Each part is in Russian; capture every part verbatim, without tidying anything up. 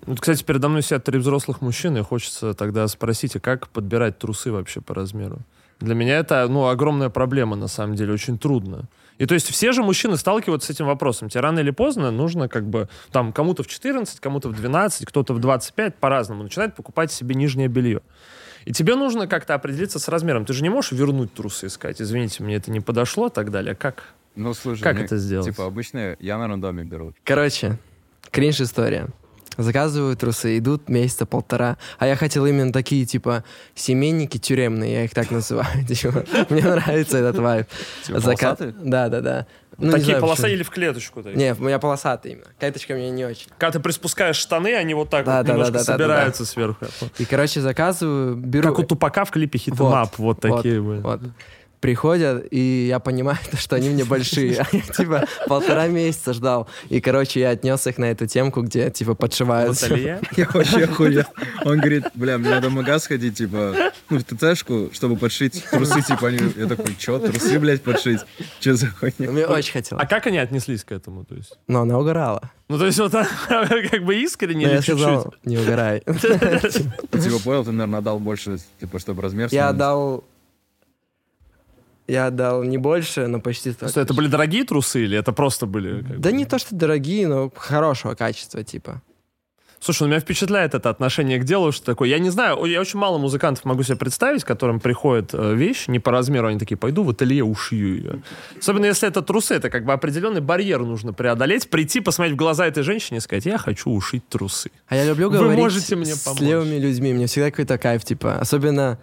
Вот, кстати, передо мной сидят три взрослых мужчины, и хочется тогда спросить, а как подбирать трусы вообще по размеру? Для меня это, ну, огромная проблема, на самом деле, очень трудно. И то есть все же мужчины сталкиваются с этим вопросом. Тебе рано или поздно нужно как бы, там, кому-то в четырнадцать, кому-то в двенадцать, кто-то в двадцать пять, по-разному, начинает покупать себе нижнее белье. И тебе нужно как-то определиться с размером. Ты же не можешь вернуть трусы и сказать, извините, мне это не подошло, и так далее. Как? Ну, слушай, как мне, это сделать? Типа, обычно я на рандоме беру. Короче, кринж-история. Заказываю трусы, идут месяца полтора, а я хотел именно такие, типа, семейники тюремные, я их так называю. Мне нравится этот вайб. Типа полосатые? Да, да, да. Ну, такие полосатые или в клеточку? Не, у меня полосатые именно. Клеточка мне не очень. Когда ты приспускаешь штаны, они вот так да, вот да, немножко да, да, собираются да, да. сверху. И, короче, заказываю, беру... Как у Тупака в клипе Hit 'em Up, вот, вот такие. Вот, вот. Приходят, и я понимаю, что они мне большие. А я, типа, полтора месяца ждал. И, короче, я отнес их на эту темку, где, типа, подшиваются. Я вообще охуел. Он говорит, бля, мне надо в магаз сходить, типа, ну, в ТЦшку, чтобы подшить трусы, типа, они... Я такой, чё, трусы, блядь, подшить? Чё за хуйня? Мне очень хотелось. А как они отнеслись к этому, то есть? Ну, она угорала. Ну, то есть, вот как бы искренне или я чуть-чуть? сказал, не угорай. Типа, понял, ты, наверное, отдал больше, типа, чтобы размер... Я отдал... Я отдал не больше, но почти столько. Что, это были дорогие трусы или это просто были... Да бы... не то, что дорогие, но хорошего качества, типа. Слушай, ну, меня впечатляет это отношение к делу, что такое... Я не знаю, я очень мало музыкантов могу себе представить, которым приходит э, вещь не по размеру, они такие, пойду в ателье, ушью ее. Особенно если это трусы, это как бы определенный барьер нужно преодолеть, прийти, посмотреть в глаза этой женщине и сказать, я хочу ушить трусы. А я люблю Вы говорить можете мне с помочь. левыми людьми, мне всегда какой-то кайф, типа, особенно...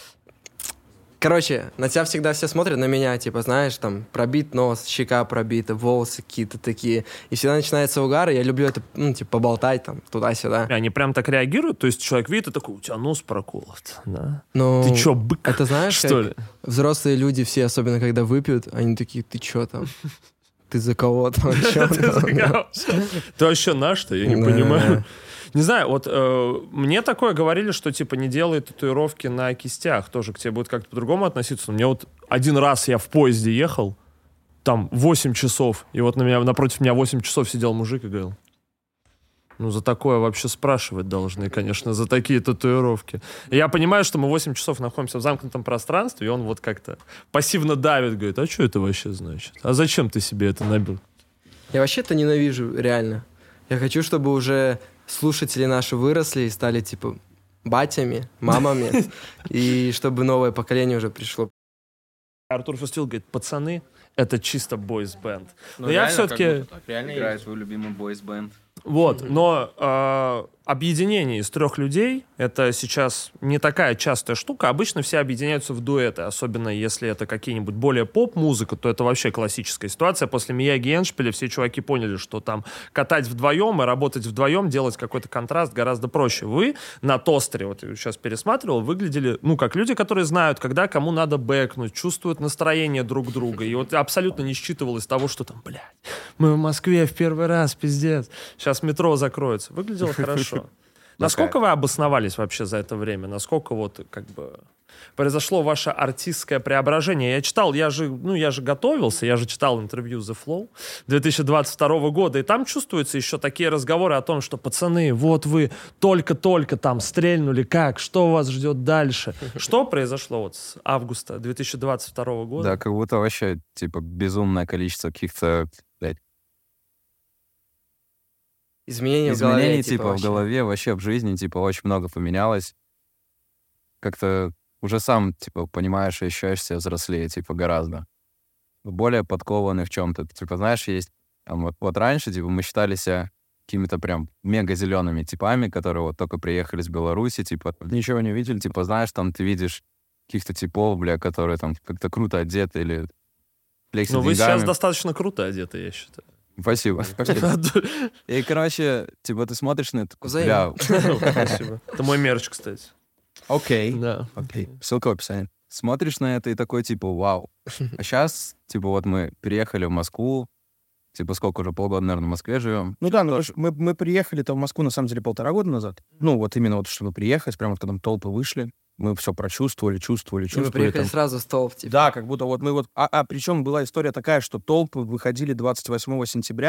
Короче, на тебя всегда все смотрят, на меня, типа, знаешь, там, пробит нос, щека пробита, волосы какие-то такие. И всегда начинается угар, и я люблю это, ну, типа, поболтать там, туда-сюда. Они прям так реагируют? То есть человек видит и такой, у тебя нос проколот, да? Ну, ты чё, бык, это знаешь, что как ли? Взрослые люди все, особенно когда выпьют, они такие, ты чё там? Ты за кого там? Ты вообще наш-то? Я не понимаю. Не знаю, вот э, мне такое говорили, что типа не делай татуировки на кистях, тоже к тебе будет как-то по-другому относиться. Но мне вот один раз я в поезде ехал, там восемь часов, и вот на меня, напротив меня восемь часов сидел мужик и говорил, ну за такое вообще спрашивать должны, конечно, за такие татуировки. И я понимаю, что мы восемь часов находимся в замкнутом пространстве, и он вот как-то пассивно давит, говорит, а что это вообще значит? А зачем ты себе это набил? Я вообще это ненавижу, реально. Я хочу, чтобы уже... слушатели наши выросли и стали, типа, батями, мамами, и чтобы новое поколение уже пришло. Артур Фустил говорит, пацаны, это чисто бойс-бенд. Но, но я все-таки... Реально играет свой любимый бойс-бенд. Вот, но э, объединение из трех людей — это сейчас не такая частая штука. Обычно все объединяются в дуэты, особенно если это какие-нибудь более поп-музыка, то это вообще классическая ситуация. После Мияги и Эндшпиля все чуваки поняли, что там катать вдвоем и работать вдвоем, делать какой-то контраст гораздо проще. Вы на тостере, вот я сейчас пересматривал, выглядели, ну, как люди, которые знают, когда кому надо бэкнуть, чувствуют настроение друг друга. И вот абсолютно не считывалось того, что там, блядь, мы в Москве в первый раз, пиздец. Сейчас метро закроется. Выглядело хорошо. Насколько вы обосновались вообще за это время? Насколько вот как бы произошло ваше артистское преображение? Я читал, я же, ну, я же готовился, я же читал интервью The Flow две тысячи двадцать второго года, и там чувствуются еще такие разговоры о том, что, пацаны, вот вы только-только там стрельнули, как, что вас ждет дальше? Что произошло вот с августа две тысячи двадцать второго года? Да, как будто вообще, типа, безумное количество каких-то, блядь, Изменения, Изменений, в голове, типа, типа, в вообще. голове, вообще в жизни, типа, очень много поменялось. Как-то уже сам, типа, понимаешь и ощущаешь себя взрослее, типа, гораздо. Более подкованный в чем-то. Типа, знаешь, есть... Вот, вот раньше, типа, мы считали себя какими-то прям мега-зелеными типами, которые вот только приехали с Беларуси, типа, ничего не видели, типа, знаешь, там ты видишь каких-то типов, бля, которые там как-то круто одеты или флексят Ну, вы деньгами. сейчас достаточно круто одеты, я считаю. Спасибо. И, короче, типа, ты смотришь на это, бля... Спасибо. Это мой мерч, кстати. Окей. Да. Окей. Ссылка в описании. Смотришь на это и такой, типа, вау. А сейчас, типа, вот мы переехали в Москву, типа, сколько уже, полгода, наверное, в Москве живем. Ну да, ну, мы, мы приехали-то в Москву, на самом деле, полтора года назад. Ну, вот именно вот, чтобы приехать, прямо вот когда толпы вышли, мы все прочувствовали, чувствовали, И чувствовали. мы приехали там. сразу в столб, типа. Да, как будто вот мы вот... А, а причем была история такая, что толпы выходили двадцать восьмого сентября,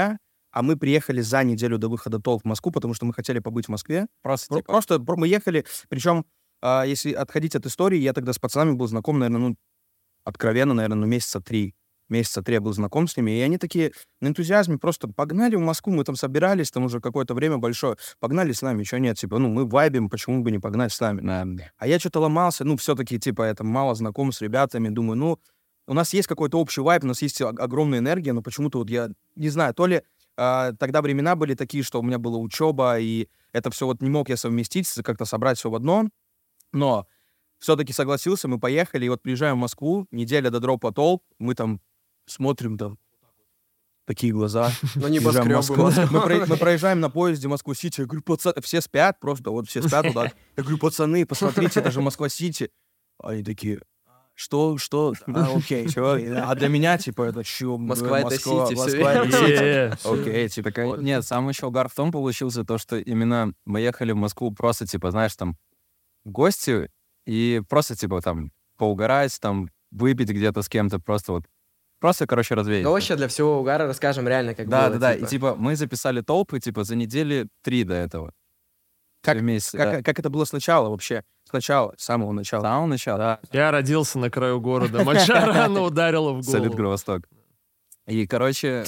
а мы приехали за неделю до выхода толп в Москву, потому что мы хотели побыть в Москве. Просто, Про- типа, Просто про- мы ехали, причем, а, если отходить от истории, я тогда с пацанами был знаком, наверное, ну, откровенно, наверное, ну, месяца три. Месяца три я был знаком с ними, и они такие на энтузиазме просто погнали в Москву, мы там собирались, там уже какое-то время большое, погнали с нами, еще нет, типа, ну, мы вайбим, почему бы не погнать с нами? да. А я что-то ломался, ну, все-таки, типа, я там мало знаком с ребятами, думаю, ну, у нас есть какой-то общий вайб, у нас есть о- огромная энергия, но почему-то вот я, не знаю, то ли а, тогда времена были такие, что у меня была учеба, и это все вот не мог я совместить, как-то собрать все в одно, но все-таки согласился, мы поехали, и вот приезжаем в Москву, неделя до дропа толп, мы там смотрим, там, такие глаза. Ну, Приезжаем в небоскребы. Москву. Мы, про- мы проезжаем на поезде Москва-Сити. Я говорю, пацаны, все спят просто, вот все спят туда. Я говорю, пацаны, посмотрите, это же Москва-Сити. Они такие, что, что? А, окей, чё? А для меня, типа, это чё? Москва — это Сити, всё Москва — это верно. Сити. Е-е. Окей, типа, Так, нет, сам еще угар в том получился, то, что именно мы ехали в Москву просто, типа, знаешь, там, в гости, и просто, типа, там, поугарать, там, выпить где-то с кем-то, просто вот, просто, короче, развеяться. Ну, вообще для всего угара расскажем реально, как Да, было. да, да. типа. И типа мы записали толпы, типа, за недели три до этого. Как- Вместе, Как, да. как это было сначала вообще? Сначала, с самого С начала. самого начала. Да. Я родился на краю города. Моча рано ударила в Салют, голову. Кровосток. И, короче,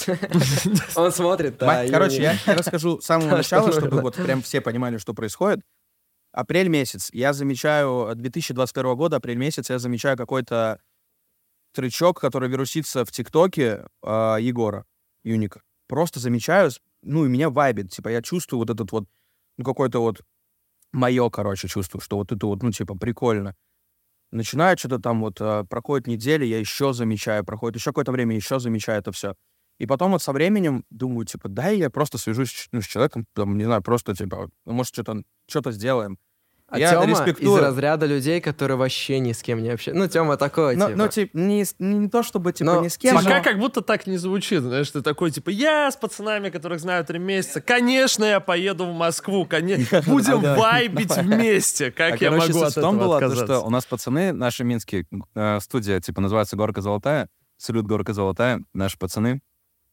Он смотрит, да. Мать, и короче, не- я, я расскажу с самого Да, начала, что чтобы нужно. вот прям все понимали, что происходит. Апрель месяц. Я замечаю, две тысячи двадцать первого года, апрель месяц, я замечаю какой-то трючок, который вирусится в ТикТоке э, Егора Юника. Просто замечаю, с- ну, и меня вайбит. Типа, я чувствую вот этот вот, ну, какой-то вот мое, короче, чувствую, что вот это вот, ну, типа, прикольно. Начинаю что-то там вот, э, проходит неделя, я еще замечаю, проходит еще какое-то время, еще замечаю это все. И потом вот со временем думаю, типа, дай я просто свяжусь, ну, с человеком, там, не знаю, просто, типа, ну, может, что-то что-то сделаем. А я Тёма респектую. из разряда людей, которые вообще ни с кем не общаются. Ну, Тёма такой, Ну, типа. ну, типа, не, с- не то чтобы, типа, Но ни с кем, Пока но- как будто так не звучит, знаешь, ты такой, типа, я с пацанами, которых знаю три месяца, конечно, я поеду в Москву, конечно, будем Да. вайбить вместе, как а, я короче, могу суть от в том этого была, то, отказаться? что у нас пацаны, наши минские, э, студия, типа, называется «Горка Золотая», салют, «Горка Золотая», наши пацаны.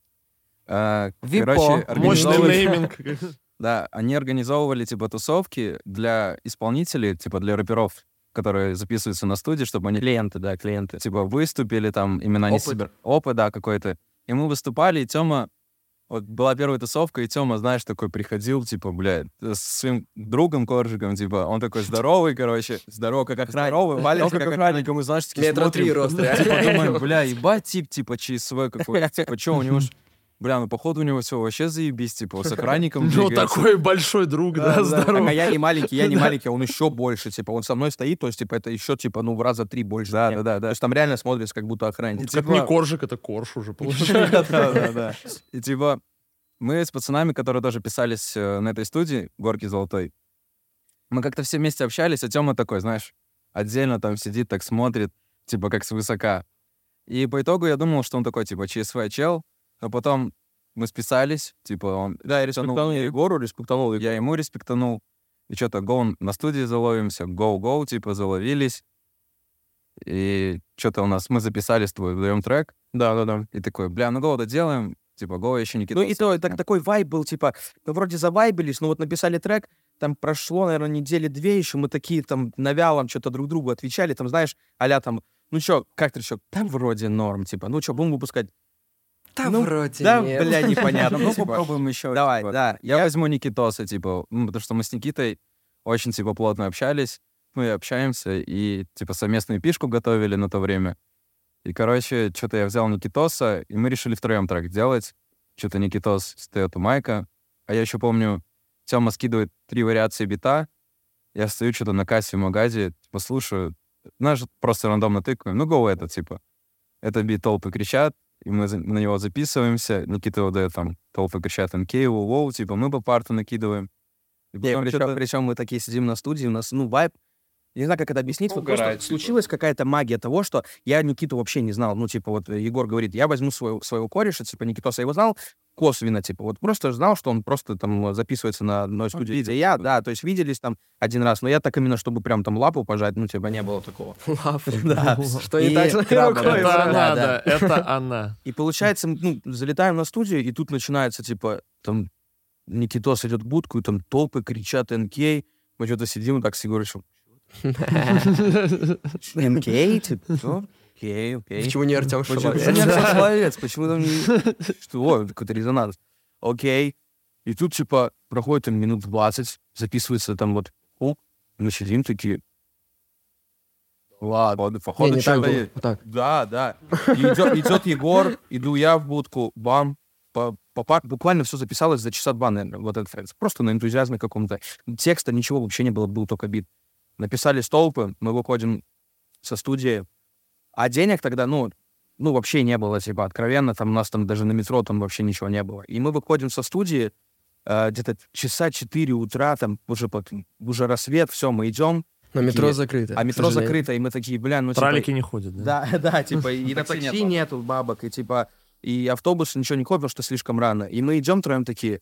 Э, Випо. короче, Мощный организовывали- нейминг. Да, они организовывали, типа, тусовки для исполнителей, типа, для рэперов, которые записываются на студии, чтобы они, Клиенты, да, клиенты. типа, выступили там, именно они Опыт. себе... Опыт, да, какой-то. И мы выступали, и Тёма... Вот была первая тусовка, и Тёма, знаешь, такой приходил, типа, блядь, с своим другом Коржиком, типа, он такой здоровый, короче, здоровый, как охранник. Здоровый, маленький, Он как как охранник, и мы, знаешь, такие Метра три смотрим, рост, реально. типа, думаем, бля, ебать, тип, типа, ЧСВ какой-то, типа, чё, у него ж... Бля, ну, походу, у него все вообще заебись, типа, с охранником Ну, двигается. такой большой друг, да, Так, а здоровый. я не маленький, я не маленький, а он еще больше, типа, он со мной стоит, то есть, типа, это еще, типа, ну, в раза три больше. Да, меня. да, да, То да. есть там реально смотрится, как будто охранник. Это не коржик, это корж уже, получается. Да, да, да. И типа мы с пацанами, которые тоже писались э, на этой студии «Горки Золотой», мы как-то все вместе общались, а Тёма такой, знаешь, отдельно там сидит, так смотрит, типа как свысока. И по итогу я думал, что он такой, типа, ЧСВ чел, но потом мы списались, типа он... Да, я респектанул Егору, респектанул Егору. Я ему респектанул. И что-то, гоу, на студии заловимся, гоу-гоу, типа, заловились. И что-то у нас, мы записали с тобой вдвоем трек, Да, да, да. и такой, бля, ну гоу доделаем, типа, гоу еще не Ну и то, так, такой вайб был, типа, мы вроде завайбились, но вот написали трек, там прошло, наверное, недели две еще, мы такие там на вялом что-то друг другу отвечали, там, знаешь, а-ля там, ну чё, как ты чё, там вроде норм, типа, ну чё, будем выпускать? Да ну, вроде Да, нет. бля, непонятно. Ну, Ну, типа, попробуем еще. давай, типа. да. Я Я- возьму Никитоса, типа, ну, потому что мы с Никитой очень, типа, плотно общались, ну и общаемся, и, типа, совместную пишку готовили на то время. И, короче, что-то я взял Никитоса, и мы решили втроем трек делать. Что-то Никитос встает у майка. А я еще помню, Тёма скидывает три вариации бита, я стою что-то на кассе в магазе, типа, слушаю, знаешь, просто рандомно тыкаю, ну, гоу это, типа. Это бит толпы кричат, и мы за- на него записываемся, Никита выдает там, толпы кричат эн кей, воу-воу, типа, мы по парту накидываем. И Не, потом причем, чё-то- причем мы такие сидим на студии, у нас, ну, вайб. Я не знаю, как это объяснить. Вот просто Угорает, типа. случилась какая-то магия того, что я Никиту вообще не знал. Ну, типа, вот Егор говорит, я возьму своего, своего кореша, типа, Никитоса я его знал. косвенно, типа, вот просто знал, что он просто там записывается на одной студии. видел. И я, да, то есть виделись там один раз, но я так именно, чтобы прям там лапу пожать, ну, типа, не было такого. Лапу. Да. Что не И так с моей краба, рукой? Это да, она, да. да, это она. И получается, ну, залетаем на студию, и тут начинается, типа, там, Никитос идет в будку, и там толпы кричат эн кей. Мы что-то сидим, и так с Егорычем. эн кей? Типа, что? Окей, окей. Почему не Артем Почему Шоловец? почему не Артем Шоловец? Почему там не... Что? Какой-то резонанс. Окей. И тут, типа, проходит там минут двадцать, записывается там вот... О, мы сидим такие... Ладно, Не, походу, не так что-то было. есть. Вот так. Да, да. И идет, идет Егор, иду я в будку, бам, по, по пар- буквально все записалось за часа два, наверное, вот этот фрейз. Просто на энтузиазме каком-то. Текста ничего вообще не было, был только бит. Написали столпы, мы выходим со студии, а денег тогда, ну, ну, вообще не было, типа, откровенно, там у нас там даже на метро там вообще ничего не было. И мы выходим со студии, э, где-то часа четыре утра, там уже, под- уже рассвет, все, мы идем, Но метро Такие. закрыто. а к метро сожалению. закрыто, и мы такие, бля, ну, типа, Тралики не ходят, да? да, да, типа, и на Такси такси нет нету бабок, и типа, и автобус ничего не купил, потому что слишком рано. И мы идем троем такие,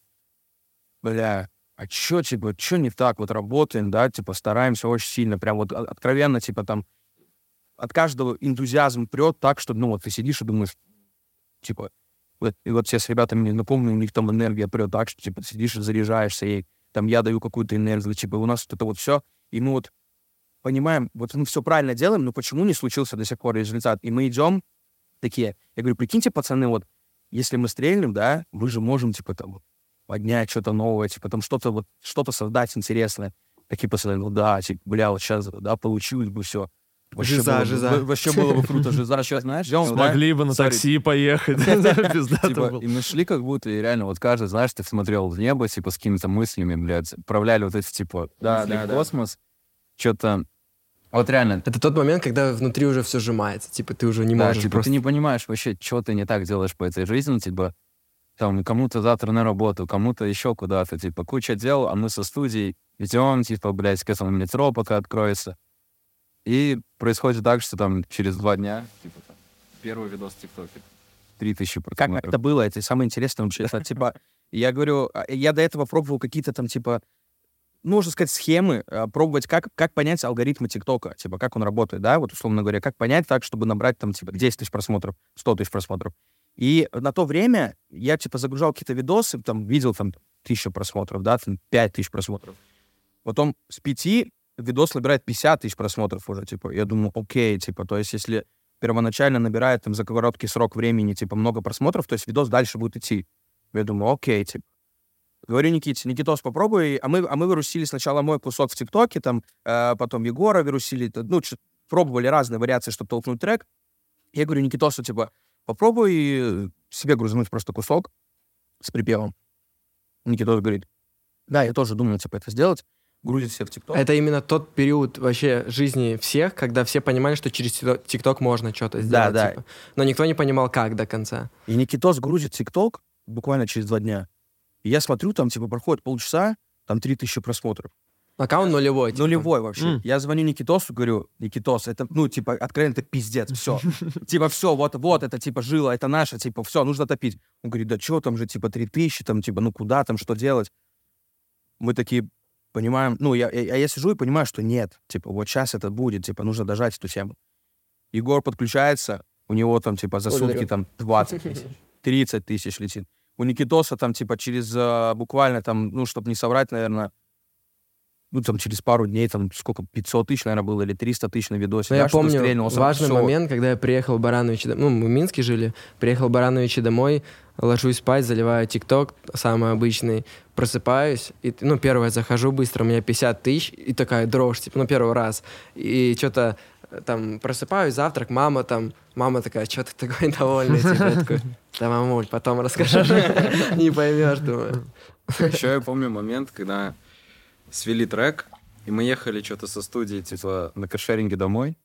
бля, а чё, типа, чё не так? Вот работаем, да, типа, стараемся очень сильно, прям вот о- откровенно, типа, там, от каждого энтузиазм прет так, что, ну, вот ты сидишь и думаешь, типа, вот, и вот все с ребятами, напомню, у них там энергия прет так, что, типа, сидишь и заряжаешься, и там я даю какую-то энергию, типа, у нас вот это вот все, и мы вот понимаем, вот мы все правильно делаем, но почему не случился до сих пор результат? И мы идем такие, я говорю, прикиньте, пацаны, вот, если мы стрельнем, да, мы же можем, типа, там, поднять что-то новое, типа, там, что-то вот, что-то создать интересное. Такие пацаны, ну да, типа, бля, вот сейчас, да, получилось бы все. Жиза, было бы- жиза. во- Вообще было бы круто, жиза. Сейчас, знаешь, идем, да, Могли бы на Sorry. такси поехать. Пиздато Типа, было. и мы шли как будто, и реально, вот каждый, знаешь, ты смотрел в небо, типа, с какими-то мыслями, блядь, отправляли вот эти, типа, Да, мысли да, в да. космос. Что-то... Вот реально, Это тот момент, когда внутри уже все сжимается. Типа ты уже не да, можешь типа, просто... ты не понимаешь вообще, что ты не так делаешь по этой жизни, типа, там, кому-то завтра на работу, кому-то еще куда-то, типа, куча дел, а мы со студией идем, типа, блядь, к этому метро пока откроется. И происходит так, что там через два дня, типа, там, первый видос в ТикТоке, три тысячи Как просмотров. это было? Это самое интересное вообще. Это, типа, я говорю, а, я до этого пробовал какие-то там, типа, ну, можно сказать, схемы, а, пробовать, как, как понять алгоритмы ТикТока, типа, как он работает, да, вот, условно говоря, как понять так, чтобы набрать, там, типа, десять тысяч просмотров, сто тысяч просмотров. И на то время я, типа, загружал какие-то видосы, там, видел, там, тысячу просмотров, да, там, пять тысяч просмотров. Потом с пяти видос набирает пятьдесят тысяч просмотров уже, типа, я думаю, окей, типа, то есть если первоначально набирает, там, за короткий срок времени, типа, много просмотров, то есть видос дальше будет идти. Я думаю, окей, типа. Говорю Никите, Никитос, попробуй. А мы, а мы вирусили сначала мой кусок в ТикТоке, там, э, потом Егора вирусили, т- ну, чё- пробовали разные вариации, чтобы толкнуть трек. Я говорю Никитосу, типа, попробуй себе грузануть просто кусок с припевом. Никитос говорит, да, я тоже думаю, типа, это сделать. Грузит себе в ТикТок. Это именно тот период вообще жизни всех, когда все понимали, что через ТикТок можно что-то Да, сделать. да. типа. Но никто не понимал, как до конца. И Никитос грузит ТикТок буквально через два дня. И я смотрю, там, типа, проходит полчаса, там три тысячи просмотров. Аккаунт нулевой. типа. Нулевой вообще. М. Я звоню Никитосу, говорю, Никитос, это, ну, типа, откровенно, это пиздец, все. Типа, все, вот, вот, это, типа, жила, это наша, типа, все, нужно топить. Он говорит, да что там же, типа, три тысячи, там, типа, ну, куда там, что делать? Мы такие понимаем, ну, я, я, я сижу и понимаю, что нет, типа, вот сейчас это будет, типа, нужно дожать эту тему. Егор подключается, у него там, типа, за Благодарю. сутки там двадцать тысяч, тридцать тысяч летит. У Никитоса там, типа, через а, буквально там, ну, чтобы не соврать, наверное, ну, там, через пару дней, там, сколько, пятьсот тысяч, наверное, было, или триста тысяч на видосе. Но да, я что помню стрельнулся. важный Всё. момент, когда я приехал в Барановичи, ну, мы в Минске жили, приехал в Барановичи домой, ложусь спать, заливаю ТикТок, самый обычный, просыпаюсь, и, ну, первое, захожу быстро, у меня пятьдесят тысяч, и такая дрожь, типа, ну, первый раз, и что-то там просыпаюсь, завтрак, мама там, мама такая, что ты такой довольный, типа, я такой, да, мамуль, потом расскажу, не поймешь, думаю. Еще я помню момент, когда свели трек, и мы ехали что-то со студии, типа, на каршеринге домой.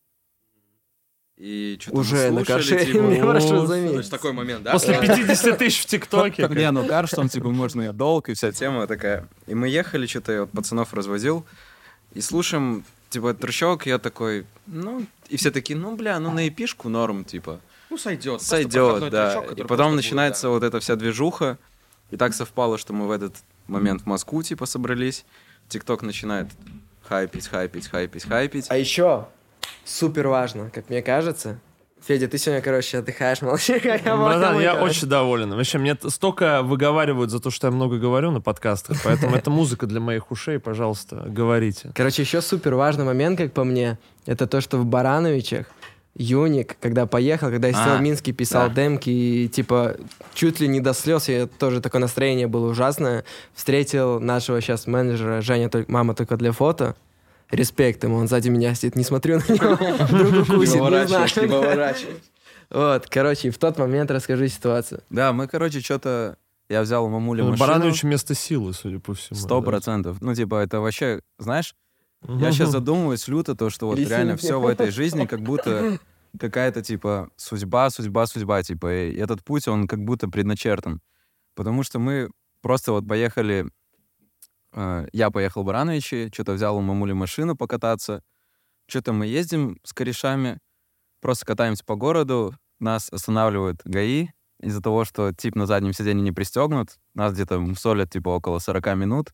И что-то Уже на слушали, каршеринге, типа, прошу «О, заметить». то есть такой момент, да? После пятьдесят тысяч в ТикТоке. Не, ну карш, там, типа, можно и долг, и вся тема такая. И мы ехали, что-то я вот пацанов развозил, и слушаем, типа, трущок, я такой, ну, и все такие, ну, бля, ну, на эпишку норм, типа. Ну, сойдет. Сойдет, да. И потом начинается вот эта вся движуха, И так совпало, что мы в этот момент в Москву, типа, собрались. ТикТок начинает хайпить, хайпить, хайпить, хайпить. А еще супер важно, как мне кажется. Федя, ты сегодня, короче, отдыхаешь, молчи, как я Братан, я короче. очень доволен. Вообще, мне т- столько выговаривают за то, что я много говорю на подкастах, поэтому это музыка для моих ушей, пожалуйста, говорите. Короче, еще супер важный момент, как по мне, это то, что в Барановичах Юник, когда поехал, когда я сидел А, в Минске, писал да. демки, и, типа, чуть ли не до слез, я тоже такое настроение было ужасное, встретил нашего сейчас менеджера, Женя, толь- мама только для фото. Респект ему, он сзади меня сидит, не смотрю на него, вдруг укусит, не знаю. поворачивай. Вот, короче, в тот момент расскажи ситуацию. Да, мы, короче, что-то... Я взял у мамули машину. Баранович вместо силы, судя по всему. Сто да. процентов. Ну, типа, это вообще, знаешь, я сейчас задумываюсь люто, то, что вот Лисинки. реально все в этой жизни как будто какая-то, типа, судьба, судьба, судьба, типа, и этот путь, он как будто предначертан. Потому что мы просто вот поехали, э, я поехал в Барановичи, что-то взял у мамули машину покататься, что-то мы ездим с корешами, просто катаемся по городу, нас останавливают ГАИ из-за того, что тип на заднем сиденье не пристегнут, нас где-то солят, типа, около сорок минут.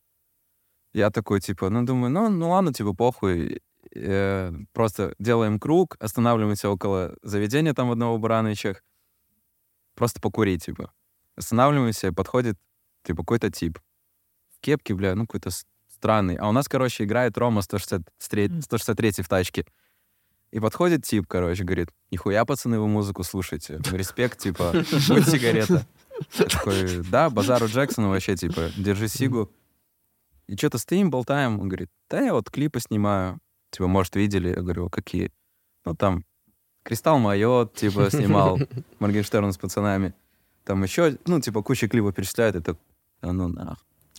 Я такой, типа, ну, думаю, ну, ну ладно, типа, похуй. Э, просто делаем круг, останавливаемся около заведения там одного в Барановичах, просто покурить, типа. Останавливаемся, подходит, типа, какой-то тип. В кепке, бля, ну, какой-то с- странный. А у нас, короче, играет Рома сто шестьдесят три, сто шестьдесят три в тачке. И подходит тип, короче, говорит, нихуя, пацаны, вы музыку слушаете. Респект, типа, вот сигарета. Я такой, да, базару Джексону вообще, типа, держи сигу. И что-то стоим, болтаем. Он говорит, да я вот клипы снимаю. Типа, может, видели? Я говорю, какие? Ну, там, Кристалл Майот, типа, снимал Моргенштерн с пацанами. Там еще, ну, типа, куча клипов перечисляют. Это, а ну, нах.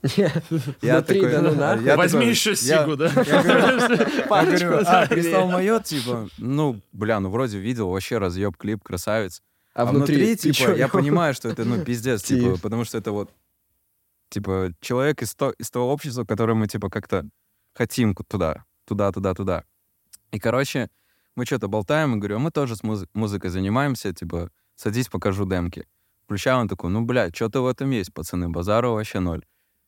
Я Внутри, да ну нахуй. я Возьми такой, еще я- сигу, да? Я говорю, я Пачку говорю, а, загрей. Кристалл Майот, типа, ну, бля, ну, вроде видел, вообще разъеб клип, красавец. А, А внутри, ты типа, чё? я понимаю, что это, ну, пиздец, типа, Тип. потому что это вот, типа, человек из, то, из того общества, которое мы, типа, как-то хотим ку- туда, туда, туда, туда. И, короче, мы что-то болтаем, и говорю, а мы тоже с муз- музыкой занимаемся, типа, садись, покажу демки. Включаю, он такой, ну, бля, что-то в этом есть, пацаны, базару вообще ноль.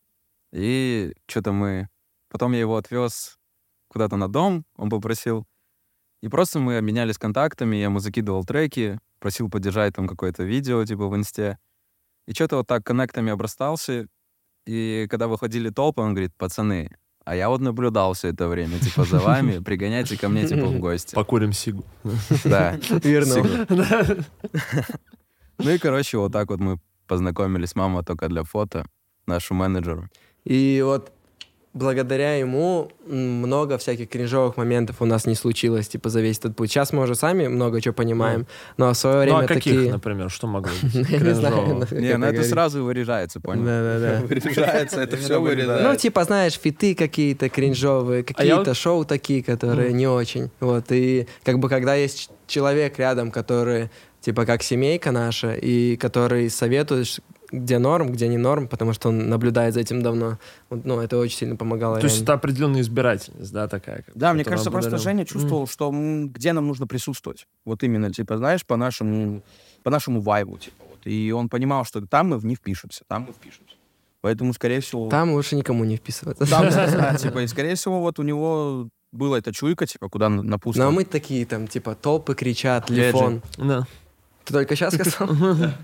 И что-то мы... Потом я его отвез куда-то на дом, он попросил. И просто мы обменялись контактами, я ему закидывал треки, просил поддержать там какое-то видео, типа, в инсте. И что-то вот так коннектами обрастался. И когда выходили толпы, он говорит, пацаны, а я вот наблюдал все это время, типа, за вами, пригоняйте ко мне, типа, в гости. Покурим сигу. Да. Верно. Сигу. Ну и, короче, вот так вот мы познакомились. Мама только для фото, нашу менеджеру. И вот благодаря ему м, много всяких кринжовых моментов у нас не случилось, типа, за весь этот путь. Сейчас мы уже сами много чего понимаем, но в свое Ну, время а каких, такие... например, что могло быть? Я не знаю, кринжового? ну, как Не, ну это говорить. сразу вырезается, понял? Да-да-да. Вырезается, это все Ну, вырезается. типа, знаешь, фиты какие-то кринжовые, какие-то вот- шоу такие, которые не очень. Вот, и как бы когда есть ч- человек рядом, который, типа, как семейка наша, и который советует, где норм, где не норм, потому что он наблюдает за этим давно. Вот, ну, это очень сильно помогало. То есть реально. это определенная избирательность, да, такая? как бы, Да, мне которая кажется, просто благодаря- Женя чувствовал, что м, где нам нужно присутствовать. Вот именно, типа, знаешь, по нашему, по нашему вайбу, типа, вот. И он понимал, что там мы в не впишемся, там мы впишемся. Поэтому, скорее всего... Там лучше никому не вписываться. Да, да, да, типа, и, скорее всего, вот у него была эта чуйка, типа, куда на, на пусто. Ну, а мы такие там, типа, толпы кричат, Леджи. телефон. Да. Ты только сейчас сказал?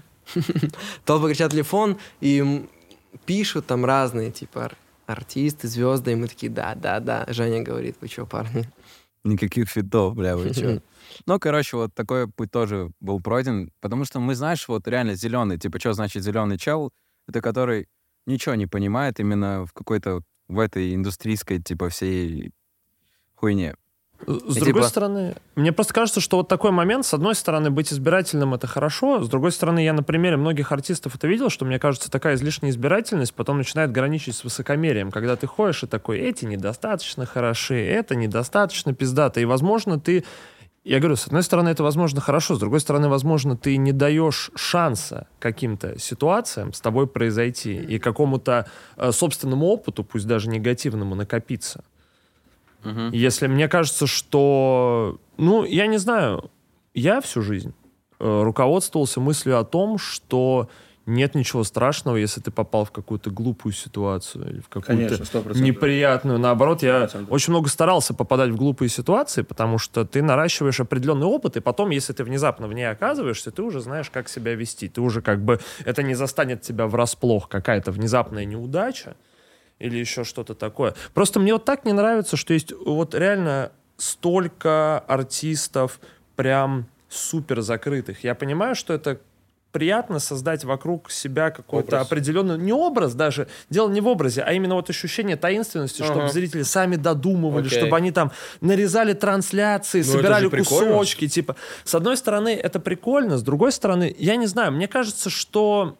Толпы кричат телефон, и м, пишут там разные, типа, ар- артисты, звезды, и мы такие, да-да-да. Женя говорит, вы что, парни? Никаких фитов, бля, вы чё? Ну, короче, вот такой путь тоже был пройден, потому что мы, знаешь, вот реально зеленый, типа, что значит зеленый чел? Это который ничего не понимает именно в какой-то, в этой индустрийской, типа, всей хуйне. С И другой типа- стороны, мне просто кажется, что вот такой момент, с одной стороны, быть избирательным — это хорошо, с другой стороны, я на примере многих артистов это видел, что, мне кажется, такая излишняя избирательность потом начинает граничить с высокомерием, когда ты ходишь и такой, эти недостаточно хороши, это недостаточно пиздато, и, возможно, ты... Я говорю, с одной стороны, это, возможно, хорошо, с другой стороны, возможно, ты не даешь шанса каким-то ситуациям с тобой произойти и какому-то э, собственному опыту, пусть даже негативному, накопиться. Мгм. Если мне кажется, что... Ну, я не знаю, я всю жизнь э, руководствовался мыслью о том, что нет ничего страшного, если ты попал в какую-то глупую ситуацию или в какую-то Конечно, сто процентов. неприятную. Наоборот, я сто процентов. очень много старался попадать в глупые ситуации, потому что ты наращиваешь определенный опыт, и потом, если ты внезапно в ней оказываешься, ты уже знаешь, как себя вести. Ты уже как бы... Это не застанет тебя врасплох, какая-то внезапная неудача или еще что-то такое. Просто мне вот так не нравится, что есть вот реально столько артистов прям супер закрытых. Я понимаю, что это приятно создать вокруг себя какой-то Образ. определенный, не образ даже, дело не в образе, а именно вот ощущение таинственности, Ага. чтобы зрители сами додумывали, Окей. чтобы они там нарезали трансляции, это собирали же прикольно. кусочки, типа. С одной стороны, это прикольно, с другой стороны, я не знаю, мне кажется, что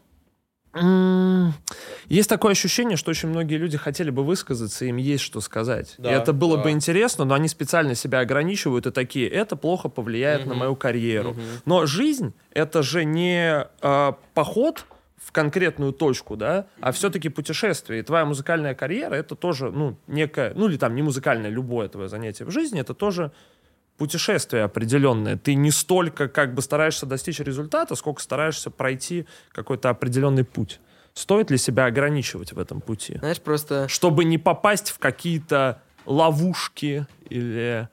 м, есть такое ощущение, что очень многие люди хотели бы высказаться, им есть что сказать. Да, и это было да. бы интересно, но они специально себя ограничивают и такие, это плохо повлияет на мою карьеру. Но жизнь — это же не э, поход в конкретную точку, да, а все-таки путешествие. И твоя музыкальная карьера — это тоже, ну, некое, ну, или там не музыкальное, любое твое занятие в жизни — это тоже путешествие определенное. Ты не столько как бы стараешься достичь результата, сколько стараешься пройти какой-то определенный путь. Стоит ли себя ограничивать в этом пути? Знаешь, просто... Чтобы не попасть в какие-то ловушки или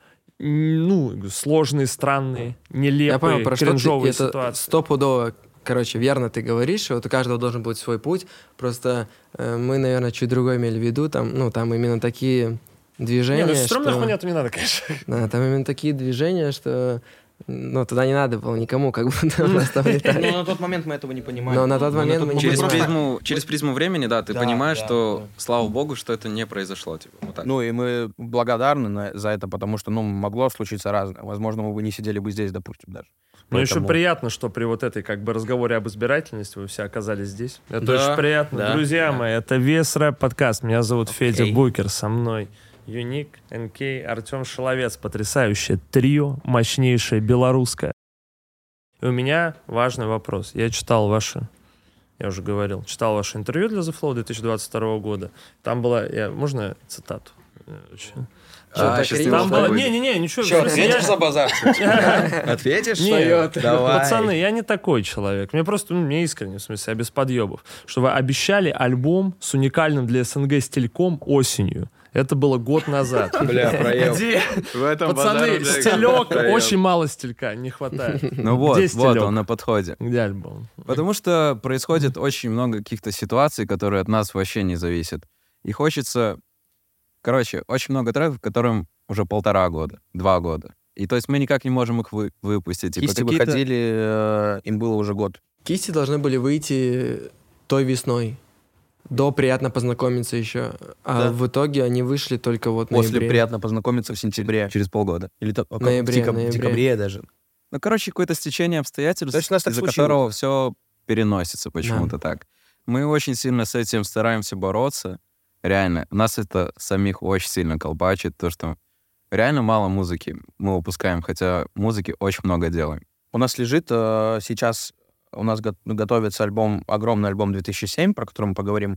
ну, сложные, странные, нелепые, Я понял, про что ты, кринжовые это ситуации. стопудово, короче, верно ты говоришь, вот у каждого должен быть свой путь, просто э, мы, наверное, чуть другое имели в виду, там, ну, там именно такие движения, Не, ну стрёмных что... монет не надо, конечно. Да, там именно такие движения, что... Ну, туда не надо было никому, как будто у нас там летали. Но на тот момент мы этого не понимали. Но на тот Ну, на момент тот мы момент не через понимали. призму, через призму времени, да, ты Да, понимаешь, да, что, да. слава богу, что это не произошло. Типа, вот так. Ну, и мы благодарны на- за это, потому что, ну, могло случиться разное. Возможно, мы бы не сидели бы здесь, допустим, даже. Мне еще Поэтому- приятно, что при вот этой как бы разговоре об избирательности вы все оказались здесь. Это Да, очень приятно. да, Друзья да. мои, это весь рэп-подкаст. Меня зовут Окей. Федя Букер, со мной Юник, эн кей, Артем Шиловец. Потрясающее трио, мощнейшее, белорусское. И у меня важный вопрос. Я читал ваши, я уже говорил, читал ваше интервью для The Flow две тысячи двадцать второго года. Там была, я, можно цитату? Я очень- Чё, А, так щас криво? ты Там его было, будет. не-не-не, ничего. Чё, в смысле, ответишь я- за базар? Ответишь? Не, Давай. пацаны, я не такой человек. Мне просто, ну, мне искренне, в смысле, я без подъебов. Что вы обещали альбом с уникальным для СНГ стильком осенью. Это было год назад. Бля, проел. Где? В этом Пацаны, базаре, стилек, проел. очень мало стилька, не хватает. Ну вот, Где вот стилек? он на подходе. Где альбом? Потому что происходит очень много каких-то ситуаций, которые от нас вообще не зависят. И хочется... Короче, очень много треков, которым уже полтора года, два года. И то есть мы никак не можем их вы- выпустить. Типа Кисти какие-то- выходили, э, им было уже год. Кисти должны были выйти той весной. До «Приятно познакомиться» еще. А Да. в итоге они вышли только вот в После ноябре. приятно познакомиться в сентябре. Через полгода. Или то- а как, Ноябре, в декаб- ноябре. декабре даже. Ну, короче, какое-то стечение обстоятельств, То есть у нас так из-за случилось. которого все переносится почему-то так. Мы очень сильно с этим стараемся бороться. Реально. Нас это самих очень сильно колбачит, то, что реально мало музыки мы выпускаем, хотя музыки очень много делаем. У нас лежит э, сейчас, у нас го- готовится альбом, огромный альбом две тысячи семь, про который мы поговорим.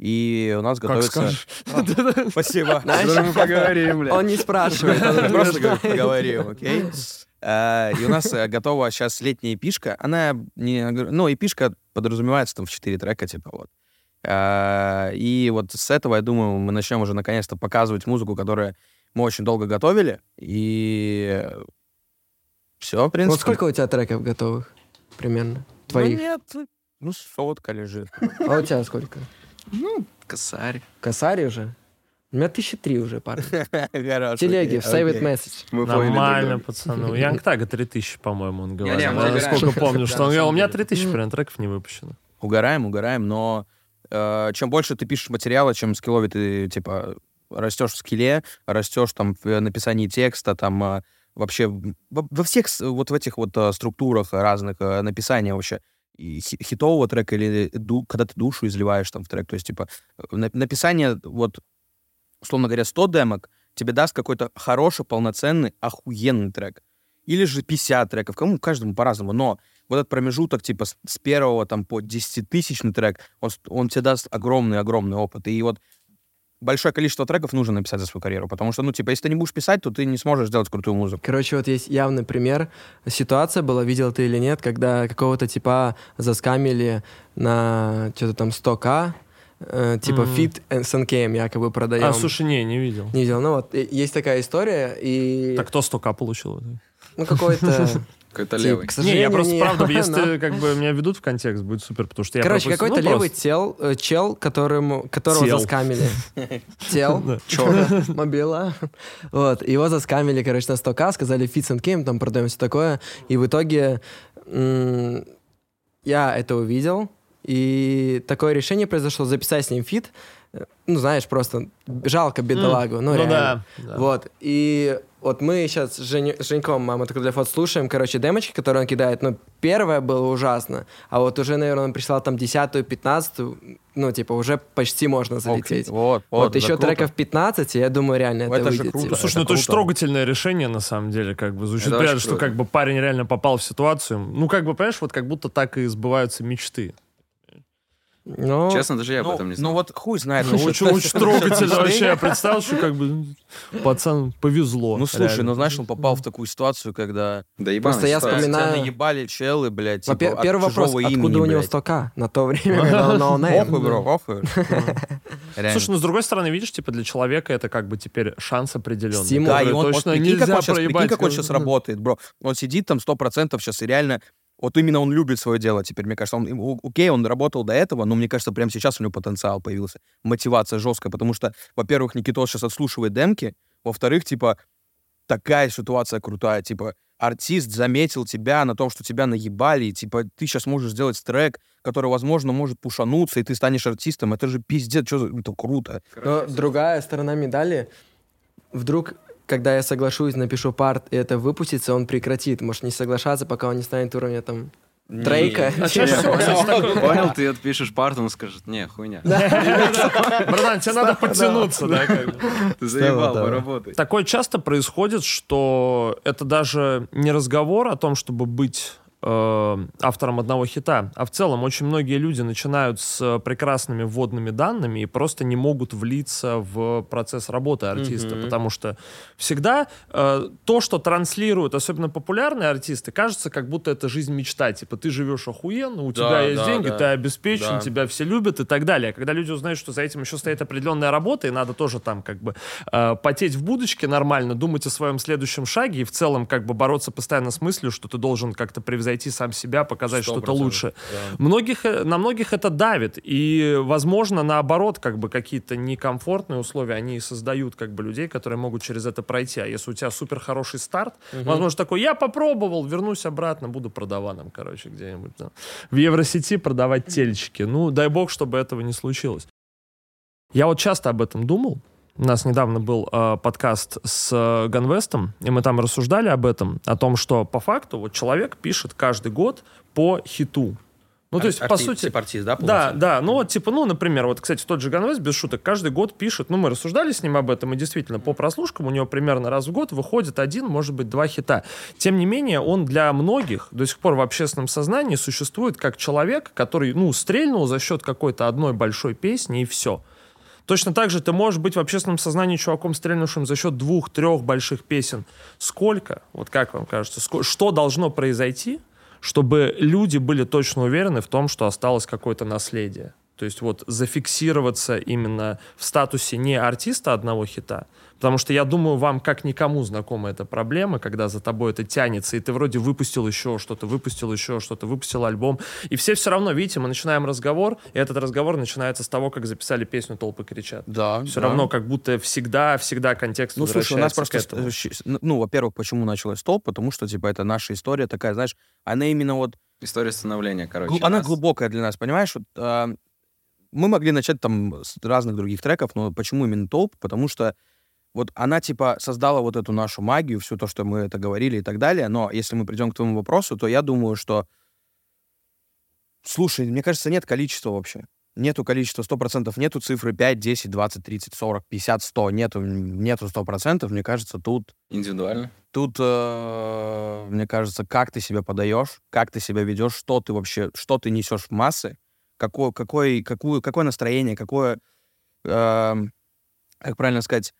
И у нас Как готовится... скажешь. Спасибо. Знаешь, Скоро мы поговорим, бля. Он не спрашивает. он Просто утверждает. говорю, поговорим, окей? Э, И у нас э, готова сейчас летняя эпишка. Она не... Ну, эпишка подразумевается там в четыре трека, типа вот. Э, И вот с этого, я думаю, мы начнем уже наконец-то показывать музыку, которую мы очень долго готовили. И все, в принципе. Вот сколько у тебя треков готовых примерно? Ну, Твоих? нет, ну, сотка лежит. А у тебя сколько? Косарь. Косарь уже? У меня тысячи три уже, парни. Хорошо, Телеги, окей, в Save It окей. Message. Мы поняли друг Нормально, друга. пацаны. У Янг Тага три тысячи, по-моему, он говорил. Не-не, мы Я убираем. насколько помню, что Да, он на говорил, у самом меня деле. три тысячи прям треков не выпущено. Угораем, угораем, но э, чем больше ты пишешь материала, чем скилловый ты, типа, растешь в скилле, растешь там в написании текста, там э, вообще во, во всех с- вот в этих вот э, структурах разных э, написания вообще и хи- хитового трека или ду- когда ты душу изливаешь там в трек, то есть, типа, э, на- написание, вот, условно говоря, сто демок тебе даст какой-то хороший, полноценный, охуенный трек. Или же пятьдесят треков, кому каждому по-разному, но вот этот промежуток, типа, с, с первого там по десятитысячный трек, он, с- он тебе даст огромный-огромный опыт. И вот большое количество треков нужно написать за свою карьеру, потому что, ну, типа, если ты не будешь писать, то ты не сможешь сделать крутую музыку. Короче, вот есть явный пример. Ситуация была, видел ты или нет, когда какого-то типа заскамили на что-то там сто тысяч, э, типа Мгм. фит с эн кей эм якобы продаем. А, слушай, не, не видел. Не видел. Ну вот, и- есть такая история, и... Так кто сто тысяч получил? Ну, какой-то... Какой-то тип, левый. к Не, сожалению, я просто, не правда, я, если но- как бы меня ведут в контекст, будет супер, потому что я Короче, пропустил. какой-то Ну, левый просто. тел, э, чел, которому, которого Тел. заскамили. Тел. Да. Чё? Мобила. Вот. Его заскамили, короче, на сто тысяч, сказали фит с эн кей эм, там продаем все такое. И в итоге м, я это увидел, и такое решение произошло записать с ним фит. Э, Ну, знаешь, просто жалко бедолагу. Ну, Ну реально. да. да. Вот. И вот мы сейчас с Жень- с Женьком, мама только для фото, слушаем, короче, демочки, которые он кидает. Ну, первое было ужасно, а вот уже, наверное, он прислал там десятую, пятнадцатую, ну, типа, уже почти можно залететь. Окей, Вот, Вот, вот, это еще круто. треков пятнадцать, и я думаю, реально это, Это же выйдет. круто. типа. Слушай, это ну это очень круто. трогательное решение, на самом деле, как бы звучит Это приятно, очень что круто. как бы парень реально попал в ситуацию. Ну, как бы, понимаешь, вот как будто так и сбываются мечты. Ну, Честно, даже я об Ну, этом не ну знал. вот хуй знает. Ну, ну, очень, вот- очень трогательно вообще. Я представил, что как бы пацан повезло. Ну, слушай, реально. ну, знаешь, он попал в такую ситуацию, когда Да ебаная просто я ситуация. вспоминаю- тебя наебали челы, блядь, типа, во-пер- от первый вопрос, чужого откуда имени, у него блядь. сто тысяч на то время, когда он no name? Похуй, бро, похуй. Реально. Слушай, ну, с другой стороны, видишь, типа, для человека это как бы теперь шанс определенный. Стимул. Да, и который он, вот точно прикинь, как нельзя он сейчас, прикинь, проебать. как он сейчас работает, бро. Он сидит там сто процентов сейчас и реально... Вот именно он любит свое дело теперь, мне кажется. Он, ему- окей, он работал до этого, но мне кажется, прямо сейчас у него потенциал появился. Мотивация жесткая, потому что, во-первых, Никитос сейчас отслушивает демки, во-вторых, типа, такая ситуация крутая, типа, артист заметил тебя на том, что тебя наебали, и, типа, ты сейчас можешь сделать трек, который, возможно, может пушануться, и ты станешь артистом. Это же пиздец, что за... Это круто. Но другая сторона медали, вдруг, когда я соглашусь, напишу парт, и это выпустится, он прекратит. Может не соглашаться, пока он не станет уровня там Дрейка. А чаще всего, кстати, такое- Понял, ты отпишешь парт, он скажет, не, хуйня. Братан, тебе надо подтянуться, да, как бы. Ты заебал, да. поработай. Такое часто происходит, что это даже не разговор о том, чтобы быть э, автором одного хита, а в целом очень многие люди начинают с прекрасными вводными данными и просто не могут влиться в процесс работы артиста, Мгм. потому что всегда э, то, что транслируют, особенно популярные артисты, кажется, как будто это жизнь мечта, типа ты живешь охуенно, у Да, тебя есть да, деньги, да. ты обеспечен, Да. тебя все любят и так далее. А когда люди узнают, что за этим еще стоит определенная работа, и надо тоже там как бы э, потеть в будочке нормально, думать о своем следующем шаге и в целом как бы бороться постоянно с мыслью, что ты должен как-то превзойти сам себя, показать Сто что-то процентов, лучше. да. Многих, э, на многих это давит, и, возможно, наоборот, как бы какие-то некомфортные условия, они и создают как бы людей, которые могут через это пройти. А если у тебя супер хороший старт, возможно, такой, я попробовал, вернусь обратно, буду продаваном, короче, где-нибудь там в Евросети продавать тельчики. Ну, дай бог, чтобы этого не случилось. Я вот часто об этом думал. У нас недавно был э, подкаст с э, Ганвестом, и мы там рассуждали об этом, о том, что по факту вот человек пишет каждый год по хиту. Ну, то есть, по Арти- сути... типа артист, да, Да, получается? да, ну вот типа, ну, например, вот, кстати, тот же Ганвест, без шуток, каждый год пишет, ну, мы рассуждали с ним об этом, и действительно, по прослушкам у него примерно раз в год выходит один, может быть, два хита. Тем не менее, он для многих до сих пор в общественном сознании существует как человек, который, ну, стрельнул за счет какой-то одной большой песни, и все. Точно так же ты можешь быть в общественном сознании чуваком, стрельнувшим за счет двух-трех больших песен. Сколько, вот как вам кажется, ско- что должно произойти, чтобы люди были точно уверены в том, что осталось какое-то наследие? То есть вот зафиксироваться именно в статусе не артиста одного хита, потому что я думаю, вам как никому знакома эта проблема, когда за тобой это тянется, и ты вроде выпустил еще что-то, выпустил еще что-то, выпустил альбом, и все все равно, видите, мы начинаем разговор, и этот разговор начинается с того, как записали песню «Толпы кричат». Да. Все да. равно как будто всегда, всегда контекст Ну, слушай, у нас возвращается просто... к этому. э, щ- Ну, ну, во-первых, почему началось топ? Потому что, типа, это наша история такая, знаешь, она именно вот... История становления, короче. Гл- Она нас. глубокая для нас, понимаешь? Вот, а, мы могли начать там с разных других треков, но почему именно топ? Потому что вот она, типа, создала вот эту нашу магию, все то, что мы это говорили и так далее. Но если мы придем к твоему вопросу, то я думаю, что... Слушай, мне кажется, нет количества вообще. Нету количества, сто процентов нету цифры пять, десять, двадцать, тридцать, сорок, пятьдесят, сто. Нету, нету сто процентов. Мне кажется, тут... Индивидуально. Тут, э, мне кажется, как ты себя подаешь, как ты себя ведешь, что ты вообще, что ты несешь в массы, какое, какое, какую, какое настроение, какое, э, как правильно сказать,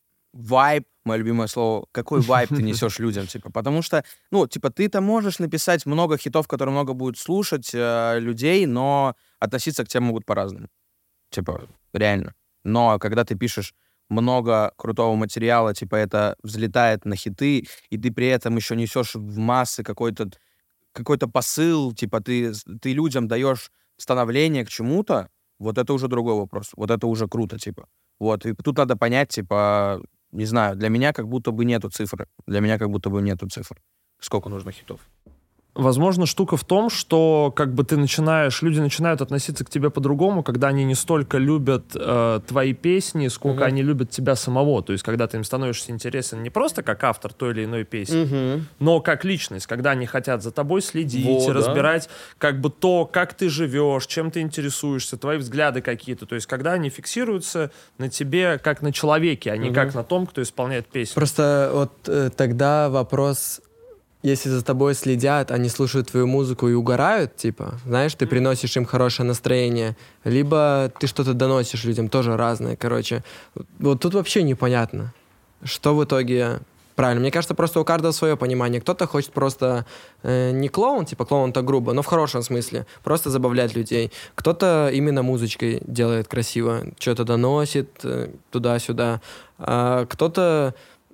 вайб, мое любимое слово, какой вайб ты несешь людям, типа, потому что, ну, типа, ты-то можешь написать много хитов, которые много будут слушать э, людей, но относиться к тебе могут по-разному, типа, реально. Но когда ты пишешь много крутого материала, типа, это взлетает на хиты, и ты при этом еще несешь в массы какой-то какой-то посыл, типа, ты, ты людям даешь становление к чему-то, вот это уже другой вопрос, вот это уже круто, типа. Вот, и тут надо понять, типа, не знаю, для меня как будто бы нету цифры. Для меня как будто бы нету цифр. Сколько нужно хитов? Возможно, штука в том, что как бы ты начинаешь, люди начинают относиться к тебе по-другому, когда они не столько любят э, твои песни, сколько Мгм. они любят тебя самого. То есть, когда ты им становишься интересен не просто как автор той или иной песни, Мгм. но как личность, когда они хотят за тобой следить, Вот, да. разбирать как бы то, как ты живешь, чем ты интересуешься, твои взгляды какие-то. То есть, когда они фиксируются на тебе как на человеке, а не Мгм. как на том, кто исполняет песню. Просто вот э, тогда вопрос, если за тобой следят, они слушают твою музыку и угорают, типа, знаешь, ты приносишь им хорошее настроение, либо ты что-то доносишь людям, тоже разное, короче. Вот тут вообще непонятно, что в итоге правильно. Мне кажется, просто у каждого свое понимание. Кто-то хочет просто э, не клоун, типа клоун-то грубо, но в хорошем смысле, просто забавлять людей. Кто-то именно музычкой делает красиво, что-то доносит э, туда-сюда. А кто-то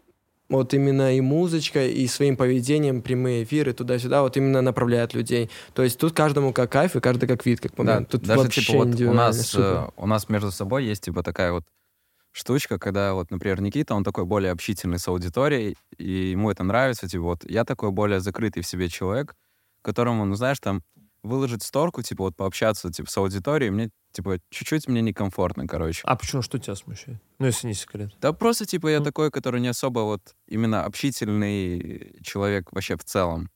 вот именно и музычкой, и своим поведением, прямые эфиры туда-сюда, вот именно направляет людей. То есть тут каждому как кайф, и каждый как вид, как по мне. Да, Тут даже вообще типа вот у индивидуально, нас, супер. э, у нас между собой есть типа такая вот штучка, когда вот, например, Никита, он такой более общительный с аудиторией, и ему это нравится, типа вот я такой более закрытый в себе человек, которому, ну знаешь, там выложить сторку, типа вот пообщаться типа с аудиторией, мне типа чуть-чуть мне некомфортно, короче. А почему, что тебя смущает? Ну, если не секрет. Да просто типа я Ну. такой, который не особо вот именно общительный человек вообще в целом,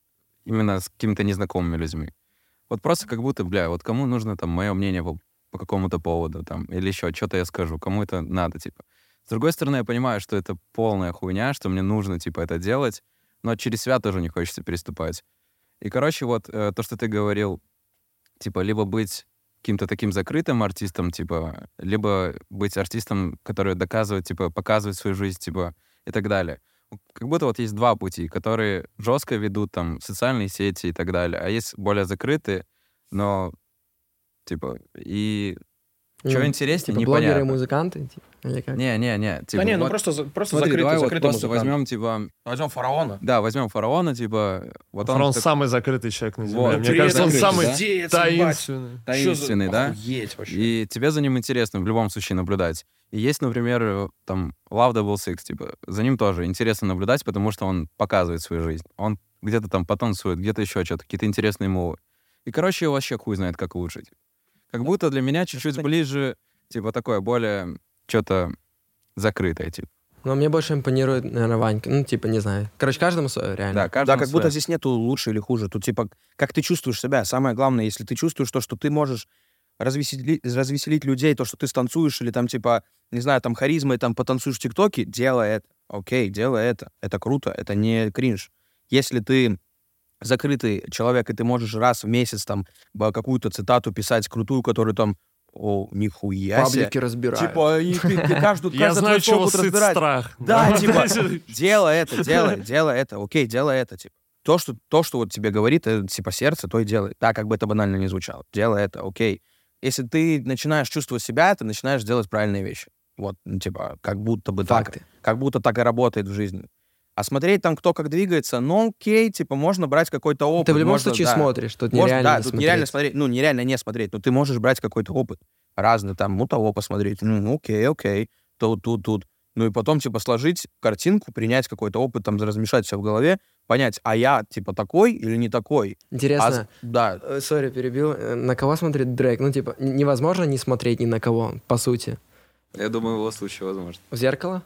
именно с какими-то незнакомыми людьми. Вот просто как будто, бля, вот кому нужно там мое мнение по, по какому-то поводу там, или еще что-то я скажу, кому это надо, типа. С другой стороны, я понимаю, что это полная хуйня, что мне нужно, типа, это делать, но через себя тоже не хочется переступать. И, короче, вот э, то, что ты говорил, типа, либо быть каким-то таким закрытым артистом, типа, либо быть артистом, который доказывает, типа, показывает свою жизнь, типа, и так далее. Как будто вот есть два пути, которые жестко ведут там социальные сети и так далее, а есть более закрытые, но, типа, и что Ну, интереснее, типа блогеры и непонятно. музыканты, типа, или как? Не-не-не, типа, Да не, ну вот просто, за- просто смотри, закрытый, давай вот закрытый просто музыкант. возьмем, типа, Возьмем фараона. да, возьмем фараона, типа, вот Фараон он так- самый закрытый человек на земле. Вот. Мне кажется, он Закрытый, самый да? Пиздец, таинственный. таинственный, да? Охуеть вообще. И тебе за ним интересно в любом случае наблюдать. И есть, например, э, там, Love Double Six, типа, за ним тоже интересно наблюдать, потому что он показывает свою жизнь. Он где-то там потанцует, где-то еще что-то, какие-то интересные мувы. И, короче, вообще хуй знает, как лучше. типа. Как будто для меня чуть-чуть ближе, типа, такое более что-то закрытое, типа. Но мне больше импонирует, наверное, Ванька. Ну, типа, не знаю. Короче, каждому свое, реально. Да, каждому Да, как будто своё. здесь нету лучше или хуже. Тут типа, как ты чувствуешь себя. Самое главное, если ты чувствуешь то, что ты можешь развеселить, развеселить людей, то, что ты станцуешь, или там, типа, не знаю, там, харизмой, там, потанцуешь в ТикТоке, делай это. Окей, делай это. Это круто, это не кринж. Если ты закрытый человек, и ты можешь раз в месяц там ба- какую-то цитату писать крутую, которую там, о, нихуя себе. Паблики разбирают. Типа, и ты, ты каждую, Я каждое знаю, твое слово чего будут сыт разбирать. страх. Да, типа, делай это, делай, делай это, окей, делай это, типа. То, что, то, что вот тебе говорит, это, типа, сердце, то и делай. Да, как бы это банально не звучало. Делай это, окей. Если ты начинаешь чувствовать себя, ты начинаешь делать правильные вещи. Вот, ну, типа, как будто бы Факты. так. Как будто так и работает в жизни. А смотреть там, кто как двигается, ну, окей, типа, можно брать какой-то опыт. Ты в любом можно, случае да. смотришь. Тут Может, нереально да, не тут смотреть. нереально смотреть, ну, нереально не смотреть, но ты можешь брать какой-то опыт разный, там, у того посмотреть, ну, окей, окей, тут, тут, тут. Ну, и потом, типа, сложить картинку, принять какой-то опыт, там, размешать все в голове, понять, а я, типа, такой или не такой? А, Интересно. с- да, Э, Сори, перебил. Э, На кого смотрит Дрейк? Ну, типа, н- невозможно не смотреть ни на кого, по сути. Я думаю, в его случае возможно. В зеркало?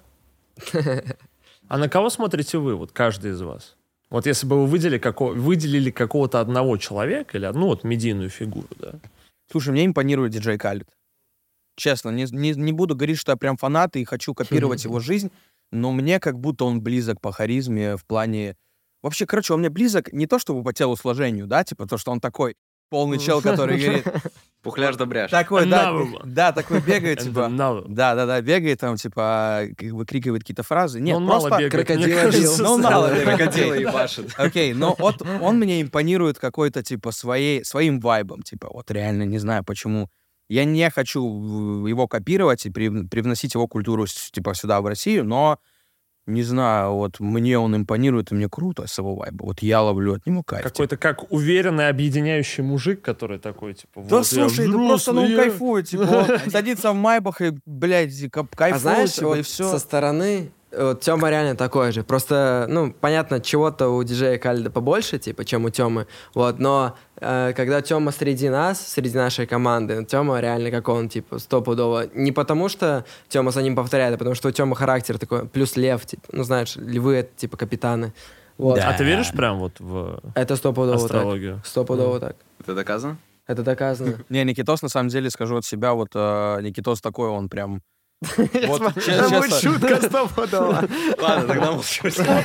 А на кого смотрите вы, вот каждый из вас? Вот если бы вы выделили, како- выделили какого-то одного человека или одну вот медийную фигуру, да? слушай, мне импонирует диджей Khaled. Честно, не, не, не буду говорить, что я прям фанат и хочу копировать его жизнь, но мне как будто он близок по харизме в плане... Вообще, короче, он мне близок не то чтобы по телосложению, да, типа то, что он такой полный чел, который говорит... Пухляш-добряш. Такой, да, Now. да, такой бегает, And типа... now. Да-да-да, бегает там, типа, как бы выкрикивает какие-то фразы. Нет, Он просто... мало бегает, мне крокодила кажется, бил. Ну, он мало сразу. бегает. Крокодила Окей. ебашит. Окей, но вот он мне импонирует какой-то, типа, своей, своим вайбом, типа, вот реально не знаю почему. Я не хочу в- его копировать и прив- привносить его культуру, с- типа, сюда, в Россию, но, не знаю, вот мне он импонирует, и мне круто с его вайба. Вот я ловлю от него кайф. типа. Какой-то как уверенный объединяющий мужик, который такой, типа, Да вот я слушай, ну просто, ну, взрослый, я- кайфует, типа, он садится в майбах и, блядь, кап- А кайфует, знаешь, типа, вот и все. со стороны, вот Тёма реально такой же. Просто, ну, понятно, чего-то у диджея Калида побольше, типа, чем у Тёмы. Вот, но э, когда Тёма среди нас, среди нашей команды, Тёма реально как он, типа, стопудово. Не потому что Тёма за ним повторяет, а потому что у Тёмы характер такой, плюс лев, типа, ну, знаешь, львы — это, типа, капитаны. Вот. Да. А ты веришь прям вот в Это стопудово так. астрологию? Стопудово так. Это доказано? Это доказано. Не, Никитос, на самом деле, скажу от себя, вот э, Никитос такой, он прям... Вот, Это че- будет честно. шутка стопудово. Ладно, тогда молчу.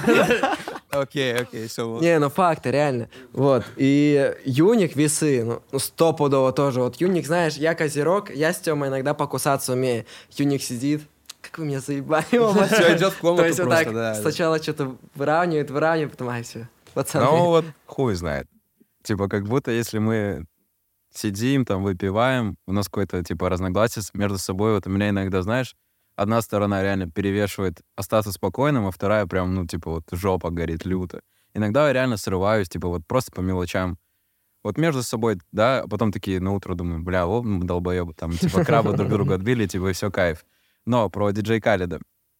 Окей, окей, все. Не, ну факты, реально. Вот. И Юник, весы, ну, ну стопудово тоже. Вот Юник, знаешь, я козерог, я с Тёмой иногда покусаться умею. Юник сидит, как вы меня заебали, оба. Все идет в То комнату есть вот просто, так да. сначала что-то выравнивает, выравнивает, потом, ай, все, пацаны. Ну вот хуй знает. Типа как будто если мы сидим, там, выпиваем, у нас какое-то, типа, разногласие с- между собой. Вот у меня иногда, знаешь, одна сторона реально перевешивает остаться спокойным, а вторая прям, ну, типа, вот жопа горит люто. Иногда я реально срываюсь, типа, вот просто по мелочам. Вот между собой, да, а потом такие на утро думаю, бля, о, мы долбоебы, там, типа, крабы друг друга отбили, типа, и все, кайф. Но про диджей Калида.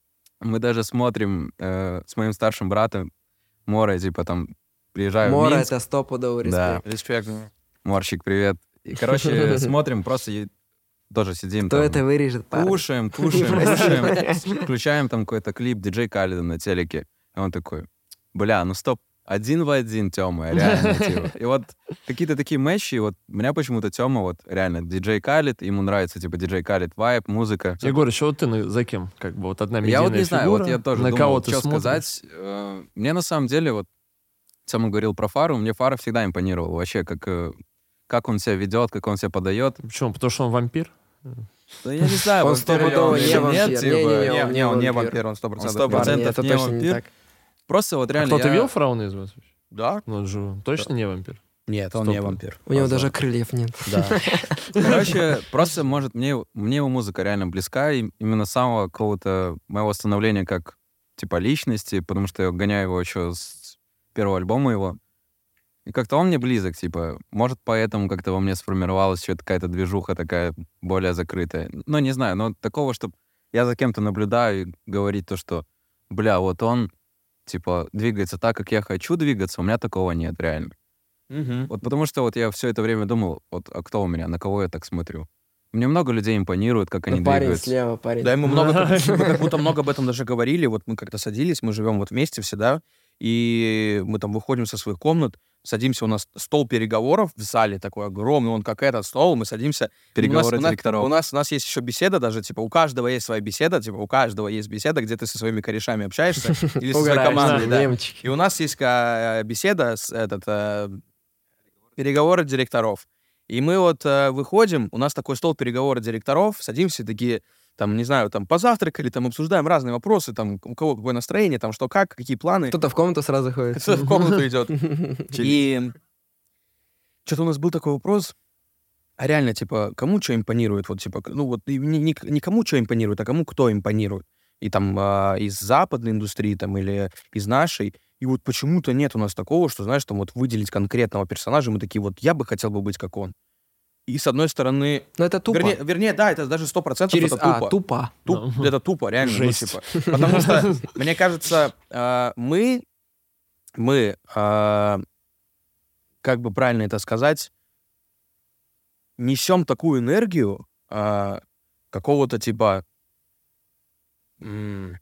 Мы даже смотрим э, с моим старшим братом Море, типа, там, приезжаю в Мора — Минск. это стопудово Да. респект. Респект. Морщик, привет. И, короче, смотрим, просто е- тоже сидим Кто там, это вырежет, парни? кушаем, кушаем, кушаем, включаем там какой-то клип диджей Калида на телеке. И он такой, бля, ну стоп, один в один Тёма, реально, типа. И вот какие-то такие матчи, вот меня почему-то Тёма, вот реально, диджей Калид, ему нравится, типа, диджей Калид, вайб, музыка. Егор, еще вот ты на- за кем? Как бы вот одна Я медийная вот не знаю, фигура, вот я тоже на думал, кого ты что смотришь? сказать. Э, Мне на самом деле, вот, Тёма говорил про Фару, мне Фара всегда импонировал вообще, как, э, как он себя ведет, как он себя подает. Почему? Потому что он вампир? Да я не знаю, Он вампир ли стопудово он или не вампир. нет, Не-не-не, типа. он Не, не не, он не вампир. вампир, он сто процентов. сто процентов. Парни, это не точно не вампир. так. Просто вот А реально кто-то я- видел фараона из вас? Да? Ну, он же точно не вампир. Нет, он Стоп. не вампир. У него Позор. даже крыльев нет. Да. Короче, просто, может, мне, мне его музыка реально близка, и именно с самого какого-то моего становления как, типа, личности, потому что я гоняю его еще с первого альбома его. И как-то он мне близок, типа, может, поэтому как-то во мне сформировалась еще какая-то движуха такая более закрытая. Ну, не знаю, но такого, чтобы я за кем-то наблюдаю и говорить то, что, бля, вот он, типа, двигается так, как я хочу двигаться, у меня такого нет, реально. Мгм. Вот потому что вот я все это время думал, вот, а кто у меня, на кого я так смотрю? Мне много людей импонирует, как они Ну, парень двигаются. слева, парень. Да, и мы много, мы как будто много об этом даже говорили. Вот мы как-то садились, мы живем вот вместе все, да, и мы там выходим со своих комнат, садимся, у нас стол переговоров в зале такой огромный, он как этот стол, мы садимся. Переговоры у нас, директоров. У нас, у нас есть еще беседа даже, типа, у каждого есть своя беседа, типа, у каждого есть беседа, где ты со своими корешами общаешься или со своей Угораешь, командой, да, да. мемчики. И у нас есть ка- беседа, с, этот, э, переговоры директоров. И мы вот э, выходим, у нас такой стол переговоры директоров, садимся такие, там, не знаю, там, позавтракали, там, обсуждаем разные вопросы, там, у кого какое настроение, там, что как, какие планы. Кто-то в комнату сразу ходит. Кто-то в комнату идет. И что-то у нас был такой вопрос, а реально, типа, кому что импонирует? Вот, типа, ну вот и не, не, не кому что импонирует, а кому кто импонирует. И там а, из западной индустрии там или из нашей. И вот почему-то нет у нас такого, что, знаешь, там вот выделить конкретного персонажа, мы такие, вот я бы хотел бы быть как он. И с одной стороны... Но это тупо. Вернее, вернее, да, это даже сто процентов Через это А, тупо. тупо. Туп- Ну. Это тупо, реально. ну, Жесть. типа. Потому что, мне кажется, а, мы, мы, а, как бы правильно это сказать, несем такую энергию а, какого-то типа м,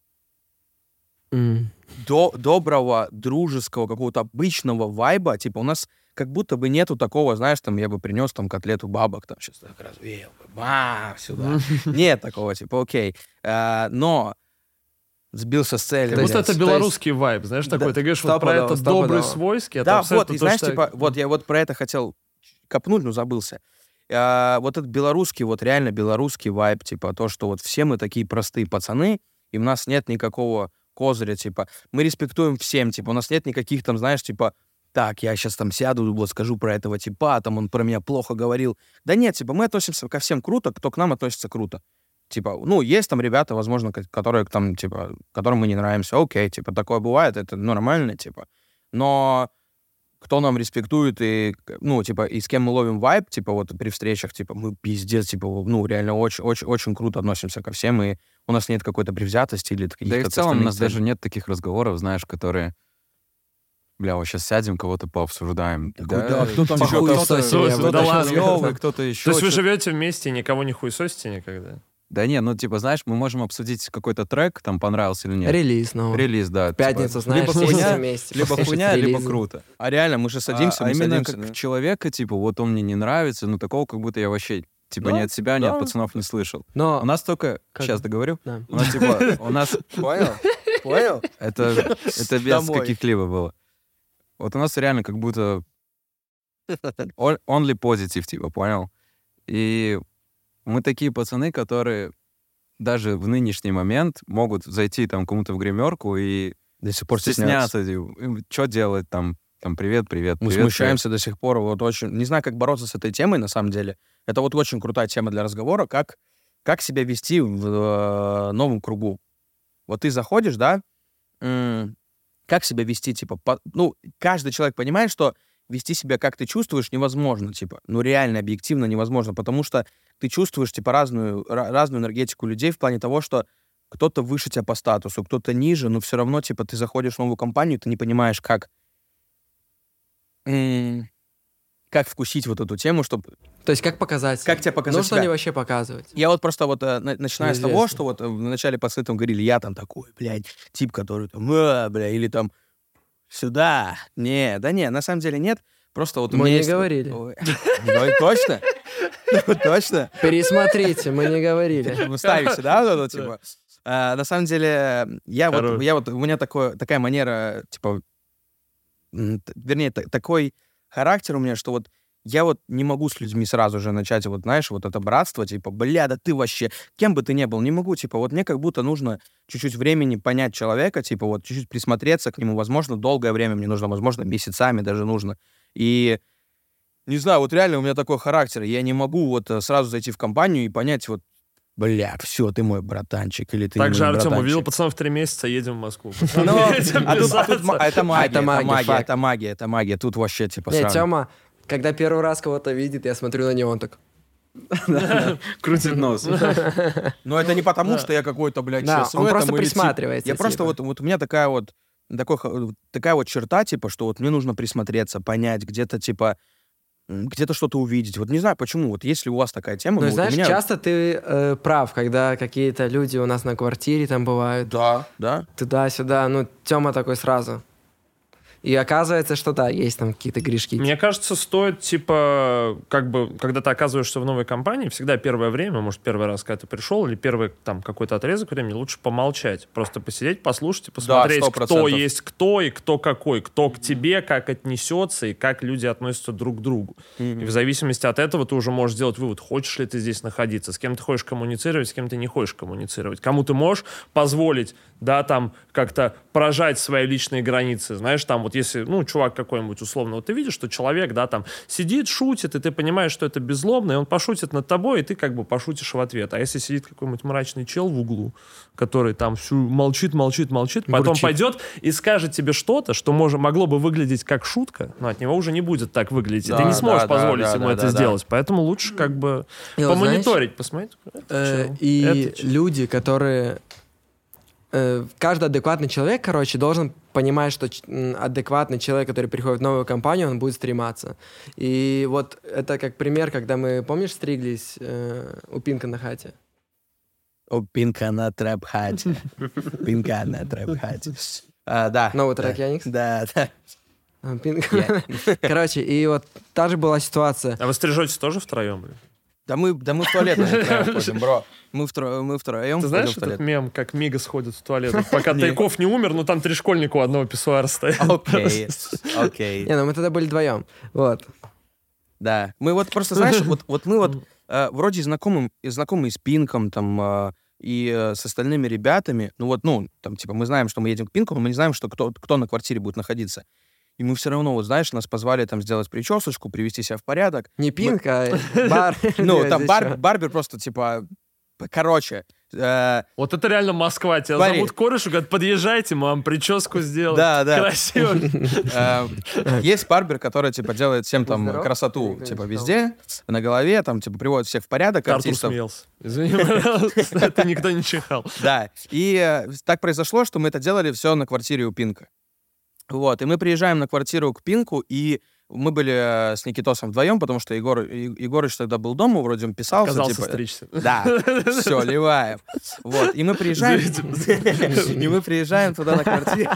М. до, доброго, дружеского, какого-то обычного вайба. Типа у нас как будто бы нету такого, знаешь, там я бы принес там котлету бабок, там сейчас так развеял, бы, бам, сюда. Нет такого, типа, окей. А, но сбился с цели. Как будто есть- это то белорусский вайб, знаешь, такой. Да, Ты говоришь вот про стопудово, это стопудово. добрый свойский, это Да, абсолютно вот, и то, знаешь, что- типа, вот я вот про это хотел копнуть, но забылся. А, вот этот белорусский, вот реально белорусский вайб, типа, то, что вот все мы такие простые пацаны, и у нас нет никакого козыря, типа, мы респектуем всем, типа, у нас нет никаких там, знаешь, типа, так, я сейчас там сяду, вот скажу про этого типа, там он про меня плохо говорил. Да нет, типа, мы относимся ко всем круто, кто к нам относится круто. Типа, ну, есть там ребята, возможно, которые там, типа, которым мы не нравимся, окей, типа, такое бывает, это нормально, типа. Но кто нам респектует и, ну, типа, и с кем мы ловим вайб, типа, вот при встречах, типа, мы пиздец, типа, ну, реально очень-очень круто относимся ко всем, и у нас нет какой-то привзятости или каких-то... Да и в целом у нас даже нет таких разговоров, знаешь, которые... Бля, вот сейчас сядем, кого-то пообсуждаем. Да, да, кто там еще, кто-то кто-то еще. То есть вы живете вместе и никого не хуесосите никогда? Да не, ну, типа, знаешь, мы можем обсудить какой-то трек, там, понравился или нет. Релиз, ну. Релиз, да. Пятница, знаешь, либо все хуйня, вместе. либо хуйня, либо круто. А реально, мы же садимся, а, мы а именно садимся, как да? человека, типа, вот он мне не нравится, ну, такого, как будто я вообще, типа, Да, ни от себя, ни да. от пацанов не слышал. Но... У нас только... Как? Сейчас договорю. Да. У нас, типа, у нас... Понял? Понял? Это, это без Домой. каких-либо было. Вот у нас реально как будто on- only positive, типа, понял? И мы такие пацаны, которые даже в нынешний момент могут зайти там кому-то в гримерку и До сих пор стесняться, что делать там, там, привет, привет, Мы привет, смущаемся до сих пор. Вот очень... Не знаю, как бороться с этой темой, на самом деле. Это вот очень крутая тема для разговора. Как, как себя вести в э, новом кругу. Вот ты заходишь, да? М- как себя вести, типа... По... Ну, каждый человек понимает, что вести себя, как ты чувствуешь, невозможно, типа. Ну, реально, объективно невозможно, потому что ты чувствуешь, типа, разную, ра- разную энергетику людей в плане того, что кто-то выше тебя по статусу, кто-то ниже, но все равно, типа, ты заходишь в новую компанию, ты не понимаешь, как... м- как вкусить вот эту тему, чтобы... То есть как показать? Как тебя показать Нужно себя? ли вообще показывать? Я вот просто вот, э, на- начиная с того, Неизвестно. что вот э, в начале пацаны там говорили, я там такой, блядь, тип, который там, «А, бля, или там, сюда. Не, да не, на самом деле нет. Просто вот у Мы меня не есть- говорили. Ой. Ну, точно? Ну, точно? Пересмотрите, мы не говорили. Вы ставите, да, вот это, типа? А, на самом деле, я вот, Хорош. я вот, у меня такое, такая манера, типа, м, т- вернее, та- такой характер у меня, что вот я вот не могу с людьми сразу же начать, вот, знаешь, вот это братство, типа, бля, да ты вообще, кем бы ты ни был, не могу, типа, вот мне как будто нужно чуть-чуть времени понять человека, типа, вот, чуть-чуть присмотреться к нему, возможно, долгое время мне нужно, возможно, месяцами даже нужно. И, не знаю, вот реально у меня такой характер, я не могу вот э, сразу зайти в компанию и понять, вот, бля, все, ты мой братанчик, или ты не Также мой Артем братанчик. увидел пацанов три месяца, едем в Москву. Ну, Едем а тут- а тут писаться. ма- это магия, Это это магия, магия, факт. это магия, это магия. Тут вообще типа Не, сразу. Тёма, когда первый раз кого-то видит, я смотрю на него, он так... Крутит нос. Но это не потому, что я какой-то, блядь, Да, ЧСВ он просто там или тип. присматривается, Я просто типа. вот, вот у меня такая вот, такой, х- такая вот черта, типа, что вот мне нужно присмотреться, понять, где-то, типа, м, где-то что-то увидеть. Вот не знаю почему, вот если у вас такая тема, Ну, ну, вот у знаешь, меня... часто ты э, прав, когда какие-то люди у нас на квартире там бывают, Да, да. туда-сюда, ну, Тёма такой сразу. И оказывается, что да, есть там какие-то грешки. Мне кажется, стоит, типа, как бы, когда ты оказываешься в новой компании, всегда первое время, может, первый раз, когда ты пришел, или первый, там, какой-то отрезок времени, лучше помолчать. Просто посидеть, послушать и посмотреть, сто кто процентов. есть кто и кто какой, кто к тебе, как отнесется и как люди относятся друг к другу. И в зависимости от этого ты уже можешь сделать вывод, хочешь ли ты здесь находиться, с кем ты хочешь коммуницировать, с кем ты не хочешь коммуницировать. Кому ты можешь позволить, да, там, как-то прожать свои личные границы. Знаешь, там, вот если, ну, чувак какой-нибудь, условно, вот ты видишь, что человек, да, там, сидит, шутит, и ты понимаешь, что это беззлобно, и он пошутит над тобой, и ты как бы пошутишь в ответ. А если сидит какой-нибудь мрачный чел в углу, который там всю молчит, молчит, молчит, потом Бурчит. пойдет и скажет тебе что-то, что может, могло бы выглядеть как шутка, но от него уже не будет так выглядеть. и Да, ты не сможешь да, да, позволить да, ему да, это да, сделать. Поэтому лучше как бы И вот, помониторить, посмотреть. Э, Это чел. и Это чел. люди, которые... э, каждый адекватный человек, короче, должен понимать, что ч- м, адекватный человек, который приходит в новую компанию, он будет стрематься. И вот это как пример, когда мы, помнишь, стриглись э, у Пинка на хате? О, пинка на трэп-хате. Пинка на трэп-хате. А, да. Новый да. трек Яникс? Да, да. А, Пинк. Короче, и вот та же была ситуация. А вы стрижетесь тоже втроем, блин? Да мы, да мы в туалет даже втроем ходим, бро. Мы, втро, мы втроем Ты ходим знаешь в туалет. этот мем, как Мига сходит в туалет? Вот пока Тайков не умер, ну там три школьника у одного писсуара стоят. Окей, окей. Не, ну мы тогда были вдвоем. Вот. Да. Мы вот просто, знаешь, вот, вот мы вот э, вроде знакомы, знакомы с Пинком, там, э, и э, с остальными ребятами. Ну вот, ну, там, типа, мы знаем, что мы едем к Пинку, но мы не знаем, что кто, кто на квартире будет находиться. И мы все равно, вот знаешь, нас позвали там сделать причесочку, привести себя в порядок. Не Пинк, а бар. Ну, там бар- барбер просто, типа, короче. э, Вот это реально Москва. Тебя Смотри. зовут кореш и говорят, подъезжайте, мы вам прическу сделаем. Да, да. Красиво. э, Есть барбер, который, типа, делает всем там Здорово. красоту, Никто не типа, читал. везде, на голове, там, типа, приводит всех в порядок, Артур артистов. смеялся. Извини, пожалуйста, это никто не чихал. Да, и э, так произошло, что мы это делали все на квартире у Пинка. Вот, и мы приезжаем на квартиру к Пинку, и мы были э, с Никитосом вдвоем, потому что Егор, И- Егорыч тогда был дома, вроде он писался. Отказался типа, стричься. Да, все, ливаем. Вот, и мы приезжаем... И мы приезжаем туда на квартиру.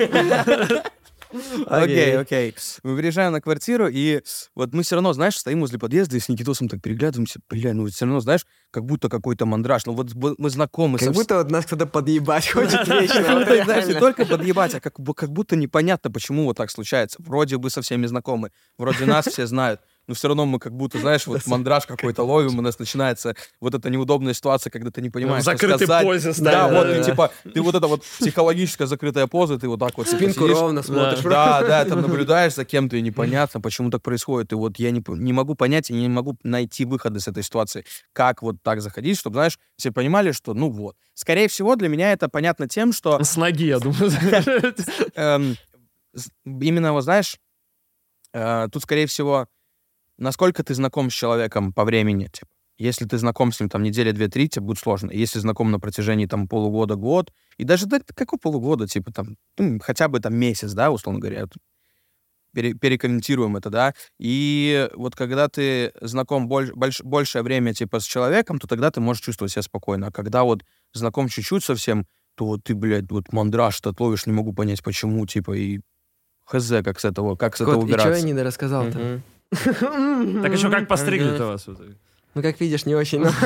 Окей, окей. Мы приезжаем на квартиру, и вот мы все равно, знаешь, стоим возле подъезда и с Никитосом так переглядываемся. Бля, ну все равно, знаешь, как будто какой-то мандраж. Ну вот б- мы знакомы. Как со вс- будто вот нас кто-то подъебать хочет вечно. Как вот будто, знаешь, не реально. только подъебать, а как, бу- как будто непонятно, почему вот так случается. Вроде бы со всеми знакомы, вроде нас все знают, но все равно мы как будто, знаешь, вот мандраж какой-то ловим, у нас начинается вот эта неудобная ситуация, когда ты не понимаешь, В что закрытой сказать. позе Да, стоят, вот да, ты да. типа, ты вот это вот психологическая закрытая поза, ты вот так вот типа Спинку сидишь. ровно смотришь. Да, да, там наблюдаешь за кем-то, и непонятно, почему так происходит. И вот я не, п- не могу понять, и не могу найти выход из этой ситуации. Как вот так заходить, чтобы, знаешь, все понимали, что, ну вот. Скорее всего, для меня это понятно тем, что С ноги, я думаю. эм, с- именно, вот знаешь, э, тут, скорее всего, насколько ты знаком с человеком по времени, типа. Если ты знаком с ним там недели две-три, тебе будет сложно. Если знаком на протяжении там полугода, год, и даже да, какого полугода, типа там, ну, хотя бы там месяц, да, условно говоря, вот пере- перекомментируем это, да, и вот когда ты знаком больш- больш- большее время, типа, с человеком, то тогда ты можешь чувствовать себя спокойно, а когда вот знаком чуть-чуть совсем, то вот ты, блядь, вот мандраж-то отловишь, не могу понять, почему, типа, и хз, как с этого, как с этого Кот, и что я убираться. не дорассказал-то? Мгм. Так еще как постригли-то вас? в итоге? Ну, как видишь, не очень. но-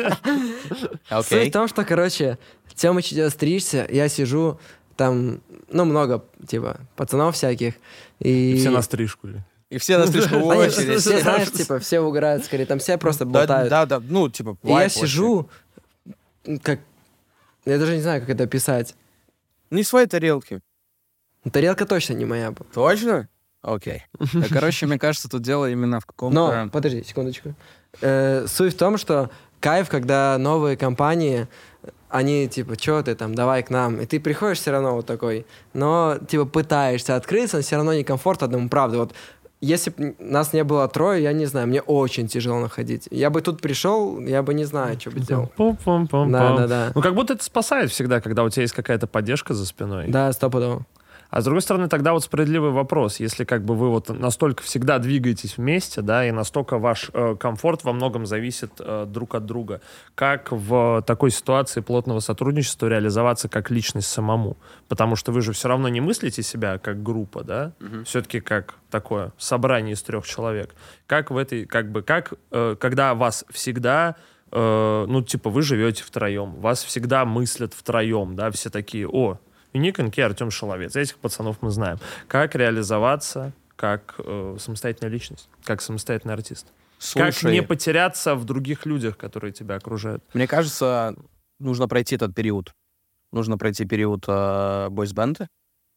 Суть Окей. в том, что, короче, Тёмыч идет стричься, я сижу, там, ну, много, типа, пацанов всяких. И... И все на стрижку. или? И все на стрижку в А нет, очередь. все, знаешь, типа, все угорают скорее, там все просто Да, болтают. да, да, ну, типа, И я вайб вообще. сижу, как... Я даже не знаю, как это описать. Не своей тарелки. Тарелка точно не моя была. Точно? Окей. Да, короче, мне кажется, тут дело именно в Но, каком-то... подожди, секундочку. Э, суть в том, что кайф, когда новые компании, они типа, что ты там, давай к нам. И ты приходишь все равно вот такой, но типа пытаешься открыться, но все равно некомфортно одному, правда. Вот если бы нас не было трое, я не знаю, мне очень тяжело находить. Я бы тут пришел, я бы не знаю, что бы сделал. Пум-пум-пум-пум. Да, да, да. Ну, как будто это спасает всегда, когда у тебя есть какая-то поддержка за спиной. Да, стопудово. А с другой стороны, тогда вот справедливый вопрос. Если как бы вы вот настолько всегда двигаетесь вместе, да, и настолько ваш э, комфорт во многом зависит э, друг от друга, как в такой ситуации плотного сотрудничества реализоваться как личность самому? Потому что вы же все равно не мыслите себя как группа, да? Все-таки как такое собрание из трех человек. Как в этой, как бы, как, э, когда вас всегда... э, ну, типа, вы живете втроем, вас всегда мыслят втроем, да, все такие, о, и Ник Энке, Артем Шаловец. Этих пацанов мы знаем. Как реализоваться как э, самостоятельная личность, как самостоятельный артист? Как Слушай, не потеряться в других людях, которые тебя окружают? мне кажется, нужно пройти этот период. Нужно пройти период э, бойсбенда,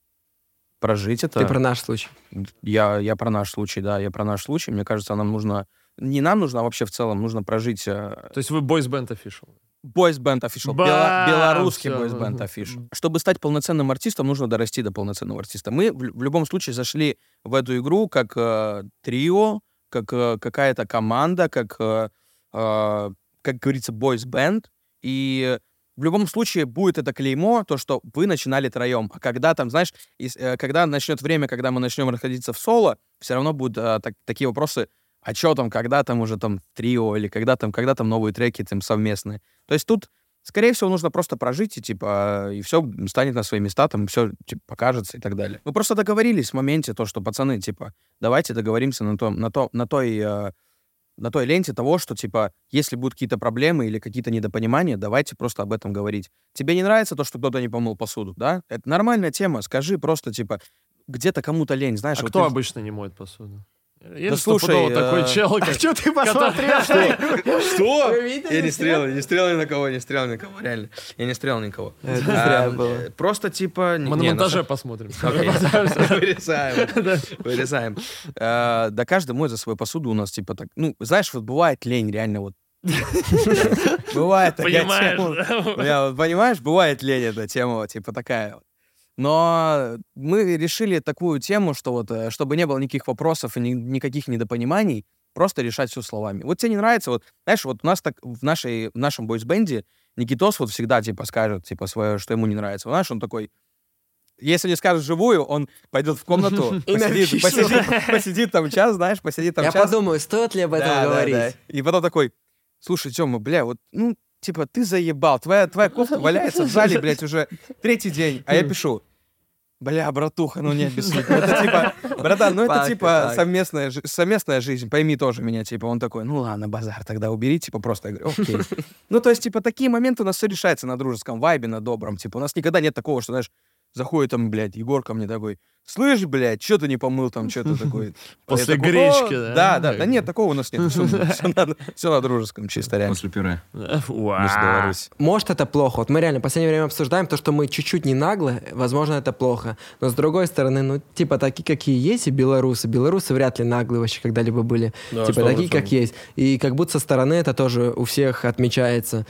прожить это. Ты про наш случай. Я, я про наш случай, да, я про наш случай. Мне кажется, нам нужно... Не нам нужно, а вообще в целом нужно прожить... э, То есть вы boys band official? Boys Band Official. Бам! Бела- белорусский Всё. Boys Band Official. Чтобы стать полноценным артистом, нужно дорасти до полноценного артиста. Мы в, в любом случае зашли в эту игру как э, трио, как э, какая-то команда, как, э, э, как говорится, Boys Band. И в любом случае будет это клеймо, то, что вы начинали троем. А когда там, знаешь, из- э, когда начнет время, когда мы начнем расходиться в соло, все равно будут э, так- такие вопросы: а что там, когда там уже там трио, или когда там, когда там новые треки там совместные. То есть тут, скорее всего, нужно просто прожить, и типа, и все станет на свои места, там все типа, покажется и так далее. Мы просто договорились в моменте, то, что, пацаны, типа, давайте договоримся на, том, на, то, на, той, э, на той ленте того, что, типа, если будут какие-то проблемы или какие-то недопонимания, давайте просто об этом говорить. Тебе не нравится то, что кто-то не помыл посуду, да? Это нормальная тема, скажи просто, типа, где-то кому-то лень, знаешь. А вот кто ты- обычно не моет посуду? Есть Да слушай, стопудово э, такой чел, А как- что ты посмотрел? Что? Вы видели, Я не нет? стрелял, не стрелял ни на кого, не стрелял ни на кого, реально. Я не стрелял никого. Это зря А, было. э, Просто типа... Мы на не, монтаже посмотрим. Окей. Вырезаем. Вырезаем. Э, Да каждый моет за свою посуду у нас, типа так. Ну, знаешь, вот бывает лень, реально вот. Бывает такая тема. Понимаешь? Бля, вот понимаешь, бывает лень эта тема, вот, типа такая вот. Но мы решили такую тему, что вот, э, чтобы не было никаких вопросов и ни- никаких недопониманий, просто решать все словами. Вот тебе не нравится, вот, знаешь, вот у нас так в, нашей, в нашем бойсбенде Никитос вот всегда, типа, скажет, типа, свое, что ему не нравится. Вот, знаешь, он такой, если не скажет вживую, он пойдет в комнату, И посидит, напишет. посидит, посидит там час, знаешь, посидит там Я час. подумаю, стоит ли об этом Да, да, говорить. да. И потом такой, слушай, Тёма, бля, вот, ну, типа, ты заебал, твоя, твоя кофта валяется в зале, блядь, уже третий день, а я пишу, бля, братуха, ну нет, без сути. Это типа, братан, ну это Факт, типа факт. совместная, жи- совместная жизнь, пойми тоже меня, типа, он такой, ну ладно, базар, тогда убери, типа, просто, я говорю, окей. Ну, то есть, типа, такие моменты у нас все решается на дружеском вайбе, на добром, типа, у нас никогда нет такого, что, знаешь, заходит там, блядь, Егор ко мне такой, слышь, блядь, что ты не помыл там, что ты такой? После Я такой, гречки, «О, да? Да, да, да нет, такого у нас нет, все на дружеском, чисто реально. После пюре. Вау. Мы же Беларусь. Может, это плохо. Вот мы реально в последнее время обсуждаем то, что мы чуть-чуть не наглы, возможно, это плохо. Но с другой стороны, ну, типа, такие, какие есть и белорусы. Белорусы вряд ли наглые вообще когда-либо были. Да, типа, сто такие, как процентов. есть. И как будто со стороны это тоже у всех отмечается.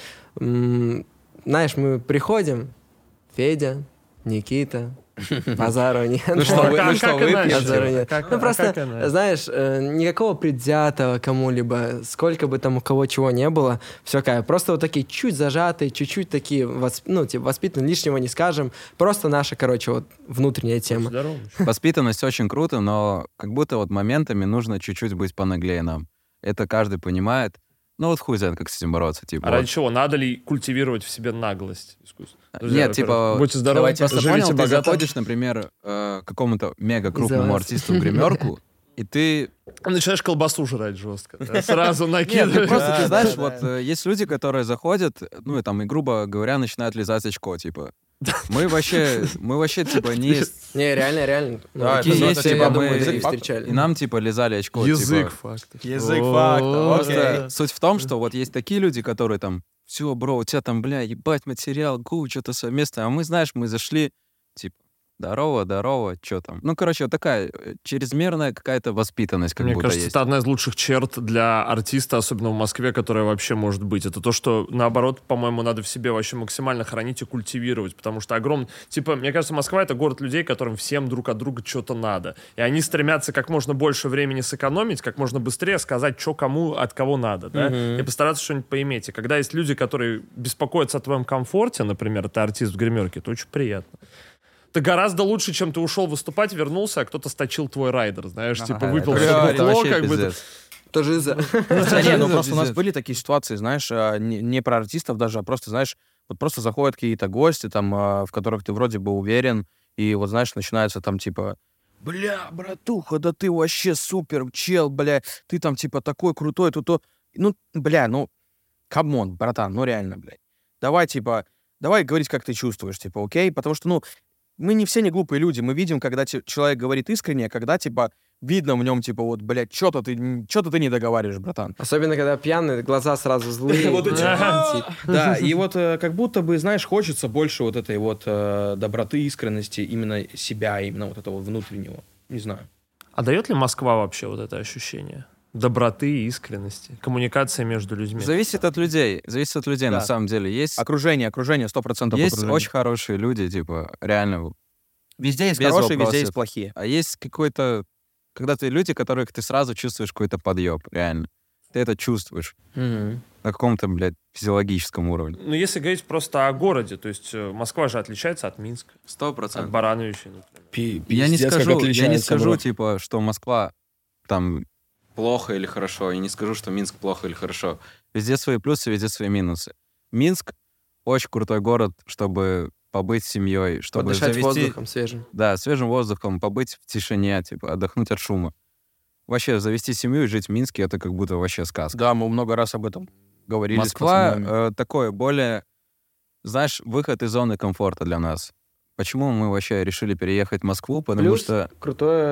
М, Знаешь, мы приходим, Федя, Никита, базару нет. Ну что, вы- А ну как- что, как выпьете? иначе? Базару нет. Как- Ну а просто, как иначе? знаешь, э, никакого предвзятого кому-либо, сколько бы там у кого чего не было, все кайф. Просто вот такие чуть зажатые, чуть-чуть такие, восп- ну, типа, воспитанные, лишнего не скажем. Просто наша, короче, вот внутренняя тема. Здорово. Воспитанность очень круто, но как будто вот моментами нужно чуть-чуть быть понаглее нам. Это каждый понимает. Ну вот хуй знает, как с этим бороться. Типа, А вот. ради чего? Надо ли культивировать в себе наглость искусства? Нет, типа, Будьте здоровы, давайте просто живите понял, ты богато. заходишь, например, э, к какому-то мега крупному За вас. артисту в гримерку, и ты... Начинаешь колбасу жрать жестко. да, Сразу Нет, ты накидываешь. просто, Да, ты знаешь, да, вот э, есть люди, которые заходят, ну и там, и грубо говоря, начинают лизать очко, типа. Мы вообще, мы вообще, типа, не... Не, реально, реально. Ну, Да, такие это- есть, это, я типа, думаю, мы- такие язык встречали. И нам, типа, лизали очко, Язык типа. фактов. Язык О, фактов, окей. да. Суть в том, что вот есть такие люди, которые там, все, бро, у тебя там, бля, ебать материал, гу, что-то совместное. А мы, знаешь, мы зашли, типа, здорово, здорово, что там. Ну, короче, вот такая э, чрезмерная какая-то воспитанность как Мне будто кажется, есть. это одна из лучших черт для артиста, особенно в Москве, которая вообще может быть. Это то, что, наоборот, по-моему, надо в себе вообще максимально хранить и культивировать, потому что огромный... Типа, мне кажется, Москва — это город людей, которым всем друг от друга что-то надо. И они стремятся как можно больше времени сэкономить, как можно быстрее сказать, что кому от кого надо, да, и постараться что-нибудь поиметь. И когда есть люди, которые беспокоятся о твоем комфорте, например, ты артист в гримерке, это очень приятно. Это гораздо лучше, чем ты ушел выступать, вернулся, а кто-то сточил твой райдер, знаешь, Ага, типа выпил это все вообще- это бухло, вообще как бы. пиздец. Тоже из-за... Да не, ну Это просто у нас пиздец. были такие ситуации, знаешь, а, не, не про артистов даже, а просто, знаешь, вот просто заходят какие-то гости, там, а, в которых ты вроде бы уверен, и вот, знаешь, начинается там, типа, бля, братуха, да ты вообще супер чел, бля, ты там, типа, такой крутой, тут то... Ну, бля, ну, камон, братан, ну реально, блядь. Давай, типа, давай говорить, как ты чувствуешь, типа, окей? Потому что, ну, мы не все не глупые люди, мы видим, когда те- человек говорит искренне, а когда, типа, видно в нем, типа, вот, блядь, что-то ты, что-то ты не договариваешь, братан. Особенно, когда пьяный, глаза сразу злые. Вот эти, Да, «А!» Да, и вот э, как будто бы, знаешь, хочется больше вот этой вот э, доброты, искренности, именно себя, именно вот этого внутреннего. Не знаю. А дает ли Москва вообще вот это ощущение доброты и искренности, коммуникации между людьми? Зависит от людей. Зависит от людей, Да. на самом деле. Есть, Окружение, окружение, сто процентов есть окружение. очень хорошие люди, типа, реально. Везде есть без хорошие, вопросов. везде есть плохие. А есть какой-то... Когда ты люди, которых ты сразу чувствуешь какой-то подъеб, реально. Ты это чувствуешь Мгм. на каком-то, блядь, физиологическом уровне. Ну, если говорить просто о городе, то есть э, Москва же отличается от Минска, Сто от процентов. Барановича, например. Я не скажу, я не скажу, типа, что Москва там плохо или хорошо. Я не скажу, что Минск плохо или хорошо. Везде свои плюсы, везде свои минусы. Минск очень крутой город, чтобы побыть с семьей, чтобы Подышать завести... воздухом свежим. Да, свежим воздухом, побыть в тишине, типа, отдохнуть от шума. Вообще, завести семью и жить в Минске — это как будто вообще сказка. Да, мы много раз об этом говорили с Москва пацанами. э, такое более, знаешь, выход из зоны комфорта для нас. Почему мы вообще решили переехать в Москву? Потому Плюс что... крутое,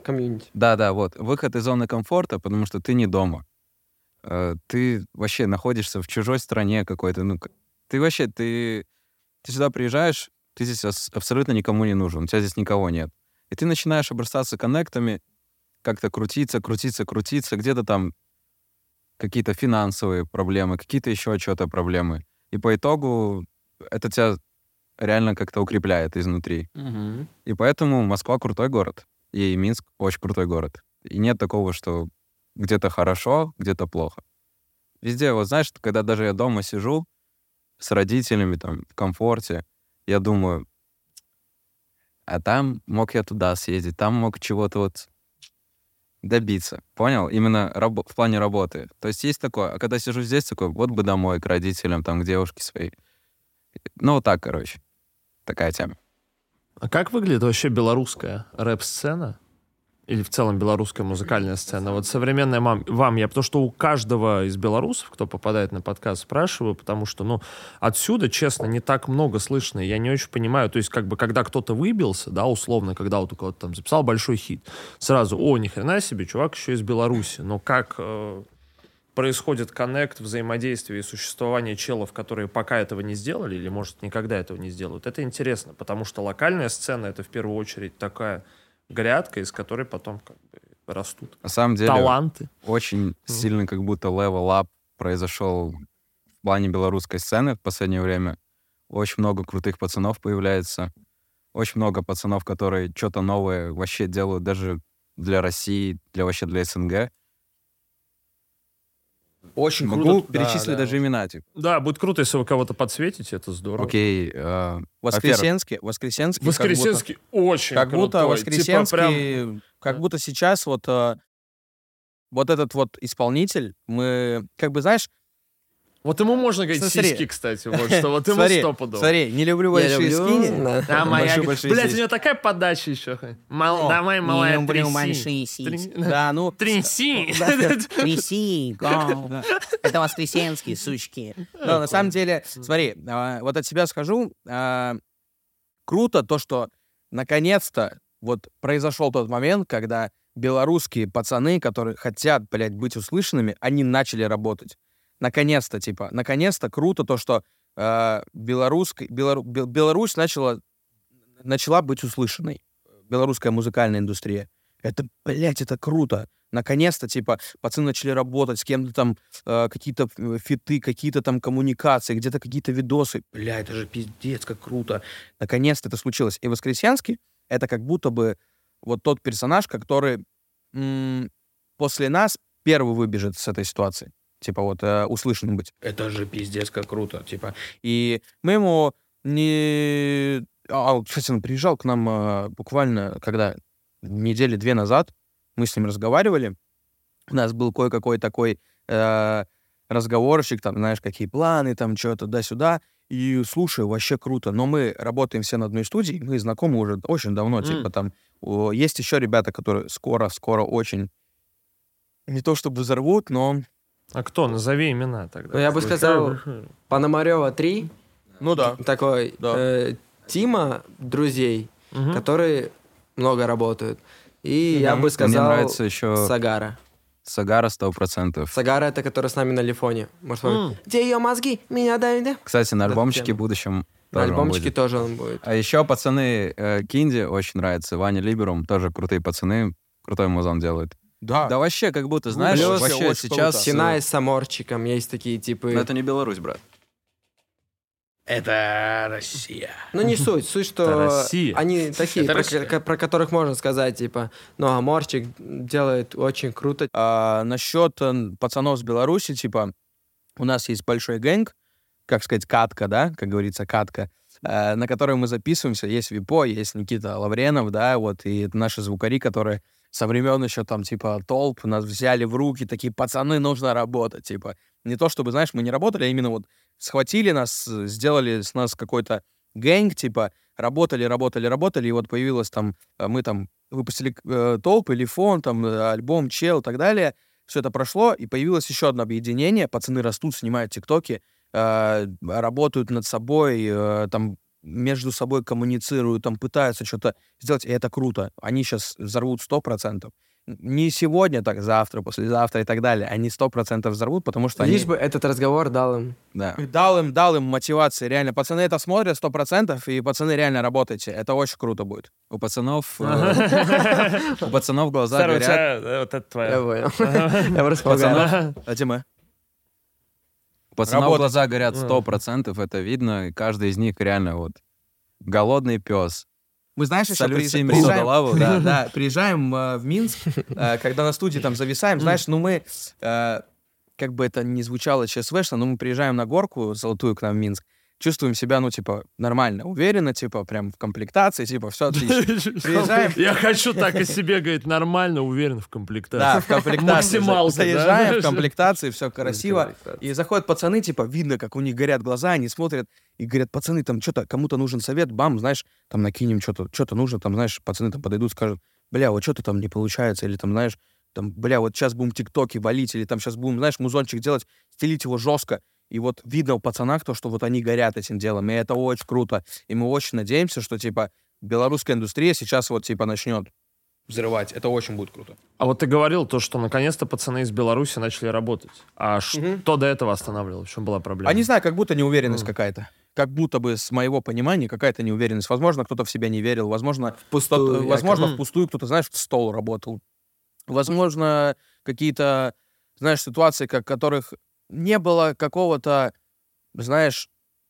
комьюнити. Да-да, вот. Выход из зоны комфорта, потому что ты не дома. Э, Ты вообще находишься в чужой стране какой-то. Ну, к- ты вообще, ты, ты сюда приезжаешь, ты здесь ас- абсолютно никому не нужен, у тебя здесь никого нет. И ты начинаешь обрастаться коннектами, как-то крутиться, крутиться, крутиться, где-то там какие-то финансовые проблемы, какие-то еще что-то проблемы. И по итогу это тебя реально как-то укрепляет изнутри. Мгм. И поэтому Москва крутой город, и Минск очень крутой город. И нет такого, что где-то хорошо, где-то плохо. Везде, вот знаешь, когда даже я дома сижу с родителями, там, в комфорте, я думаю, а там мог я туда съездить, там мог чего-то вот добиться. Понял? Именно рабо- в плане работы. То есть есть такое. А когда сижу здесь, такой, вот бы домой, к родителям, там, к девушке своей. Ну, вот так, короче. Такая тема. А как выглядит вообще белорусская рэп-сцена? Или в целом белорусская музыкальная сцена? Вот современная мам, вам, я потому что у каждого из белорусов, кто попадает на подкаст, спрашиваю, потому что, ну, отсюда, честно, не так много слышно. Я не очень понимаю, то есть, как бы, когда кто-то выбился, да, условно, когда вот у кого-то там записал большой хит, сразу, о, ни хрена себе, чувак еще из Беларуси. Но как э, происходит коннект, взаимодействие и существование челов, которые пока этого не сделали, или, может, никогда этого не сделают, это интересно, потому что локальная сцена — это в первую очередь такая грядка, из которой потом как бы растут На самом деле, таланты. очень сильный как будто level up произошел в плане белорусской сцены в последнее время. Очень много крутых пацанов появляется. Очень много пацанов, которые что-то новое вообще делают даже для России, для вообще для СНГ. Очень Могу круто. перечислить Да, да. даже имена, типа. Да, будет круто, если вы кого-то подсветите, это здорово. Окей. э, во-первых, Воскресенский, Воскресенский, Воскресенский очень как будто, как будто крутой. Типа прям... Воскресенский, как будто сейчас вот э, вот этот вот исполнитель, мы, как бы, знаешь, Вот ему можно говорить Смотри. сиськи, кстати, вот что, вот ему смотри, стопудово. смотри, не люблю Я большие люблю, скини. да. Да, моя... Большие-большие Блядь, у сиськи. нее такая подача еще. Мал... О, Давай, не малая, люблю тряси. большие сиськи. Тря- Да, ну, Тряси. Тряси, го. Это воскресенские сучки. да, на самом деле, смотри, а, вот от себя скажу, а, круто то, что наконец-то вот произошел тот момент, когда белорусские пацаны, которые хотят, блядь, быть услышанными, они начали работать. Наконец-то, типа, наконец-то круто то, что э, белорусской, Белору- Бел- Беларусь начала, начала быть услышанной. Белорусская музыкальная индустрия. Это, блядь, это круто. Наконец-то, типа, пацаны начали работать, с кем-то там э, какие-то э, фиты, какие-то там коммуникации, где-то какие-то видосы. Бля, это же пиздец, как круто. Наконец-то это случилось. И Воскресенский — это как будто бы вот тот персонаж, который м, после нас первый выбежит с этой ситуации. Типа вот э, услышанным быть. Это же пиздец, как круто. Типа. И мы ему не... А, вот, кстати, он приезжал к нам э, буквально, когда недели две назад, мы с ним разговаривали. У нас был кое-какой такой э, разговорчик, там, знаешь, какие планы, там, что-то туда-сюда. И, слушай, вообще круто. Но мы работаем все на одной студии, мы знакомы уже очень давно. М. Типа там о, есть еще ребята, которые скоро-скоро очень... Не то чтобы взорвут, но... А кто? Назови имена тогда. Ну, я бы сказал, Пономарева три, Ну да. такой Да. э, Тима друзей, Мгм. которые много работают. И я Мгм. бы мне сказал нравится еще Сагара. Сагара сто процентов. Сагара — это который с нами на Лифоне. Может, М. помните? Где ее мозги? Меня давит. Кстати, на Да, альбомчике тема. в будущем На тоже он альбомчике будет. тоже он будет. А еще пацаны э, Кинди очень нравится, Ваня Либерум, тоже крутые пацаны, крутой музон делают. Да. Да вообще, как будто, знаешь, Плюс вообще очень сейчас... круто. Синай с Аморчиком. Есть такие типы... Но это не Беларусь, брат. Это Россия. Ну, не суть. Суть, что Это Россия. они такие, Это про, Россия. ко- про которых можно сказать, типа, ну, Аморчик делает очень круто. А, насчет э, пацанов с Беларуси, типа, у нас есть большой гэнг, как сказать, катка, да, как говорится, катка, э, на которой мы записываемся. Есть Випо, есть Никита Лавренов, да, вот, и это наши звукари, которые со времен еще там, типа, толп нас взяли в руки, такие, пацаны, нужно работать, типа. Не то, чтобы, знаешь, мы не работали, а именно вот схватили нас, э, сделали с нас какой-то гэнг, типа, работали, работали, работали, и вот появилось там, э, мы там выпустили э, толп или фон, там, э, альбом, чел и так далее. Все это прошло, и появилось еще одно объединение. Пацаны растут, снимают тиктоки, э, работают над собой, э, там между собой коммуницируют, там пытаются что-то сделать, и это круто. Они сейчас взорвут сто процентов. Не сегодня, так завтра, послезавтра и так далее. Они сто процентов взорвут, потому что Лишь они... бы этот разговор дал им. Да. Дал им, дал им мотивации, реально. Пацаны это смотрят сто процентов, и пацаны реально работайте. Это очень круто будет. У пацанов... э, У пацанов глаза Сара, у горят. тебя, э, вот это Я твоя. понял. Я просто погадал. А Дима? У пацанов Работать. глаза горят А. сто процентов, это видно. И каждый из них реально вот голодный пес. Мы, знаешь, еще Салют приезж- всем приезжаем, Салаву, да, да, приезжаем э, в Минск, э, когда на студии там зависаем, знаешь, ну мы, э, как бы это ни звучало ЧСВшно, но мы приезжаем на горку золотую к нам в Минск, чувствуем себя, ну, типа, нормально, уверенно, типа, прям в комплектации, типа, все отлично. Приезжаем. Я хочу так о себе говорить, нормально, уверен в комплектации. Да, в комплектации. Максималка, да? Заезжаем в комплектации, все красиво. комплектации. И заходят пацаны, типа, видно, как у них горят глаза, они смотрят и говорят, пацаны, там что-то, кому-то нужен совет, бам, знаешь, там накинем что-то, что-то нужно, там, знаешь, пацаны там подойдут, скажут, бля, вот что-то там не получается, или там, знаешь, там, бля, вот сейчас будем тиктоки валить, или там сейчас будем, знаешь, музончик делать, стелить его жестко. И вот видно у пацанах то, что вот они горят этим делом, и это очень круто. И мы очень надеемся, что, типа, белорусская индустрия сейчас вот, типа, начнет взрывать. Это очень будет круто. А вот ты говорил то, что наконец-то пацаны из Беларуси начали работать. А что до этого останавливало? В чем была проблема? А не знаю, как будто неуверенность Мгм. какая-то. Как будто бы, с моего понимания, какая-то неуверенность. Возможно, кто-то в себя не верил. Возможно, Впустую, кто-то- возможно якобы. впустую кто-то, знаешь, в стол работал. Возможно, какие-то, знаешь, ситуации, как которых не было какого-то, знаешь,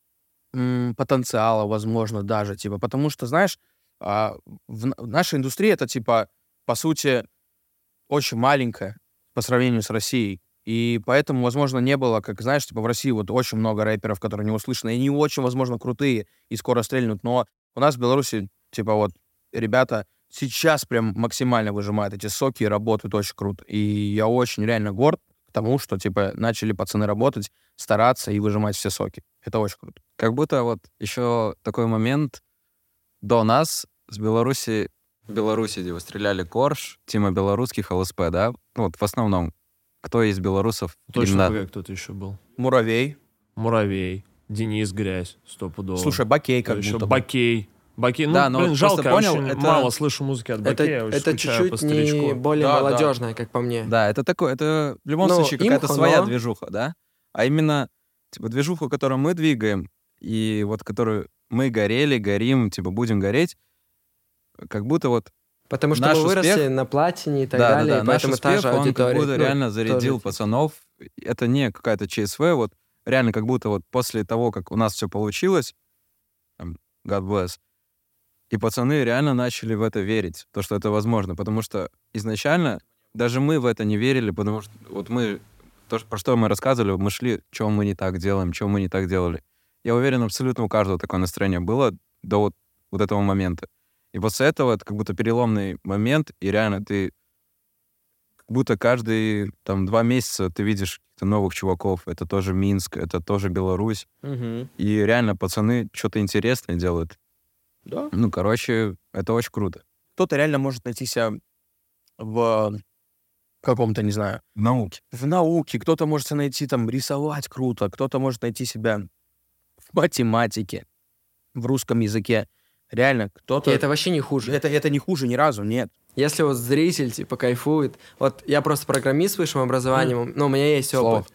м, потенциала, возможно, даже, типа, потому что, знаешь, а, в, н- в нашей индустрии это, типа, по сути, очень маленькая по сравнению с Россией. И поэтому, возможно, не было, как, знаешь, типа, в России вот очень много рэперов, которые не услышаны, и они очень, возможно, крутые и скоро стрельнут, но у нас в Беларуси, типа, вот, ребята сейчас прям максимально выжимают эти соки и работают очень круто. И я очень реально горд тому, что, типа, начали пацаны работать, стараться и выжимать все соки. Это очень круто. Как будто вот еще такой момент до нас с Беларуси, в Беларуси, где вы стреляли Корж, Тима Белорусских, ЛСП, да? Ну, вот в основном, кто из белорусов Точно именно- ПГ кто-то еще был. Муравей. Муравей, Денис Грязь, стопудово. Слушай, Бакей как еще будто бы. Бакей. Бакей, ну, Да, но блин, вот жалко, просто я понял, очень это- мало слышу музыки от Это, Бакея, я очень это скучаю по чуть-чуть не старичку. более Да, да. молодежное, как по мне. Да, это такое, это в любом Ну, случае какая-то имхо, своя но- движуха, да? А именно, типа, движуху, которую мы двигаем, и вот которую мы горели, горим, типа, будем гореть, как будто вот Потому что Наш мы выросли успех- на платине и так да, далее, да, и да, наш поэтому та успех, же он как аудитория. будто Ну, реально зарядил тоже, пацанов. Это не какая-то ЧСВ, вот реально как будто вот после того, как у нас все получилось, там, God bless, и пацаны реально начали в это верить, то, что это возможно, потому что изначально даже мы в это не верили, потому что вот мы, то, про что мы рассказывали, мы шли, что мы не так делаем, что мы не так делали. Я уверен, абсолютно у каждого такое настроение было до вот, вот этого момента. И после этого это как будто переломный момент, и реально ты как будто каждые там два месяца ты видишь каких-то новых чуваков. Это тоже Минск, это тоже Беларусь. Мгм. И реально пацаны что-то интересное делают. Да. Ну, короче, это очень круто. Кто-то реально может найти себя в каком-то, не знаю, В науке. в науке, кто-то может себя найти там рисовать круто, кто-то может найти себя в математике, в русском языке. Реально, кто-то... И это вообще не хуже. это, это не хуже ни разу, нет. Если вот зритель, типа, кайфует... Вот я просто программист с высшим образованием, но у меня есть Слово. опыт.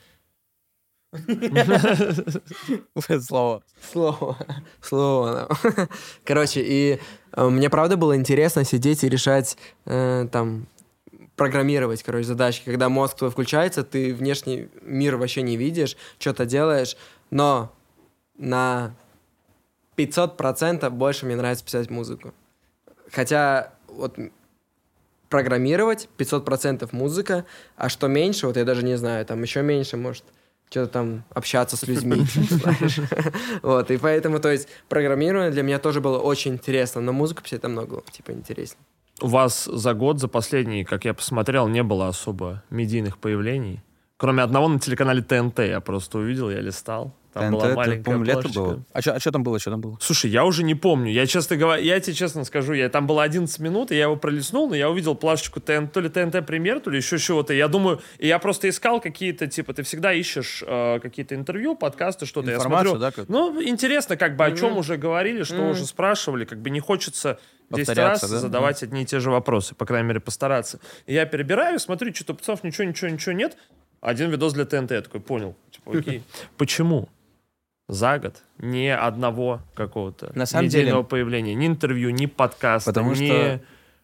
Слово. Слово. Слово. да. Короче, и э, мне правда было интересно сидеть и решать э, там программировать, короче, задачки. Когда мозг твой включается, ты внешний мир вообще не видишь, что-то делаешь, но на пятьсот процентов больше мне нравится писать музыку. Хотя вот программировать пятьсот процентов музыка, а что меньше, вот я даже не знаю, там еще меньше, может, что-то там общаться с людьми, знаешь. Вот, и поэтому, то есть, программирование для меня тоже было очень интересно, но музыку писать намного, типа, интереснее. У вас за год, за последний, как я посмотрел, не было особо медийных появлений. Кроме одного на телеканале ТНТ я просто увидел, я листал. Там ТНТ, была это, маленькая по-моему, лето плашечка. было. А что там было, что там было? Слушай, я уже не помню. Я, честно говоря, я тебе честно скажу, я, там было одиннадцать минут, и я его пролистнул, но я увидел плашечку ТНТ, то ли ТНТ премьер, то ли еще чего-то. Я думаю, и я просто искал какие-то, типа, ты всегда ищешь э, какие-то интервью, подкасты, что-то. Информацию, я смотрю, да? Как? ну, интересно, как бы, о чем уже говорили, что Мгм. уже спрашивали, как бы не хочется десять раз Повторяться, да? задавать одни и те же вопросы, по крайней мере, постараться. И я перебираю, смотрю, что-то у пацанов ничего, ничего, ничего нет. Один видос для ТНТ, я такой, понял. Типа, окей. Почему? За год ни одного какого-то На самом деле- медийного появления, ни интервью, ни подкаста, Потому ни что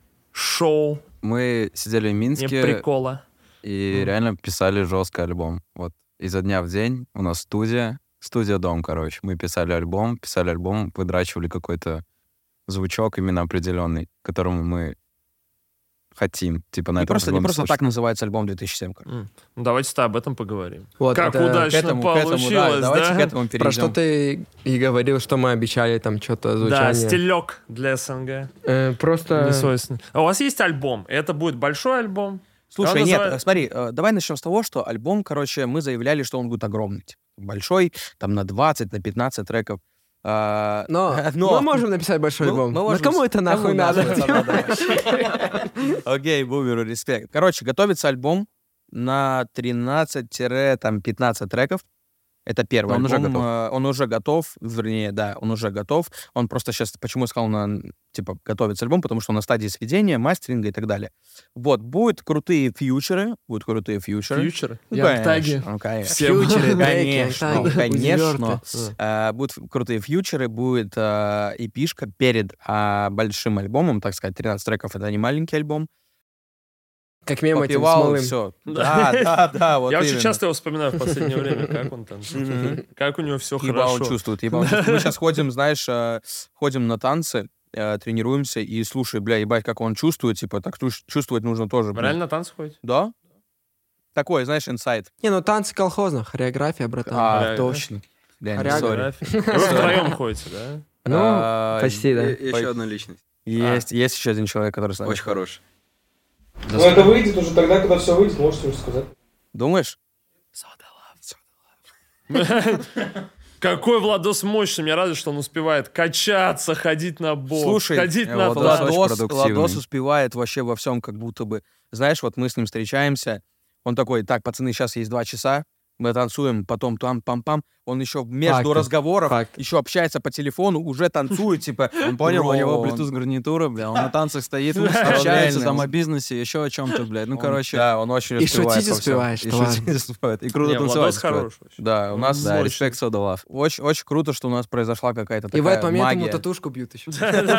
шоу, Мы сидели в ни Минске прикола. и Мгм. реально писали жестко альбом. Вот изо дня в день у нас студия, студия-дом, короче. Мы писали альбом, писали альбом, выдрачивали какой-то звучок именно определенный, к которому мы хотим, типа, на Не этом просто, не альбоме просто слушать. так называется альбом две тысячи семь. М. Ну, давайте-то об этом поговорим. Вот, Как это- удачно К этому, к этому, да, получилось, давайте да? к этому перейдем. Про что ты и говорил, что мы обещали там что-то Да, звучание. стилек для СНГ. Э, просто... Не свойственно. А у вас есть альбом? Это будет большой альбом? Слушай, Он нет, называет- э, смотри, э, давай начнем с того, что альбом, короче, мы заявляли, что он будет огромный. типа, большой, там на двадцать, на пятнадцать треков. А, Но, но- мы можем написать большой Мы- альбом. мы Но можем кому с- это нахуй кому надо? нахуй это надо вообще? Окей, бумеру, респект. Короче, готовится альбом на тринадцать-пятнадцать треков. Это первый Он уже альбом. готов. э, Он уже готов, вернее, да, он уже готов. Он просто сейчас, почему я сказал, на, типа, готовится альбом, потому что он на стадии сведения, мастеринга и так далее. Вот, будут крутые фьючеры, будут крутые фьючеры. Фьючер? Ну, Янг-таги? конечно, ну, конечно. Всем. Фьючеры, треки, Конечно, янг-таги, конечно. узверты. Э, будут крутые фьючеры, будет э, эпишка перед э, большим альбомом, так сказать, тринадцать треков — это не маленький альбом. Как мем этим Попивал, смолым. все. Да, да, да, вот Я очень именно. часто его вспоминаю в последнее время, как он там, как у него все Еба он хорошо. чувствует, еба он чувствует. Мы сейчас ходим, знаешь, э, ходим на танцы, э, тренируемся и слушай, бля, ебать, как он чувствует, типа, так чу- чувствовать нужно тоже. Вы блин. реально на танцы ходите? Да? Такой, знаешь, инсайт. Не, ну танцы колхозно, хореография, братан. А, Бля, точно. Бля, не Хореограф. сори. Фотографии. Вы втроем ходите, да? Ну, А, почти, да. И- Еще одна личность. Есть, есть еще один человек, который с нами Очень ходит. хороший. Ну, это выйдет уже тогда, когда все выйдет, можете уже сказать. Думаешь? Какой Владос мощный, мне радует, что он успевает качаться, ходить на бок, Слушай, ходить э, на вот танцы. очень Владос, продуктивный. Владос успевает вообще во всем, как будто бы. Знаешь, вот мы с ним встречаемся, он такой, так, пацаны, сейчас есть два часа, мы танцуем, потом там пам-пам. Он еще между Факты. разговоров Факт. еще общается по телефону, уже танцует, типа. Он понял, у него Бро, он- Bluetooth гарнитура, бля, он на танцах стоит, Он общается реально, там он- о бизнесе, еще о чем-то, блядь. Ну, он- короче, Да, он очень И успевает шутить во всем. успевает, и что важно. шутить успевает, и круто Не, танцевать Владос успевает. хороший. очень. Да, у нас Да, очень, респект Soda Love. очень, очень круто, что у нас произошла какая-то И такая в этот момент ему магия. татушку бьют еще.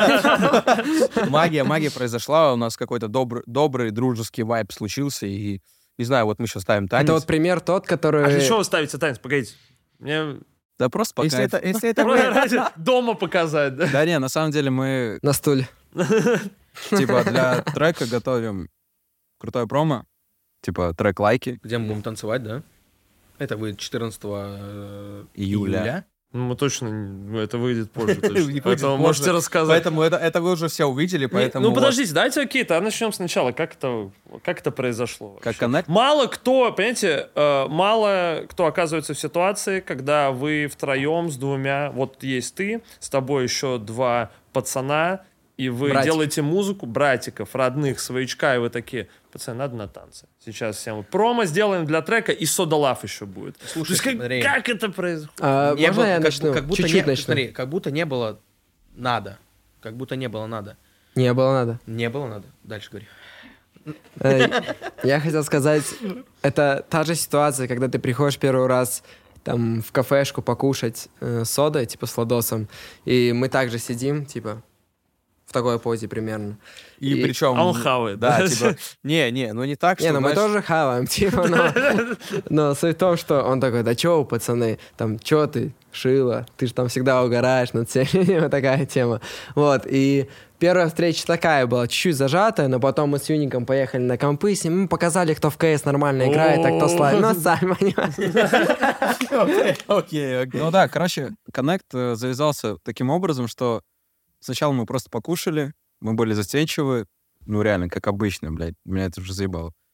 Магия, магия произошла, у нас какой-то добрый, добрый дружеский вайб случился, и, не знаю, вот мы сейчас ставим танец. Это вот пример тот, который... А для чего вы ставите танец? Погодите. Мне Да просто пока... Если это, если это просто вы- ради дома показать, да? Да не, на самом деле мы, На стуле. типа, для трека готовим крутой промо, типа, трек лайки. Где мы будем танцевать, да? Это будет четырнадцатого Июля. Ну, мы точно, ну, это выйдет позже. точно. Не выйдет Поэтому позже. можете рассказать. Поэтому это, это вы уже все увидели, Не, поэтому... ну, вот- подождите, давайте, окей, то начнем сначала. Как это, как это произошло? Как вообще? коннект? Мало кто, понимаете, э, мало кто оказывается в ситуации, когда вы втроем с двумя, вот есть ты, с тобой еще два пацана, и вы Братик. делаете музыку, братиков, родных, своячка, и вы такие, пацаны, надо на танцы. Сейчас всем промо сделаем для трека, и Soda Love еще будет. Слушай, То есть как, смотри. как это происходит? А, Не можно было- я как, начну? как будто Чуть-чуть не, начну. Смотри, как будто не было надо. Как будто не было надо. Не было надо. Не было надо. Дальше говори. Э, Я хотел сказать, это та же ситуация, когда ты приходишь первый раз там в кафешку покушать э, содой, типа с ладосом, и мы также сидим, типа, в такой позе примерно. И, И- причем... А он хавает, Да, да? типа... Не, не, ну не так, что... Не, ну мы знаешь, тоже хаваем, типа, но, но суть в том, что он такой, да чё, вы, пацаны, там, чё ты, шила, ты же там всегда угораешь над всеми, вот такая тема. Вот, и первая встреча такая была, чуть-чуть зажатая, но потом мы с Юником поехали на компы, с ним мы показали, кто в КС нормально играет, а кто славит, ну, сами понимаете. Окей, окей. Ну да, короче, коннект э, завязался таким образом, что сначала мы просто покушали, мы были застенчивы, ну реально, как обычно, блядь, меня это уже заебало.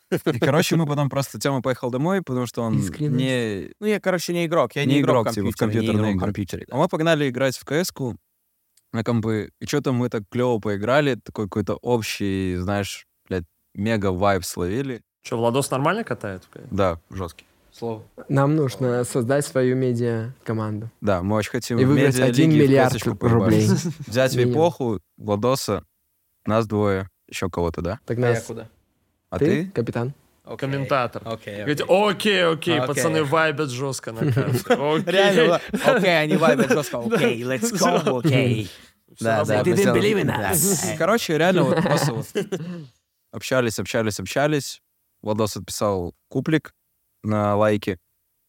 И, короче, мы потом просто... Тёма поехал домой, потому что он Искренность. не... Ну, я, короче, не игрок. Я не, Не игрок, игрок, типа, в компьютере, не компьютерные игрок в игры. компьютере. А мы погнали играть в КС-ку на компы, и что-то мы так клево поиграли, такой какой-то общий, знаешь, блядь, мега-вайб словили. Что, Владос нормально катает? Да, жесткий. Слово. Нам нужно создать свою медиа-команду. Да, мы очень хотим И в выиграть медиалиге один в миллиард кэсочку рублей. поебашить. Взять Минимум. Вейпоху, Владоса, нас двое, еще кого-то, да? Так А я нас... куда? А ты, ты? капитан? Комментатор. Окей, Говорите, окей. окей, окей, Окей. пацаны вайбят жестко на карте. Окей. Реально, да. Окей, они вайбят жестко. Окей, let's go, окей. Да, да. They didn't мы believe in сделали. us. Короче, реально вот просто вот общались, общались, общались. Владос отписал куплик на лайки.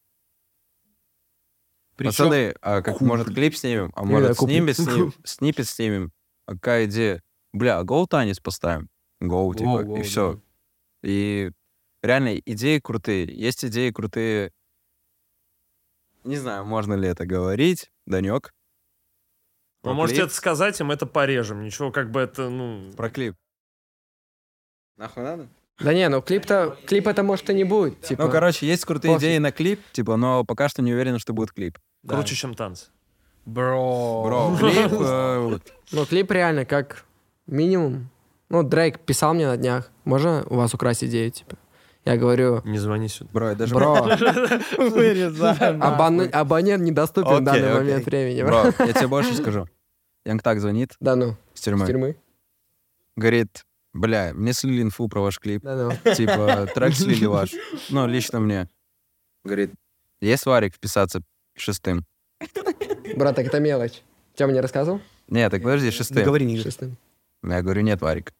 Причем- Пацаны, а как, может, клип снимем? А Именно может, куплик. снимет, снимем, снипет снимем? А какая идея? Бля, а гоу танец поставим? Гоу, типа, Гоу, и гоу, все. да. И реально идеи крутые. Есть идеи крутые. Не знаю, можно ли это говорить, Данек. Вы можете это сказать, и мы это порежем. Ничего, как бы это, ну... Про клип. Нахуй надо? Да не, ну клип-то... Клип это может и не будет. Типа, Ну, короче, есть крутые пофиг. идеи на клип, типа, но пока что не уверен, что будет клип. Да. Круче, чем танцы. Бро. Бро, клип... э, ну клип реально как минимум... Ну, Дрейк писал мне на днях. Можно у вас украсть идею, типа? Я говорю, Не звони сюда. Бро, я даже... бро, Вырезаем. абон- абонент недоступен в Окей, данный окей. момент времени. бро. Бро, я тебе больше скажу. Янгтак звонит Да ну, с с тюрьмы. тюрьмы. Говорит, бля, мне слили инфу про ваш клип. Да ну. Типа, трек слили ваш. Ну, лично мне. Говорит, есть варик вписаться шестым? Брат, так это мелочь. Тёма не рассказывал? Нет, так подожди, Не шестым. говори, не говори. Шестым. Я говорю, нет, варик.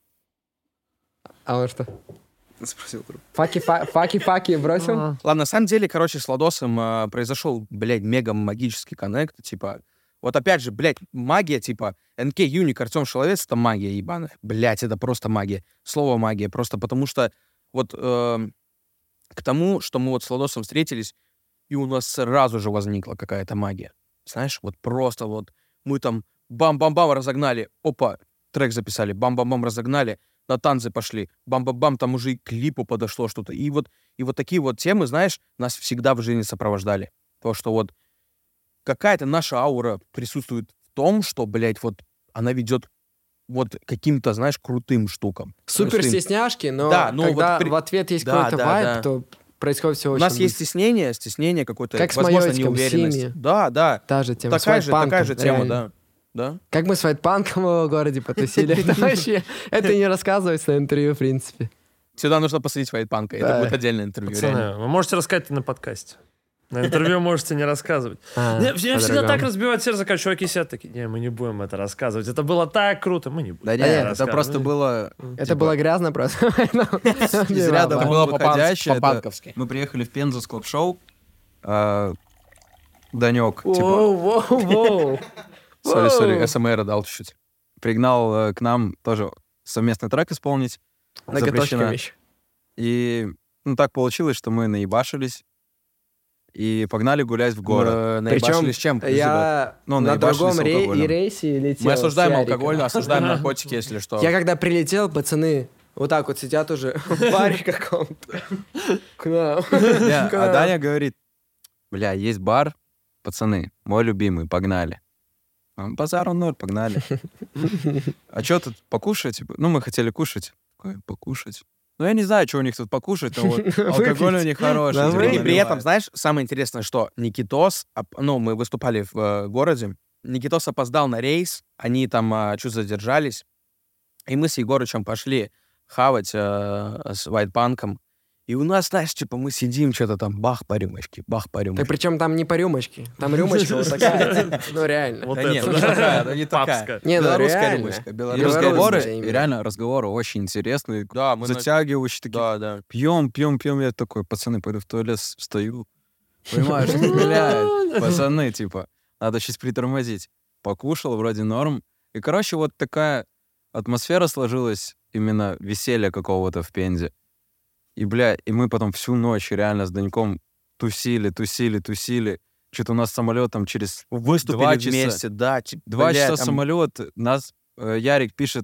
А он что? Спросил друг. Факи, фа- факи, факи бросил? Ладно, на самом деле, короче, с Ладосом э, произошел, блядь, мега магический коннект, типа, вот опять же, блядь, магия, типа, эн кей Юник, Артем Шиловец, это магия ебаная, блядь, это просто магия, слово магия, просто потому что вот э, к тому, что мы вот с Ладосом встретились, и у нас сразу же возникла какая-то магия, знаешь, вот просто вот мы там бам-бам-бам разогнали, опа, трек записали, бам-бам-бам разогнали, на танцы пошли, бам-бам-бам, там уже и к клипу подошло что-то. И вот, и вот такие вот темы, знаешь, нас всегда в жизни сопровождали. То, что вот какая-то наша аура присутствует в том, что, блядь, вот она ведет вот к каким-то, знаешь, крутым штукам. Супер Крутым. стесняшки, но Да, ну когда вот при- в ответ есть Да, какой-то да, вайб, да. то происходит все У очень нас есть быстро. стеснение, стеснение какое-то, Как с возможно, Майотиком, неуверенность. Сими. Да, да. Та же тема. Такая с же, такая вайтпанком, же тема, реально. да. Да? Как мы с вайтпанком в городе потусили, это вообще... Это не рассказывается на интервью, в принципе. Сюда нужно посадить Вайтпанка, это Да. будет отдельное интервью. реально. Пацаны, вы можете рассказать это на подкасте. На интервью можете не рассказывать. А, Мне мне всегда по-другому. так разбивает сердце, когда чуваки сидят такие, не, мы не будем это рассказывать. Это было так круто, мы не будем. Да это нет, это рассказывать». просто было... Это типа, было грязно просто. из ряда Это вон было выходящее, это- по-панковски. Мы приехали в Пензу с клаб-шоу. а, Данек, типа... Воу, воу, воу. Сори, сори, Воу. эс эм эр дал чуть-чуть. Пригнал э, к нам тоже совместный трек исполнить. Ноготочками Запрещено. еще. И ну, так получилось, что мы наебашились и погнали гулять в город. Э, Причем наебашились чем? ребят? я Ну, на наебашились другом с рей- алкоголем. и рейсе летел. Мы осуждаем с Яриком. алкоголь, но осуждаем наркотики, если что. Я когда прилетел, пацаны вот так вот сидят уже в баре каком-то. К нам. Не, К а нам. Даня говорит, бля, есть бар, пацаны, мой любимый, погнали. А, Базару ноль, погнали. А что тут, покушать? Типа, ну, мы хотели кушать. Такой, покушать. Ну, я не знаю, что у них тут покушать, но вот алкоголь у них хороший. Да, типа, выпить. И при наливают. этом, знаешь, самое интересное, что Никитос, оп- ну, мы выступали в э, городе, Никитос опоздал на рейс, они там а, чуть задержались, и мы с Егорычем пошли хавать э, с Вайтпанком, и у нас, знаешь, типа, мы сидим, что-то там, бах по рюмочке, бах по Так рюмочке. причем там не по рюмочке. Там рюмочка вот такая. Ну реально. Вот Да это, нет, да. ну такая, да не такая. Папская. Не, ну белорусская реально. рюмочка, И белорусская. Белорусская разговоры, именно. и реально разговоры очень интересные, Да, мы... на- затягивающие такие. Да, да. Пьем, пьем, пьем. Я такой, пацаны, пойду в туалет, встаю. Понимаешь, блядь, пацаны, типа, надо сейчас притормозить. Покушал, вроде норм. И, короче, вот такая атмосфера сложилась, именно веселья какого-то в Пензе. И, бля, и мы потом всю ночь реально с Даньком тусили, тусили, тусили. Что-то у нас самолет там через Выступили Два часа. вместе, да. типа, два бля, часа там- самолет. Нас э, Ярик пишет нам,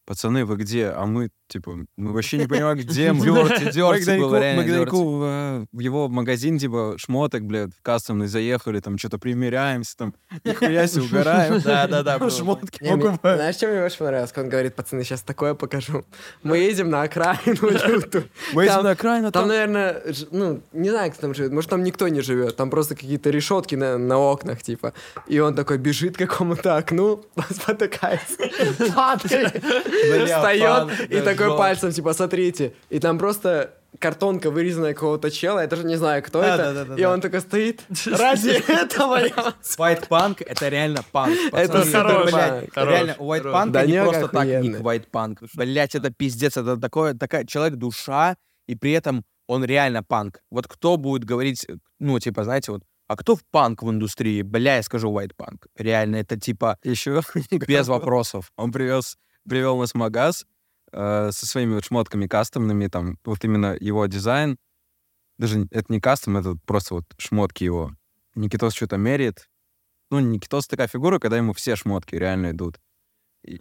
пацаны, вы где? А мы, типа, мы вообще не понимаем, где мы. Дёрти, дёрти Мы к было, Даньку- реально мы к дёрти. Даньку в, э, в его магазин, типа, шмоток, блядь, в кастомный заехали, там что-то примеряемся, там, нихуя себе угораем. Да-да-да, было. Шмотки Не, мне- покупаем. знаешь, что мне больше понравилось? Как он говорит, пацаны, сейчас такое покажу. Мы едем на окраину лютую. Мы едем Там- на окраину, Там, там... наверное, ж- ну, не знаю, кто там живет. Может, там никто не живет. Там просто какие-то решетки на, на окнах, типа. И он такой бежит к какому-то окну, спотыкается, падает, встает и такой пальцем, типа, смотрите. И там просто картонка, вырезанная какого-то чела, я даже не знаю, кто Да, это. да, да, да, И да. он такой стоит. Ради этого я... White Punk — это реально панк. Это Пацаны, хорош, блядь, хорош, реально, у White Punk Да не не, просто как так охуенно. ник White Punk. Блять, это пиздец, это такое, такая человек-душа, и при этом он реально панк. Вот кто будет говорить, ну, типа, знаете, вот, а кто в панк в индустрии? Бля, я скажу White Punk. Реально, это типа Еще без вопросов. Он привез, привел нас в магаз э, со своими вот шмотками кастомными, там, вот именно его дизайн. Даже это не кастом, это просто вот шмотки его. Никитос что-то меряет. Ну, Никитос такая фигура, когда ему все шмотки реально идут. И,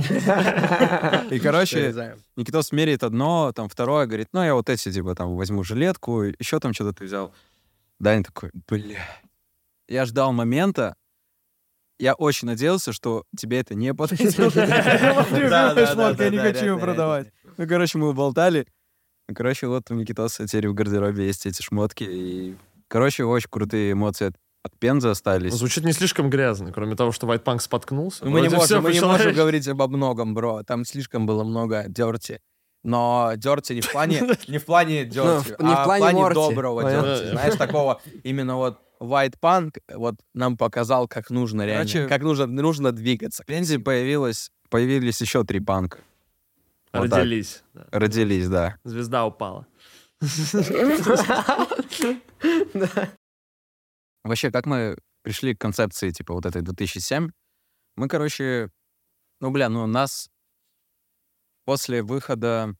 и, короче, Никитос меряет одно, там, второе, говорит, ну, я вот эти, типа, там, возьму жилетку, еще там что-то ты взял. Даня такой, бля. Я ждал момента, я очень надеялся, что тебе это не подойдет. Да, да, Шмотка, я не да, хочу реально, его продавать. Ну, короче, мы болтали. Ну, короче, вот у Никитоса теперь в гардеробе есть эти шмотки. И, короче, очень крутые эмоции от, от Пензы остались. Звучит не слишком грязно, кроме того, что White Punk споткнулся. Ну, Мы не Вроде всё можем, мы не можем по-человечески. говорить обо многом, бро. Там слишком было много дерти. Но дерти не в плане, не в плане дерти, в- не в а в плане плане морти. доброго Понял? дерти. Знаешь, такого именно вот White Punk вот нам показал, как нужно реально, Короче, как нужно, нужно двигаться. В Пензе появилось, появились еще три панка. Вот так. Родились. да. Родились, да. Звезда упала. Вообще, как мы пришли к концепции, типа, вот этой две тысячи семь, мы, короче, ну, бля, ну, нас после выхода...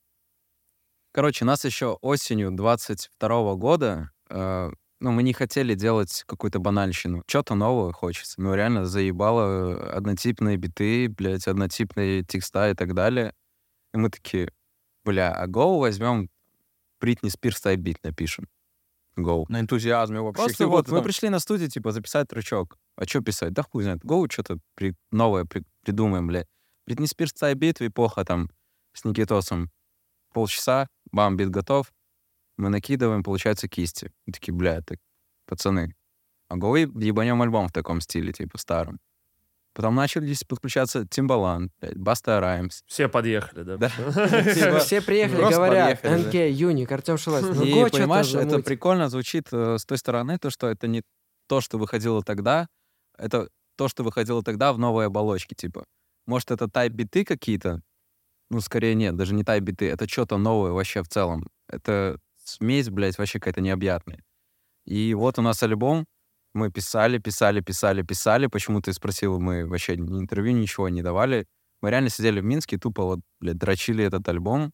Короче, нас еще осенью двадцать второго года, э, ну, мы не хотели делать какую-то банальщину. Что-то новое хочется. Ну, реально заебало однотипные биты, блядь, однотипные текста и так далее. И мы такие, бля, а гоу возьмем Бритни Спирс Type Beat напишем. Гоу. На энтузиазме вообще. Просто вот мы пришли на студию, типа, записать тречок. А что писать? Да хуй знает. Гоу что-то при... новое при... придумаем, блядь. Бритни Спирс Type Beat, эпоха там с Никитосом. Полчаса, бам, бит готов. Мы накидываем, получается, кисти. Мы такие, бля, так, пацаны, а гоу ебанем альбом в таком стиле, типа, старом. Потом начались подключаться Timbaland, блядь, Баста Раймс. Все подъехали, да? Да. Типа, все приехали, просто говорят, подъехали, да. эн кей, Юник, Артем Шилась. Ну, И, го, чё-то понимаешь, это замуть. прикольно звучит э, с той стороны, то, что это не то, что выходило тогда, это то, что выходило тогда в новой оболочке, типа. Может, это тайп-биты какие-то? Ну, скорее нет, даже не тайп-биты, это что-то новое вообще в целом. Это смесь, блядь, вообще какая-то необъятная. И вот у нас альбом, мы писали, писали, писали, писали. Почему ты спросил, мы вообще ни интервью, ничего не давали. Мы реально сидели в Минске, тупо вот, блядь, дрочили этот альбом.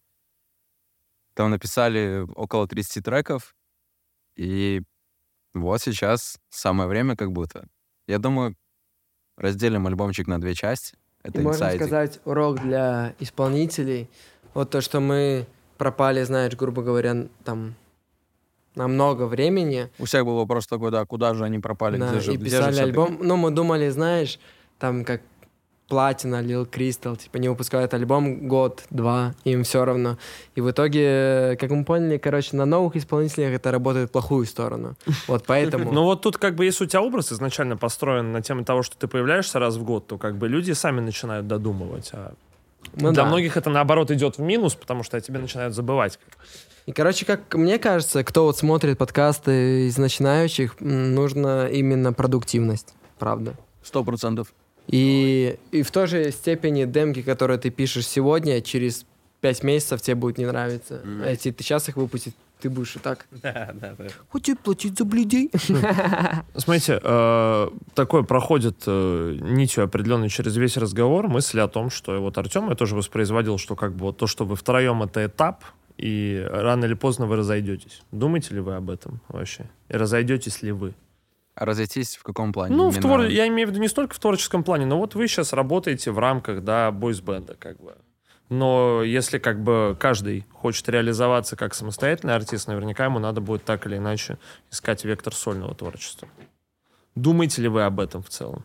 Там написали около тридцати треков. И вот сейчас самое время как будто. Я думаю, разделим альбомчик на две части. Это И можно инсайдик. сказать, урок для исполнителей. Вот то, что мы пропали, знаешь, грубо говоря, там, на много времени. У всех был вопрос такой, да, куда же они пропали, Да, где же, и где же писали всё-таки? альбом. Ну, мы думали, знаешь, там как Платина, Лил Кристал, типа не выпускают альбом год-два, им все равно. И в итоге, как мы поняли, короче, на новых исполнителях это работает в плохую сторону. Вот поэтому... Ну вот тут как бы если у тебя образ изначально построен на тему того, что ты появляешься раз в год, то как бы люди сами начинают додумывать. А Ну для да. многих это наоборот идет в минус, потому что о тебе начинают забывать. И, короче, как мне кажется, кто вот смотрит подкасты из начинающих, м, нужно именно продуктивность, правда. Сто процентов. И, и в той же степени демки, которые ты пишешь сегодня, через пять месяцев тебе будет не нравиться. А если ты сейчас их выпустишь, ты будешь и так. Да, да, да. Хочу платить за блюдей. Смотрите, э, такое проходит э, нитью определенной через весь разговор мысль о том, что и вот Артем я тоже воспроизводил, что как бы вот то, что вы втроем, это этап, и рано или поздно вы разойдетесь. Думаете ли вы об этом вообще? И разойдетесь ли вы? А разойтись в каком плане? Ну, в Именно- твор... я имею в виду не столько в творческом плане, но вот вы сейчас работаете в рамках, да, бойсбенда, как бы. Но если как бы каждый хочет реализоваться как самостоятельный артист, наверняка ему надо будет так или иначе искать вектор сольного творчества. Думаете ли вы об этом в целом?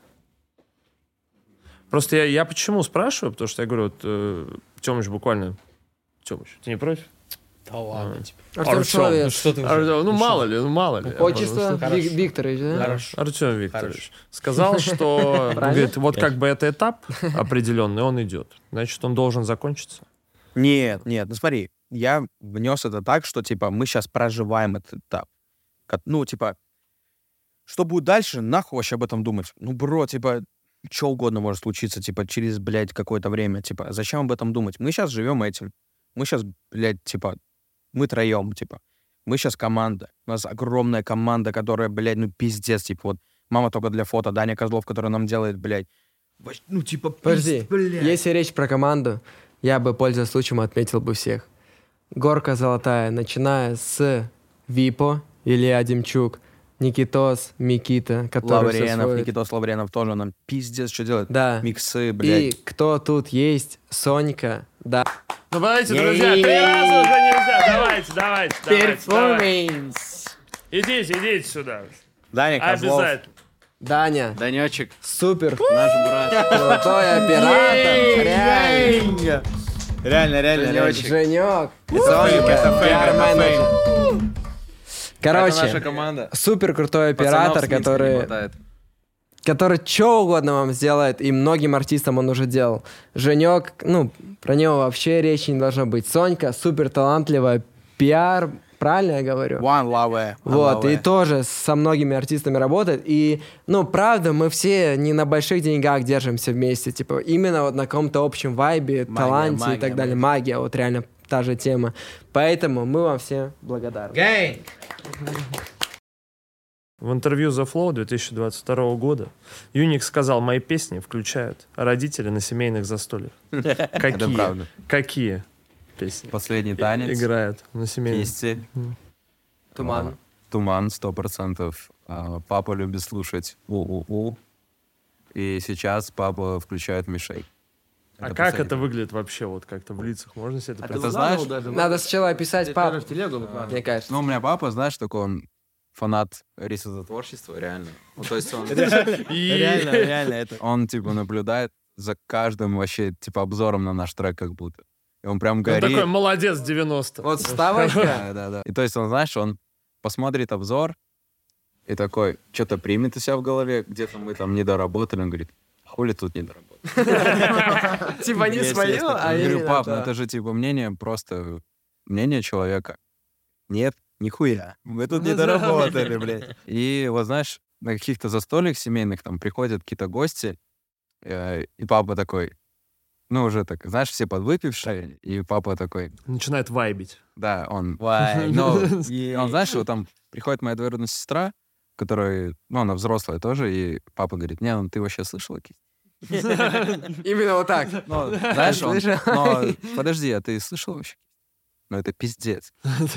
Просто я, я почему спрашиваю, потому что я говорю, вот э, Тёмыч буквально... Тёмыч, ты не против? Да ладно, типа. Артем Артём, Человек. Ну что ты уже? Ар- Ну, мало ли, ну, мало ли. Отчество Хорошо. Вик- Викторович, да? Хорошо. Артем Викторович сказал, что он говорит, вот как бы это этап определенный, он идет. Значит, он должен закончиться. Нет, нет, ну смотри, я внес это так, что, типа, мы сейчас проживаем этот этап. Как- Ну, типа, что будет дальше, нахуй вообще об этом думать? Ну, бро, типа, что угодно может случиться, типа, через, блядь, какое-то время. Типа, зачем об этом думать? Мы сейчас живем этим. Мы сейчас, блядь, типа, мы троем, типа. Мы сейчас команда. У нас огромная команда, которая, блядь, ну, пиздец, типа, вот. Мама только для фото, Даня Козлов, который нам делает, блядь. вообще, Ну, типа, Подожди, пиз- блядь. если речь про команду, я бы, пользуясь случаем, отметил бы всех. Горка золотая, начиная с Випо, Илья Демчук, Никитос, Микита, который всё Лавренов, сводит. Никитос Лавренов тоже нам пиздец, что делает. Да. Миксы, блядь. И кто тут есть? Сонька, да. Ну, подождите, друзья, три раза уже нельзя. Давайте, давайте, давайте. давайте. Идите, идите сюда. Даня Козлов. Обязательно. Даня, Данечек, супер, наш брат. крутой оператор, реально. Реально, реально, реально. Женек, Это фейм, это фейм, это фейм. короче, Это наша команда. супер крутой Пацанов оператор, с Минска не который, хватает. который что угодно вам сделает, и многим артистам он уже делал. Женек, ну, про него вообще речи не должно быть. Сонька, супер талантливая, пиар, правильно я говорю? One love. Вот, и тоже со многими артистами работает. И, ну, правда, мы все не на больших деньгах держимся вместе. Типа, именно вот на каком-то общем вайбе, Магия, таланте и магия, так далее. Магия, вот реально та же тема. Поэтому мы вам все благодарны. Гэнг! В интервью The Flow две тысячи двадцать второго года Юник сказал, мои песни включают родители на семейных застольях. Это Какие? правда. Какие песни Последний танец. играют на семейных? Кисти. Туман. Туман, сто процентов. А, Папа любит слушать у-у-у. И сейчас папа включает Мишей. А Это как последний. это выглядит вообще вот как-то в лицах? Можно себе это Это представить? знаешь, Надо сначала описать папу, мне кажется. ну, у меня папа, знаешь, такой он фанат рисозатворчества, реально. Ну, то есть он, Реально, реально, это... он, типа, наблюдает за каждым вообще, типа, обзором на наш трек как будто. И он прям Он горит. такой молодец девяносто. Вот вставочка. Да, да, да. И то есть он, знаешь, он посмотрит обзор и такой, что-то примет у себя в голове, где-то мы там не доработали, он говорит, хули тут не доработали. Типа не Есть, свое, есть такое. а Я говорю, именно пап, ну то. это же, типа, мнение просто, мнение человека. Нет, нихуя. Мы тут не доработали, блядь. И вот, знаешь, на каких-то застольях семейных там приходят какие-то гости, э, и папа такой, ну, уже так, знаешь, все подвыпившие, и папа такой, Начинает вайбить. да, он... Вай. Ну, и он, знаешь, вот там приходит моя двоюродная сестра, которая, ну, она взрослая тоже, и папа говорит, не, ну, ты вообще слышала, Кись? Именно вот так. Ну, знаешь, он... Слышал? Но, подожди, а ты слышал вообще? Ну, это пиздец.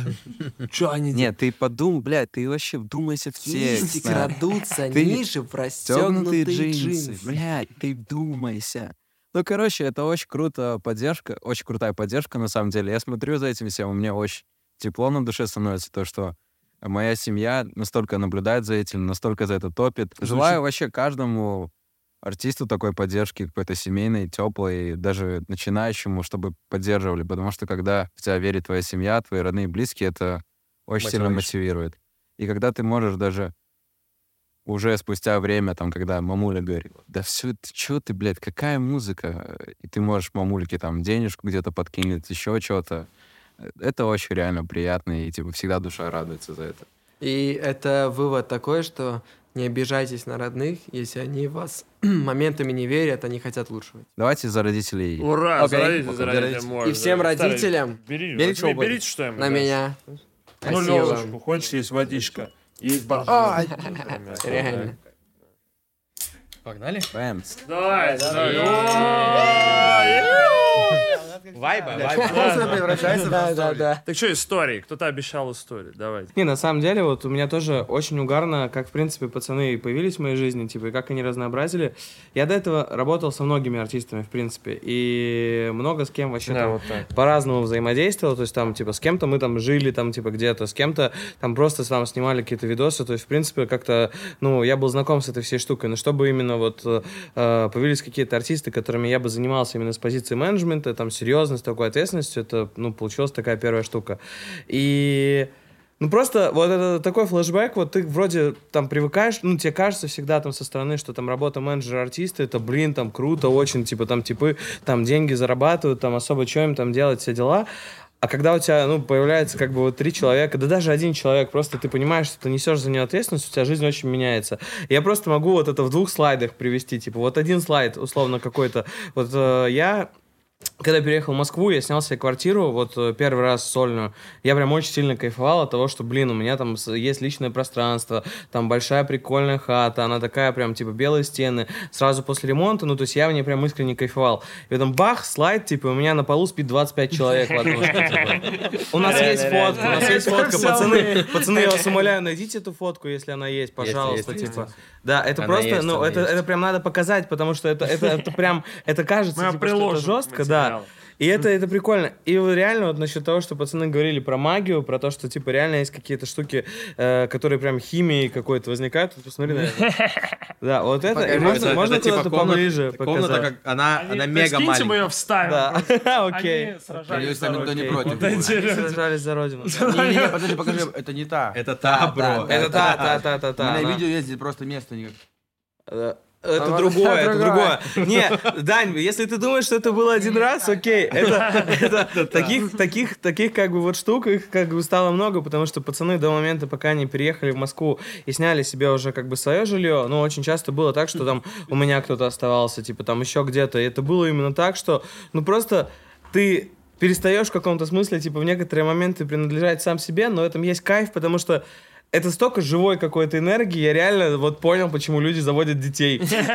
Че они Нет, ты подумай, блядь, ты вообще вдумайся в текст. Кисти да. крадутся Ты- ниже в Стёгнутые расстегнутые джинсы. джинсы. Блядь, ты вдумайся. Ну, короче, это очень круто, поддержка, очень крутая поддержка, на самом деле. Я смотрю за этим всем, у меня очень тепло на душе становится, то, что моя семья настолько наблюдает за этим, настолько за это топит. Желаю вообще каждому артисту такой поддержки, какой-то семейной, теплой, даже начинающему, чтобы поддерживали, потому что когда в тебя верит твоя семья, твои родные и близкие, это очень сильно мотивирует. И когда ты можешь даже уже спустя время, там, когда мамуля говорит, да все, ты чё ты, блядь, какая музыка? И ты можешь мамульке там денежку где-то подкинуть, еще что-то. Это очень реально приятно, и типа всегда душа радуется за это. И это вывод такой, что не обижайтесь на родных, если они в вас моментами не верят, они хотят лучшего. Давайте за родителей. Ура, Окей. заразите, Окей. заразите, можно. И всем Старый, родителям Бери, Берите возьми, что-нибудь. берите что-нибудь. на да. меня. Ну, Спасибо лёжечку, вам. хочешь, есть водичка. Есть боржоми. Реально. Погнали? Бэм. Давай, давай. Вайба, Блядь, вайба. просто превращается в Да, да, историю. да. Так что, истории? Кто-то обещал историю. Давайте. Не, на самом деле, вот у меня тоже очень угарно, как, в принципе, пацаны появились в моей жизни, типа, и как они разнообразили. Я до этого работал со многими артистами, в принципе, и много с кем вообще Да, там вот так. по-разному взаимодействовал, то есть там, типа, с кем-то мы там жили, там, типа, где-то, с кем-то там просто там снимали какие-то видосы, то есть, в принципе, как-то, ну, я был знаком с этой всей штукой, но чтобы именно вот э, появились какие-то артисты, которыми я бы занимался именно с позиции менеджмента, там, серьезность, такой ответственностью, это, ну, получилась такая первая штука. И... Ну, просто вот это такой флешбэк, вот ты вроде там привыкаешь, ну, тебе кажется всегда там со стороны, что там работа менеджера артиста, это, блин, там круто очень, типа там типы там деньги зарабатывают, там особо что им там делать, все дела. А когда у тебя, ну, появляется как бы вот три человека, да даже один человек, просто ты понимаешь, что ты несешь за него ответственность, у тебя жизнь очень меняется. Я просто могу вот это в двух слайдах привести, типа вот один слайд, условно, какой-то. Вот э, я... Когда переехал в Москву, я снял себе квартиру, вот э, первый раз сольную. Я прям очень сильно кайфовал от того, что, блин, у меня там с- есть личное пространство, там большая прикольная хата, она такая прям, типа, белые стены. Сразу после ремонта, ну, то есть я в ней прям искренне кайфовал. И потом бах, слайд, типа, у меня на полу спит двадцать пять человек в однушке, типа. У нас есть фотка, у нас есть фотка, пацаны, пацаны, я вас умоляю, найдите эту фотку, если она есть, пожалуйста, есть, типа. Да, это Она просто, есть, ну, она это, есть. это прям надо показать, потому что это, это, это прям, это кажется, Мы типа, что это приложим жестко, да. материал. И это, это прикольно. И вот реально вот насчет того, что пацаны говорили про магию, про то, что типа реально есть какие-то штуки, э, которые прям химией какой-то возникают. Вот посмотри на это. Да, вот это. И можно, Это- можно это типа куда-то комната- поближе Комната, показать. как она, она мега Скиньте, мы маленькая. ее вставим. Да, окей. Они сражались Если за никто не родину. против Вот будет. эти Они люди. сражались за родину. Не-не-не, подожди, покажи, это не та. Это та, бро. Это та, та, та, та, У та. меня она- видео есть, здесь просто место никак. Э, Это А, другое, это другое. другое. Не, Дань, если ты думаешь, что это было один раз, окей. Это, это таких, таких, таких как бы вот штук, их как бы стало много, потому что пацаны до момента, пока они переехали в Москву и сняли себе уже как бы свое жилье, ну, очень часто было так, что там у меня кто-то оставался, типа там еще где-то. И это было именно так, что, ну, просто ты перестаешь в каком-то смысле, типа, в некоторые моменты принадлежать сам себе, но в этом есть кайф, потому что это столько живой какой-то энергии, я реально вот понял, почему люди заводят детей.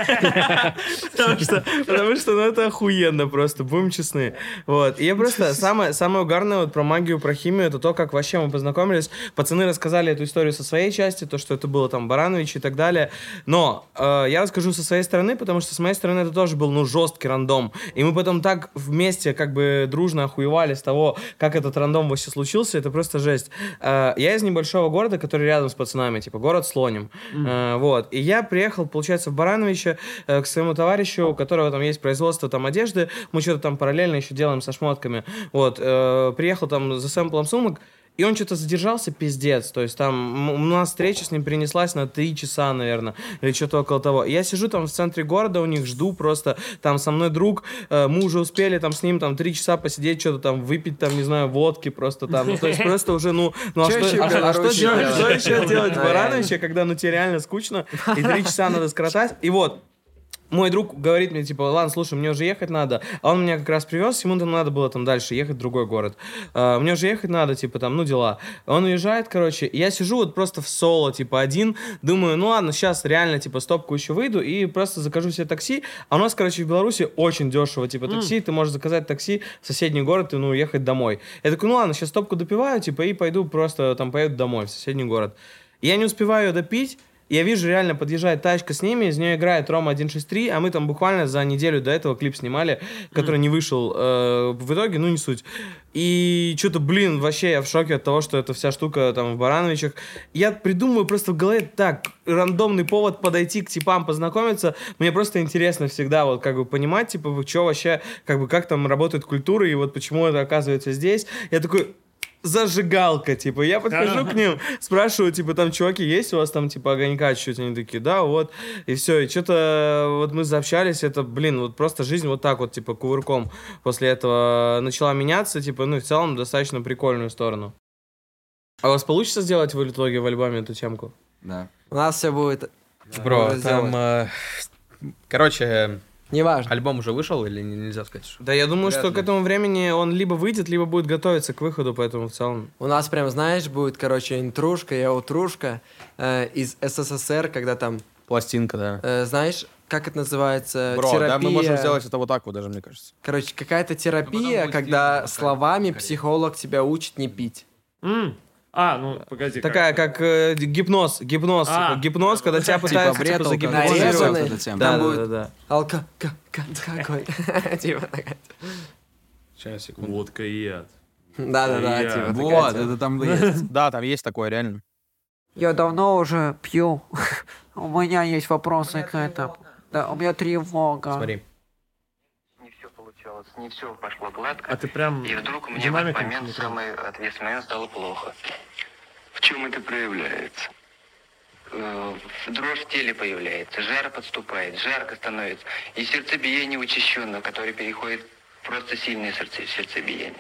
Потому что, потому что, ну, это охуенно просто, будем честны. Вот, и я просто, самое, самое угарное вот про магию, про химию, это то, как вообще мы познакомились. Пацаны рассказали эту историю со своей части, то, что это было там Баранович и так далее. Но э, я расскажу со своей стороны, потому что с моей стороны это тоже был, ну, жесткий рандом. И мы потом так вместе как бы дружно охуевали с того, как этот рандом вообще случился, это просто жесть. Э, я из небольшого города, который рядом с пацанами, типа город Слоним. Mm. Э, вот. И я приехал, получается, в Барановича э, к своему товарищу, у которого там есть производство там одежды, мы что-то там параллельно еще делаем со шмотками. Вот. Э, приехал там за сэмплом сумок, и он что-то задержался, пиздец. То есть там у нас встреча с ним перенеслась на три часа, наверное, или что-то около того. Я сижу там в центре города, у них жду просто, там со мной друг, э, мы уже успели там с ним там три часа посидеть, что-то там выпить, там, не знаю, водки просто там. Ну, то есть просто уже, ну, ну а Чё что, ещё а, а что Беларусь? делать, что Да. еще делать в Да, Барановиче, когда, ну, тебе реально скучно, и три часа надо скоротать. И вот, мой друг говорит мне, типа, ладно, слушай, мне уже ехать надо. А он меня как раз привез, ему там надо было там дальше ехать в другой город. А, мне уже ехать надо, типа, там, ну, дела. Он уезжает, короче, и я сижу вот просто в соло, типа, один, думаю, ну, ладно, сейчас реально, типа, стопку еще выйду и просто закажу себе такси. А у нас, короче, в Беларуси очень дешево, типа, такси, ты можешь заказать такси в соседний город и, ну, уехать домой. Я такой, ну, ладно, сейчас стопку допиваю, типа, и пойду просто, там, поеду домой, в соседний город. И я не успеваю ее допить. Я вижу, реально подъезжает тачка с ними, из нее играет Рома сто шестьдесят три, а мы там буквально за неделю до этого клип снимали, который mm. не вышел э, в итоге, ну не суть. И что-то, блин, вообще я в шоке от того, что эта вся штука там в Барановичах. Я придумываю просто в голове так, рандомный повод подойти к типам, познакомиться. Мне просто интересно всегда вот как бы понимать, типа, что вообще, как бы как там работает культура и вот почему это оказывается здесь. Я такой... Зажигалка, типа, я подхожу к ним, спрашиваю, типа, там, чуваки, есть у вас там, типа, огонька чуть-чуть? Они такие, да, вот, и все, и что-то вот мы заобщались, это, блин, вот просто жизнь вот так вот, типа, кувырком после этого начала меняться, типа, ну, и в целом достаточно прикольную сторону. А у вас получится сделать в итоге в альбоме эту темку? Да. У нас все будет... Бро, э, там... сделать. э, Короче, Неважно. альбом уже вышел или не- нельзя сказать? что- Да, я думаю, Вряд что ли. к этому времени он либо выйдет, либо будет готовиться к выходу, поэтому в целом... У нас прям, знаешь, будет, короче, интрушка и аутрушка э, из СССР, когда там, Пластинка, да. э, знаешь, как это называется, Бро, терапия. да, мы можем сделать это вот так вот даже, мне кажется. Короче, какая-то терапия, будет когда стиль, словами какая-то. психолог тебя учит не пить. М. А, ну, погоди. Такая, как э, гипноз, гипноз, А. типа, гипноз, когда тебя пытаются бред, типа, алкоголь. загипнотизировать. Нарезанный. Вот эта тема. Да, Там да, будет- да, да. Алка... ка- ка- Какой? Типа такая. Сейчас, секунду. Водка и яд. Да-да-да, Я- типа такая Вот, тема. это там есть. Да, там есть такое, реально. Я давно уже пью. У меня есть вопросы к этому. Да, у меня тревога. Смотри. Не все получалось, не все пошло гладко. А ты прям И вдруг мне в этот динамиком момент, микрофон. самый ответственный момент, стало плохо. В чем это проявляется? Э, Дрожь в теле появляется, жар подступает, жарко становится. И сердцебиение учащенно, которое переходит в просто сильное сердце, сердцебиение.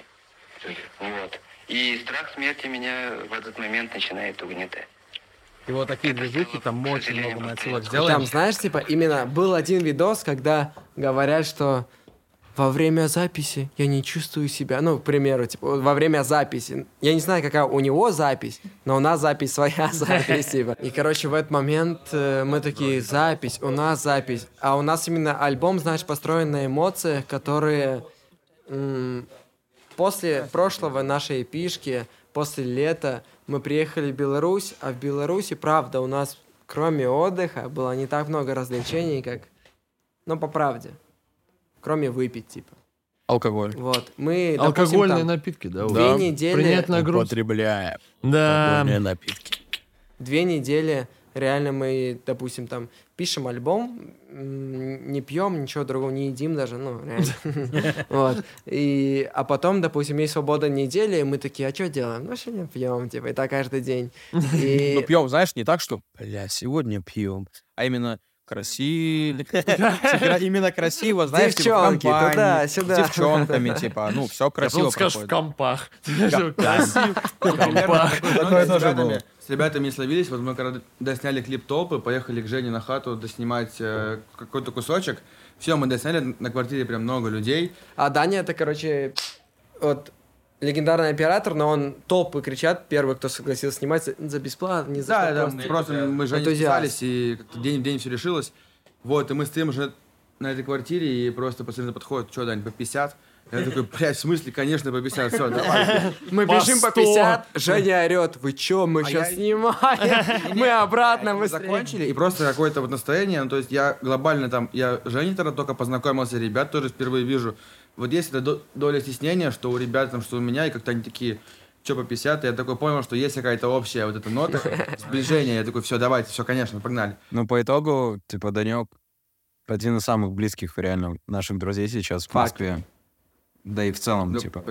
Вот. И страх смерти меня в этот момент начинает угнетать. И вот такие движухи, там очень много мы отсылок сделаем. Там, знаешь, типа, именно был один видос, когда говорят, что во время записи я не чувствую себя. Ну, к примеру, типа, вот во время записи. Я не знаю, какая у него запись, но у нас запись своя запись, типа. И, короче, в этот момент э, мы такие, запись, у нас запись. А у нас именно альбом, знаешь, построен на эмоциях, которые м, после прошлого нашей эпишки, после лета, мы приехали в Беларусь, а в Беларуси, правда, у нас, кроме отдыха, было не так много развлечений, как... Ну, по правде. Кроме выпить, типа. Алкоголь. Вот. Мы, допустим, Алкогольные там напитки, да? две вот. недели... Принять нагрузку. Употребляем Да. алкогольные напитки. Две недели реально мы, допустим, там пишем альбом, м, не пьем, ничего другого, не едим даже, ну, реально. Вот. И, а потом, допустим, есть свобода недели, и мы такие, а что делаем? Ну, сегодня пьем, типа, и так каждый день. Ну, И пьем, знаешь, не так, что, бля, сегодня пьем, а именно красиво. Именно красиво, знаешь, типа, в Девчонки, компании, туда-сюда. с девчонками, типа, ну, все красиво Он скажет в проходит. компах. Красиво. В компах. Такое тоже было. С ребятами словились, вот мы когда досняли клип «Толпы», поехали к Жене на хату доснимать э, какой-то кусочек. Все, мы досняли, на квартире прям много людей. А Даня, это, короче, вот легендарный оператор, но он толпы кричат, первый, кто согласился снимать за, за бесплатно, не за Да, что, да, просто. просто мы с Женей энтузиаст. списались, и как-то день в день все решилось. Вот, и мы стоим уже на этой квартире, и просто пацаны подходят, что, Дань, по пятьдесят? Я такой, блядь, в смысле, конечно, по пятьдесят, все, давай. Мы По бежим по сто. пятьдесят, Женя орет, вы чё, мы А сейчас я- снимаем, мы обратно Мы быстрее. закончили, и просто какое-то вот настроение, ну, то есть я глобально там, я Жене тогда только познакомился, ребят тоже впервые вижу. Вот есть эта до- доля стеснения, что у ребят там, что у меня, и как-то они такие, что по пятьдесят, и я такой понял, что есть какая-то общая вот эта нота, сближение, я такой, все, давайте, все, конечно, погнали. Ну, по итогу, типа, Данек один из самых близких реально наших друзей сейчас в Факт. Москве. Да и в целом, Ну, Ну, типа.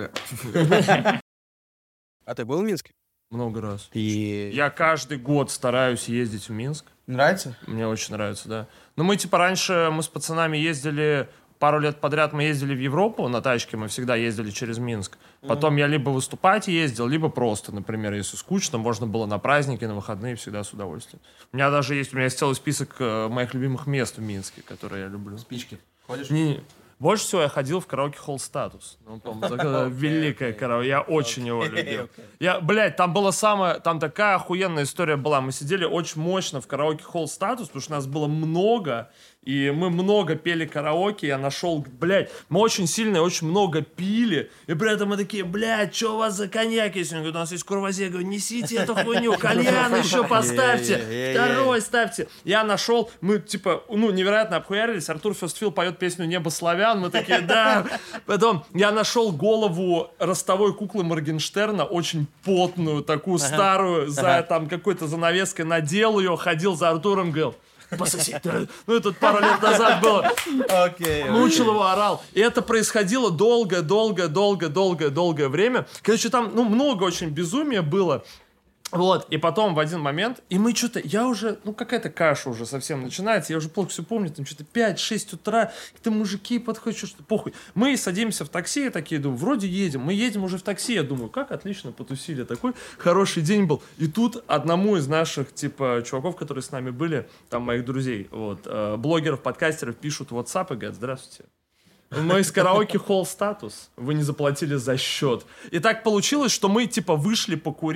А ты был в Минске? Много раз. И Я каждый год стараюсь ездить в Минск. Нравится? Мне очень нравится, да. Но мы, типа, раньше мы с пацанами ездили, пару лет подряд мы ездили в Европу на тачке, мы всегда ездили через Минск. Потом я либо выступать ездил, либо просто, например, если скучно, можно было на праздники, на выходные, всегда с удовольствием. У меня даже есть, у меня есть целый список э, моих любимых мест в Минске, которые я люблю. Спички. Ходишь? Не, больше всего я ходил в караоке-холл «Статус». Ну, по-моему, такое великое караоке. Я очень его любил. Я, блядь, там была самая... Там такая охуенная история была. Мы сидели очень мощно в караоке-холл «Статус», потому что нас было много, и мы много пели караоке. Я нашел, блядь, мы очень сильно и очень много пили, и при этом мы такие, блядь, что у вас за коньяк есть? Он говорит, у нас есть курвазе. Я говорю, несите эту хуйню, кальян еще поставьте, второй ставьте. Я нашел, мы, типа, ну, невероятно обхуярились. Артур Фестфил поет песню «Небо славян». Мы такие, да. Потом я нашел голову ростовой куклы Моргенштерна, очень потную, такую старую, за там какой-то занавеской, надел ее, ходил за Артуром, говорил, пососи. Ну, это пару лет назад было. Мучил его, орал. И это происходило долгое, долгое, долгое, долгое, долгое время. Короче, там, ну, много очень безумия было. Вот, и потом в один момент, и мы что-то, я уже, ну какая-то каша уже совсем начинается, я уже плохо все помню, там что-то пять-шесть утра, какие-то мужики подходят, что-то похуй. Мы садимся в такси, такие, думаю, вроде едем, мы едем уже в такси, я думаю, как отлично потусили, такой хороший день был. И тут одному из наших, типа, чуваков, которые с нами были, там, моих друзей, вот, э, блогеров, подкастеров, пишут в WhatsApp и говорят, здравствуйте. Мы из караоке холл «Статус». Вы не заплатили за счет. И так получилось, что мы, типа, вышли покурить,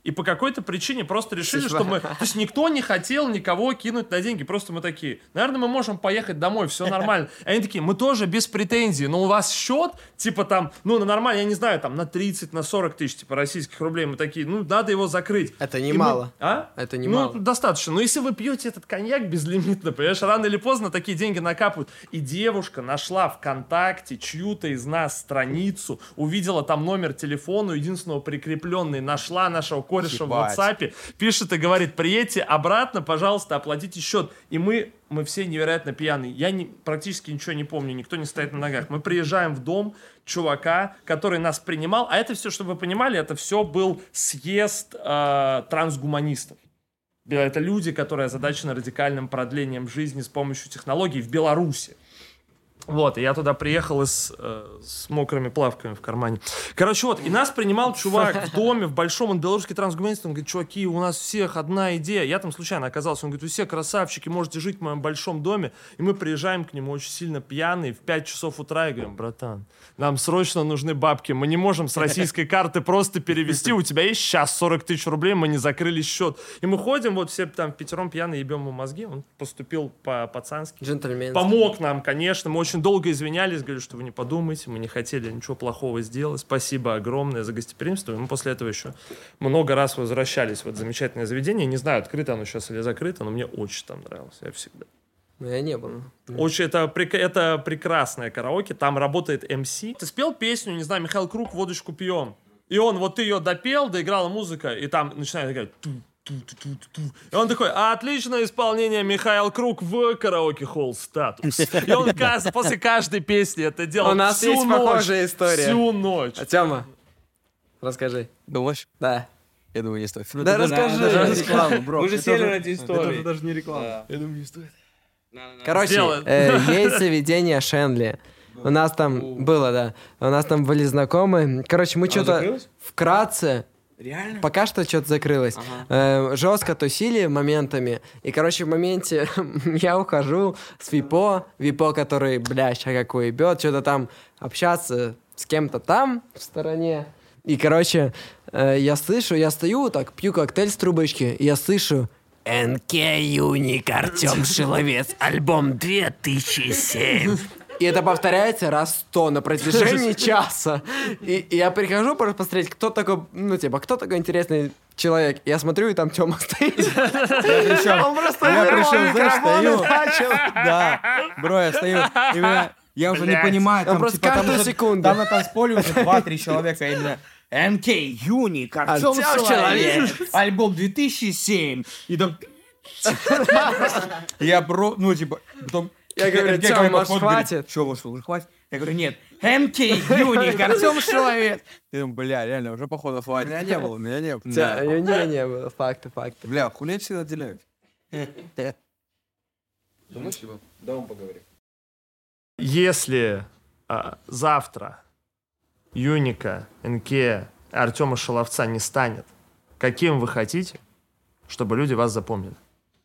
и по какой-то причине просто решили, что мы... То есть никто не хотел никого кинуть на деньги. Просто мы такие, наверное, мы можем поехать домой, все нормально. Они такие, мы тоже без претензий, но у вас счет, типа там, ну, на нормально, я не знаю, там, на тридцать, на сорок тысяч, типа, российских рублей. Мы такие, ну, надо его закрыть. Это И немало. мы- А? Это Ну, немало. достаточно. Но если вы пьете этот коньяк безлимитно, понимаешь, рано или поздно такие деньги накапывают. И девушка нашла ВКонтакте чью-то из нас страницу, увидела там номер телефона, единственного прикрепленный, нашла нашего кореша в Ебать. WhatsApp, пишет и говорит, приедьте обратно, пожалуйста, оплатите счет. И мы, мы все невероятно пьяные. Я не, практически ничего не помню, никто не стоит на ногах. Мы приезжаем в дом чувака, который нас принимал, а это все, чтобы вы понимали, это все был съезд э, трансгуманистов. Это люди, которые озадачены радикальным продлением жизни с помощью технологий в Беларуси. Вот, и я туда приехал с, э, с мокрыми плавками в кармане. Короче, вот, и нас принимал чувак в доме, в большом, он белорусский трансгуманист, он говорит, чуваки, у нас всех одна идея. Я там случайно оказался, он говорит, вы все красавчики, можете жить в моем большом доме. И мы приезжаем к нему очень сильно пьяные в пять часов утра и говорим, братан, нам срочно нужны бабки, мы не можем с российской карты просто перевести, у тебя есть сейчас сорок тысяч рублей, мы не закрыли счет. И мы ходим, вот все там пятером пьяные ебем ему мозги, он поступил по-пацански. Джентльменский. Помог нам, конечно, мы очень долго извинялись, говорили, что вы не подумайте, мы не хотели ничего плохого сделать. Спасибо огромное за гостеприимство. И мы после этого еще много раз возвращались в это замечательное заведение. Не знаю, открыто оно сейчас или закрыто, но мне очень там нравилось. Я всегда. Ну, я не был. Очень, это, прек- это прекрасное караоке. Там работает эм си. Ты спел песню, не знаю, Михаил Круг «Водочку пьем». И он, вот ты ее допел, доиграла музыка, и там начинает играть ту. Ту-ту-ту-ту. И он такой, отличное исполнение, Михаил Круг в караоке-холл «Статус». И он кажд- после каждой песни это делал У нас всю есть ночь. похожая история. Всю ночь. А Тёма, расскажи. Думаешь? Да. Я думаю, не стоит. Да расскажи. да, Это реклама, бро. Мы же Это сели уже- на эти Это истории. же даже не реклама. Я думаю, не стоит. Короче, Сделай. э, есть заведение Шенли. У нас там было, да. У нас там были знакомые. Короче, мы что-то закрылось? вкратце. Реально? Пока что что-то закрылось. Э, жестко тусили моментами. И, короче, в моменте я ухожу с Випо. Випо, который, бля, ща как уебет. Что-то там общаться с кем-то там в стороне. И, короче, э, я слышу, я стою так, пью коктейль с трубочки, и я слышу эн кей Юник, Артем Шиловец, альбом две тысячи семь. И это повторяется раз сто на протяжении часа. И, и я прихожу просто посмотреть, кто такой, ну, типа, кто такой интересный человек. Я смотрю, и там Тёма стоит. Он просто Я вырвал пришел, знаешь, микрофон и стою. начал. Да, бро, я стою. И меня- я уже не Блядь. понимаю, Он там, просто типа, там каждую уже- секунду. Там на танцполе уже два-три человека, и именно эм кей Юник, Артем Артём Шиловец, альбом две тысячи семь. И там... Я бро... Ну, типа, потом... Я говорю, эм кей ко Тём, мне может, подходит, говорит, хватит? Чё, может, уже хватит? Я говорю, нет, эм кей Юник, Артем Шиловец. Я думаю, бля, реально, уже походу хватит. Меня не было, меня не было. Тя- у неё не было, факты, факты. Бля, хули всегда отделяют? Если а, завтра Юника, эн кей, Артема Шиловца не станет, каким вы хотите, чтобы люди вас запомнили?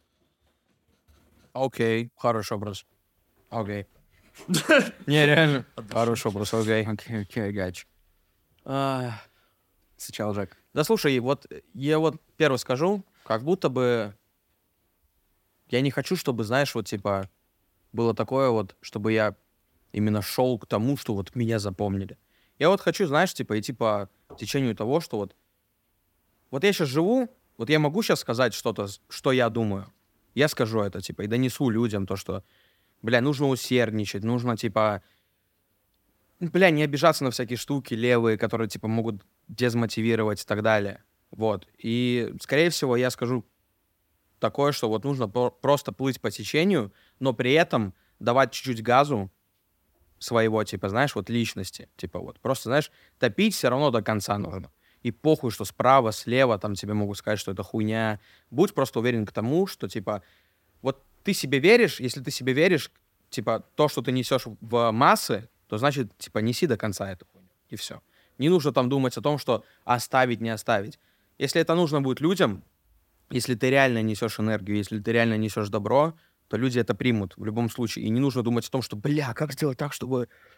Окей, хороший образ. Окей. Не, реально. Хороший образ, окей. Окей, окей, гач. А, Сначала Жак. Да слушай, вот я вот первый скажу, как будто бы я не хочу, чтобы, знаешь, вот типа было такое вот, чтобы я именно шел к тому, что вот меня запомнили. Я вот хочу, знаешь, типа идти по течению того, что вот вот я сейчас живу, вот я могу сейчас сказать что-то, что я думаю. Я скажу это, типа, и донесу людям то, что, бля, нужно усердничать, нужно, типа, бля, не обижаться на всякие штуки левые, которые, типа, могут дезмотивировать и так далее. Вот. И, скорее всего, я скажу такое, что вот нужно по- просто плыть по течению, но при этом давать чуть-чуть газу своего, типа, знаешь, вот личности. Типа вот, просто, знаешь, топить все равно до конца нужно. И похуй, что справа, слева, там тебе могут сказать, что это хуйня. Будь просто уверен к тому, что, типа, вот ты себе веришь, если ты себе веришь, типа, то, что ты несешь в массы, то, значит, типа, неси до конца эту хуйню. И все. Не нужно там думать о том, что оставить, не оставить. Если это нужно будет людям, если ты реально несешь энергию, если ты реально несешь добро, то люди это примут в любом случае. И не нужно думать о том, что, бля, как сделать так, чтобы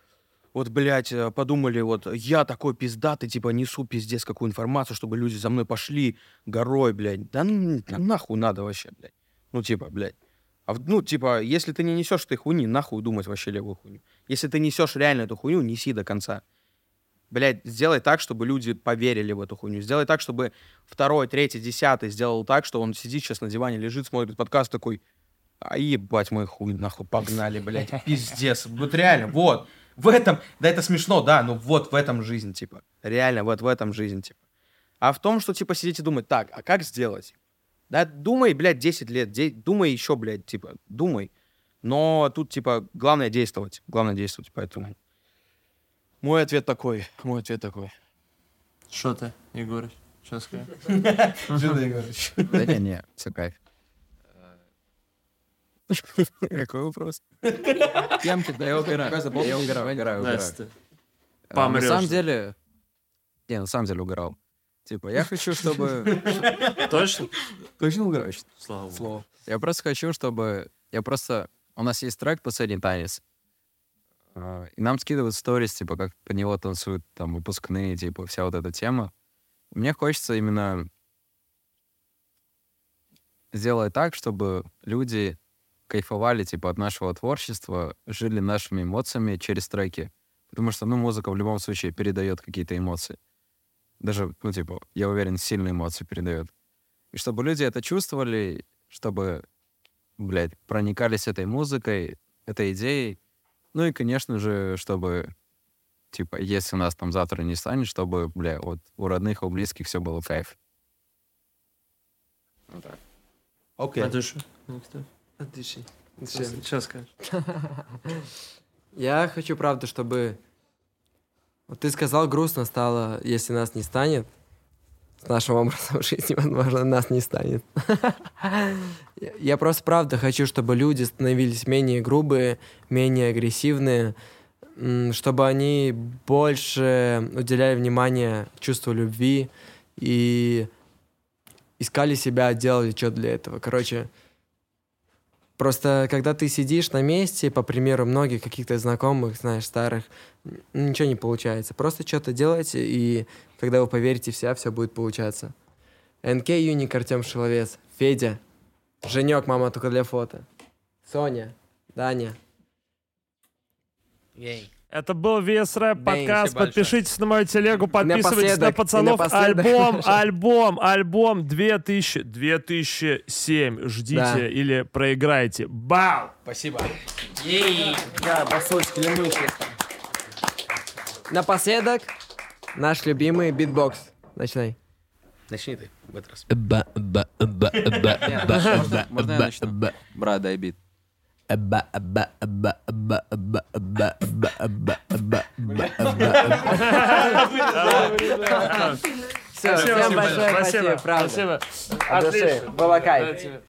вот, блядь, э, подумали, вот, я такой пиздатый, типа, несу пиздец какую информацию, чтобы люди за мной пошли горой, блядь. Да ну, нахуй надо вообще, блядь. Ну, типа, блядь. А, в- ну, типа, если ты не несешь этой хуйни, нахуй думать вообще левую хуйню. Если ты несешь реально эту хуйню, неси до конца. Блядь, сделай так, чтобы люди поверили в эту хуйню. Сделай так, чтобы второй, третий, десятый сделал так, что он сидит сейчас на диване, лежит, смотрит подкаст такой, а ебать мой хуй, нахуй, погнали, блядь, пиздец. Вот реально, вот. В этом, да это смешно, да, но вот в этом жизнь, типа. Реально, вот в этом жизнь, типа. А в том, что, типа, сидите и думать, так, а как сделать? Да думай, блядь, десять лет, де- думай еще, блядь, типа, думай. Но тут, типа, главное действовать, главное действовать, поэтому... Мой ответ такой, мой ответ такой. Что ты, Егорыч? Что скажешь? Что ты говоришь? Да не, не, все кайф. Какой вопрос? Темки, да я убираю. Я убираю, убираю, убираю. Настя. А, На Помрёшь. самом деле... Не, на самом деле угорал. Типа, я хочу, чтобы... Точно? Точно угораешь? Слава богу. Слово. Я просто хочу, чтобы... Я просто... У нас есть трек «Последний танец». А, И нам скидывают сторис, типа, как по него танцуют там выпускные, типа, вся вот эта тема. Мне хочется именно сделать так, чтобы люди кайфовали, типа, от нашего творчества, жили нашими эмоциями через треки. Потому что, ну, музыка в любом случае передает какие-то эмоции. Даже, ну, типа, я уверен, сильные эмоции передает. И чтобы люди это чувствовали, чтобы, блядь, проникались этой музыкой, этой идеей. Ну и, конечно же, чтобы, типа, если нас там завтра не станет, чтобы, бля, вот у родных, у близких все было в кайф. Вот так. Окей. А ты что? Отлично. Что скажешь? Я хочу, правда, чтобы... Вот ты сказал, грустно стало, если нас не станет. С нашим образом жизни, возможно, нас не станет. Я- Я просто, правда, хочу, чтобы люди становились менее грубые, менее агрессивные, м, чтобы они больше уделяли внимание чувству любви и искали себя, делали что для этого. Короче, просто когда ты сидишь на месте, по примеру многих каких-то знакомых, знаешь, старых, н- ничего не получается. Просто что-то делайте, и когда вы поверите в себя, все будет получаться. эн кей Юник, Артем Шиловец, Федя, Женек, мама только для фото, Соня, Даня. Это был ви эс Rap Бэнь, подкаст. большое. Подпишитесь на мою телегу, подписывайтесь на напоследок, и пацанов. напоследок. Альбом, альбом, альбом две тысячи, две тысячи семь. Ждите Да. или проиграйте. Бау! Спасибо. Да, басочки, клянусь. Напоследок, наш любимый битбокс. Начинай. Начни ты в этот раз. Можно, можно я начну? Брат, дай бит. Все, всем большое спасибо, правда. Спасибо. От души. Отлично. Было кайф.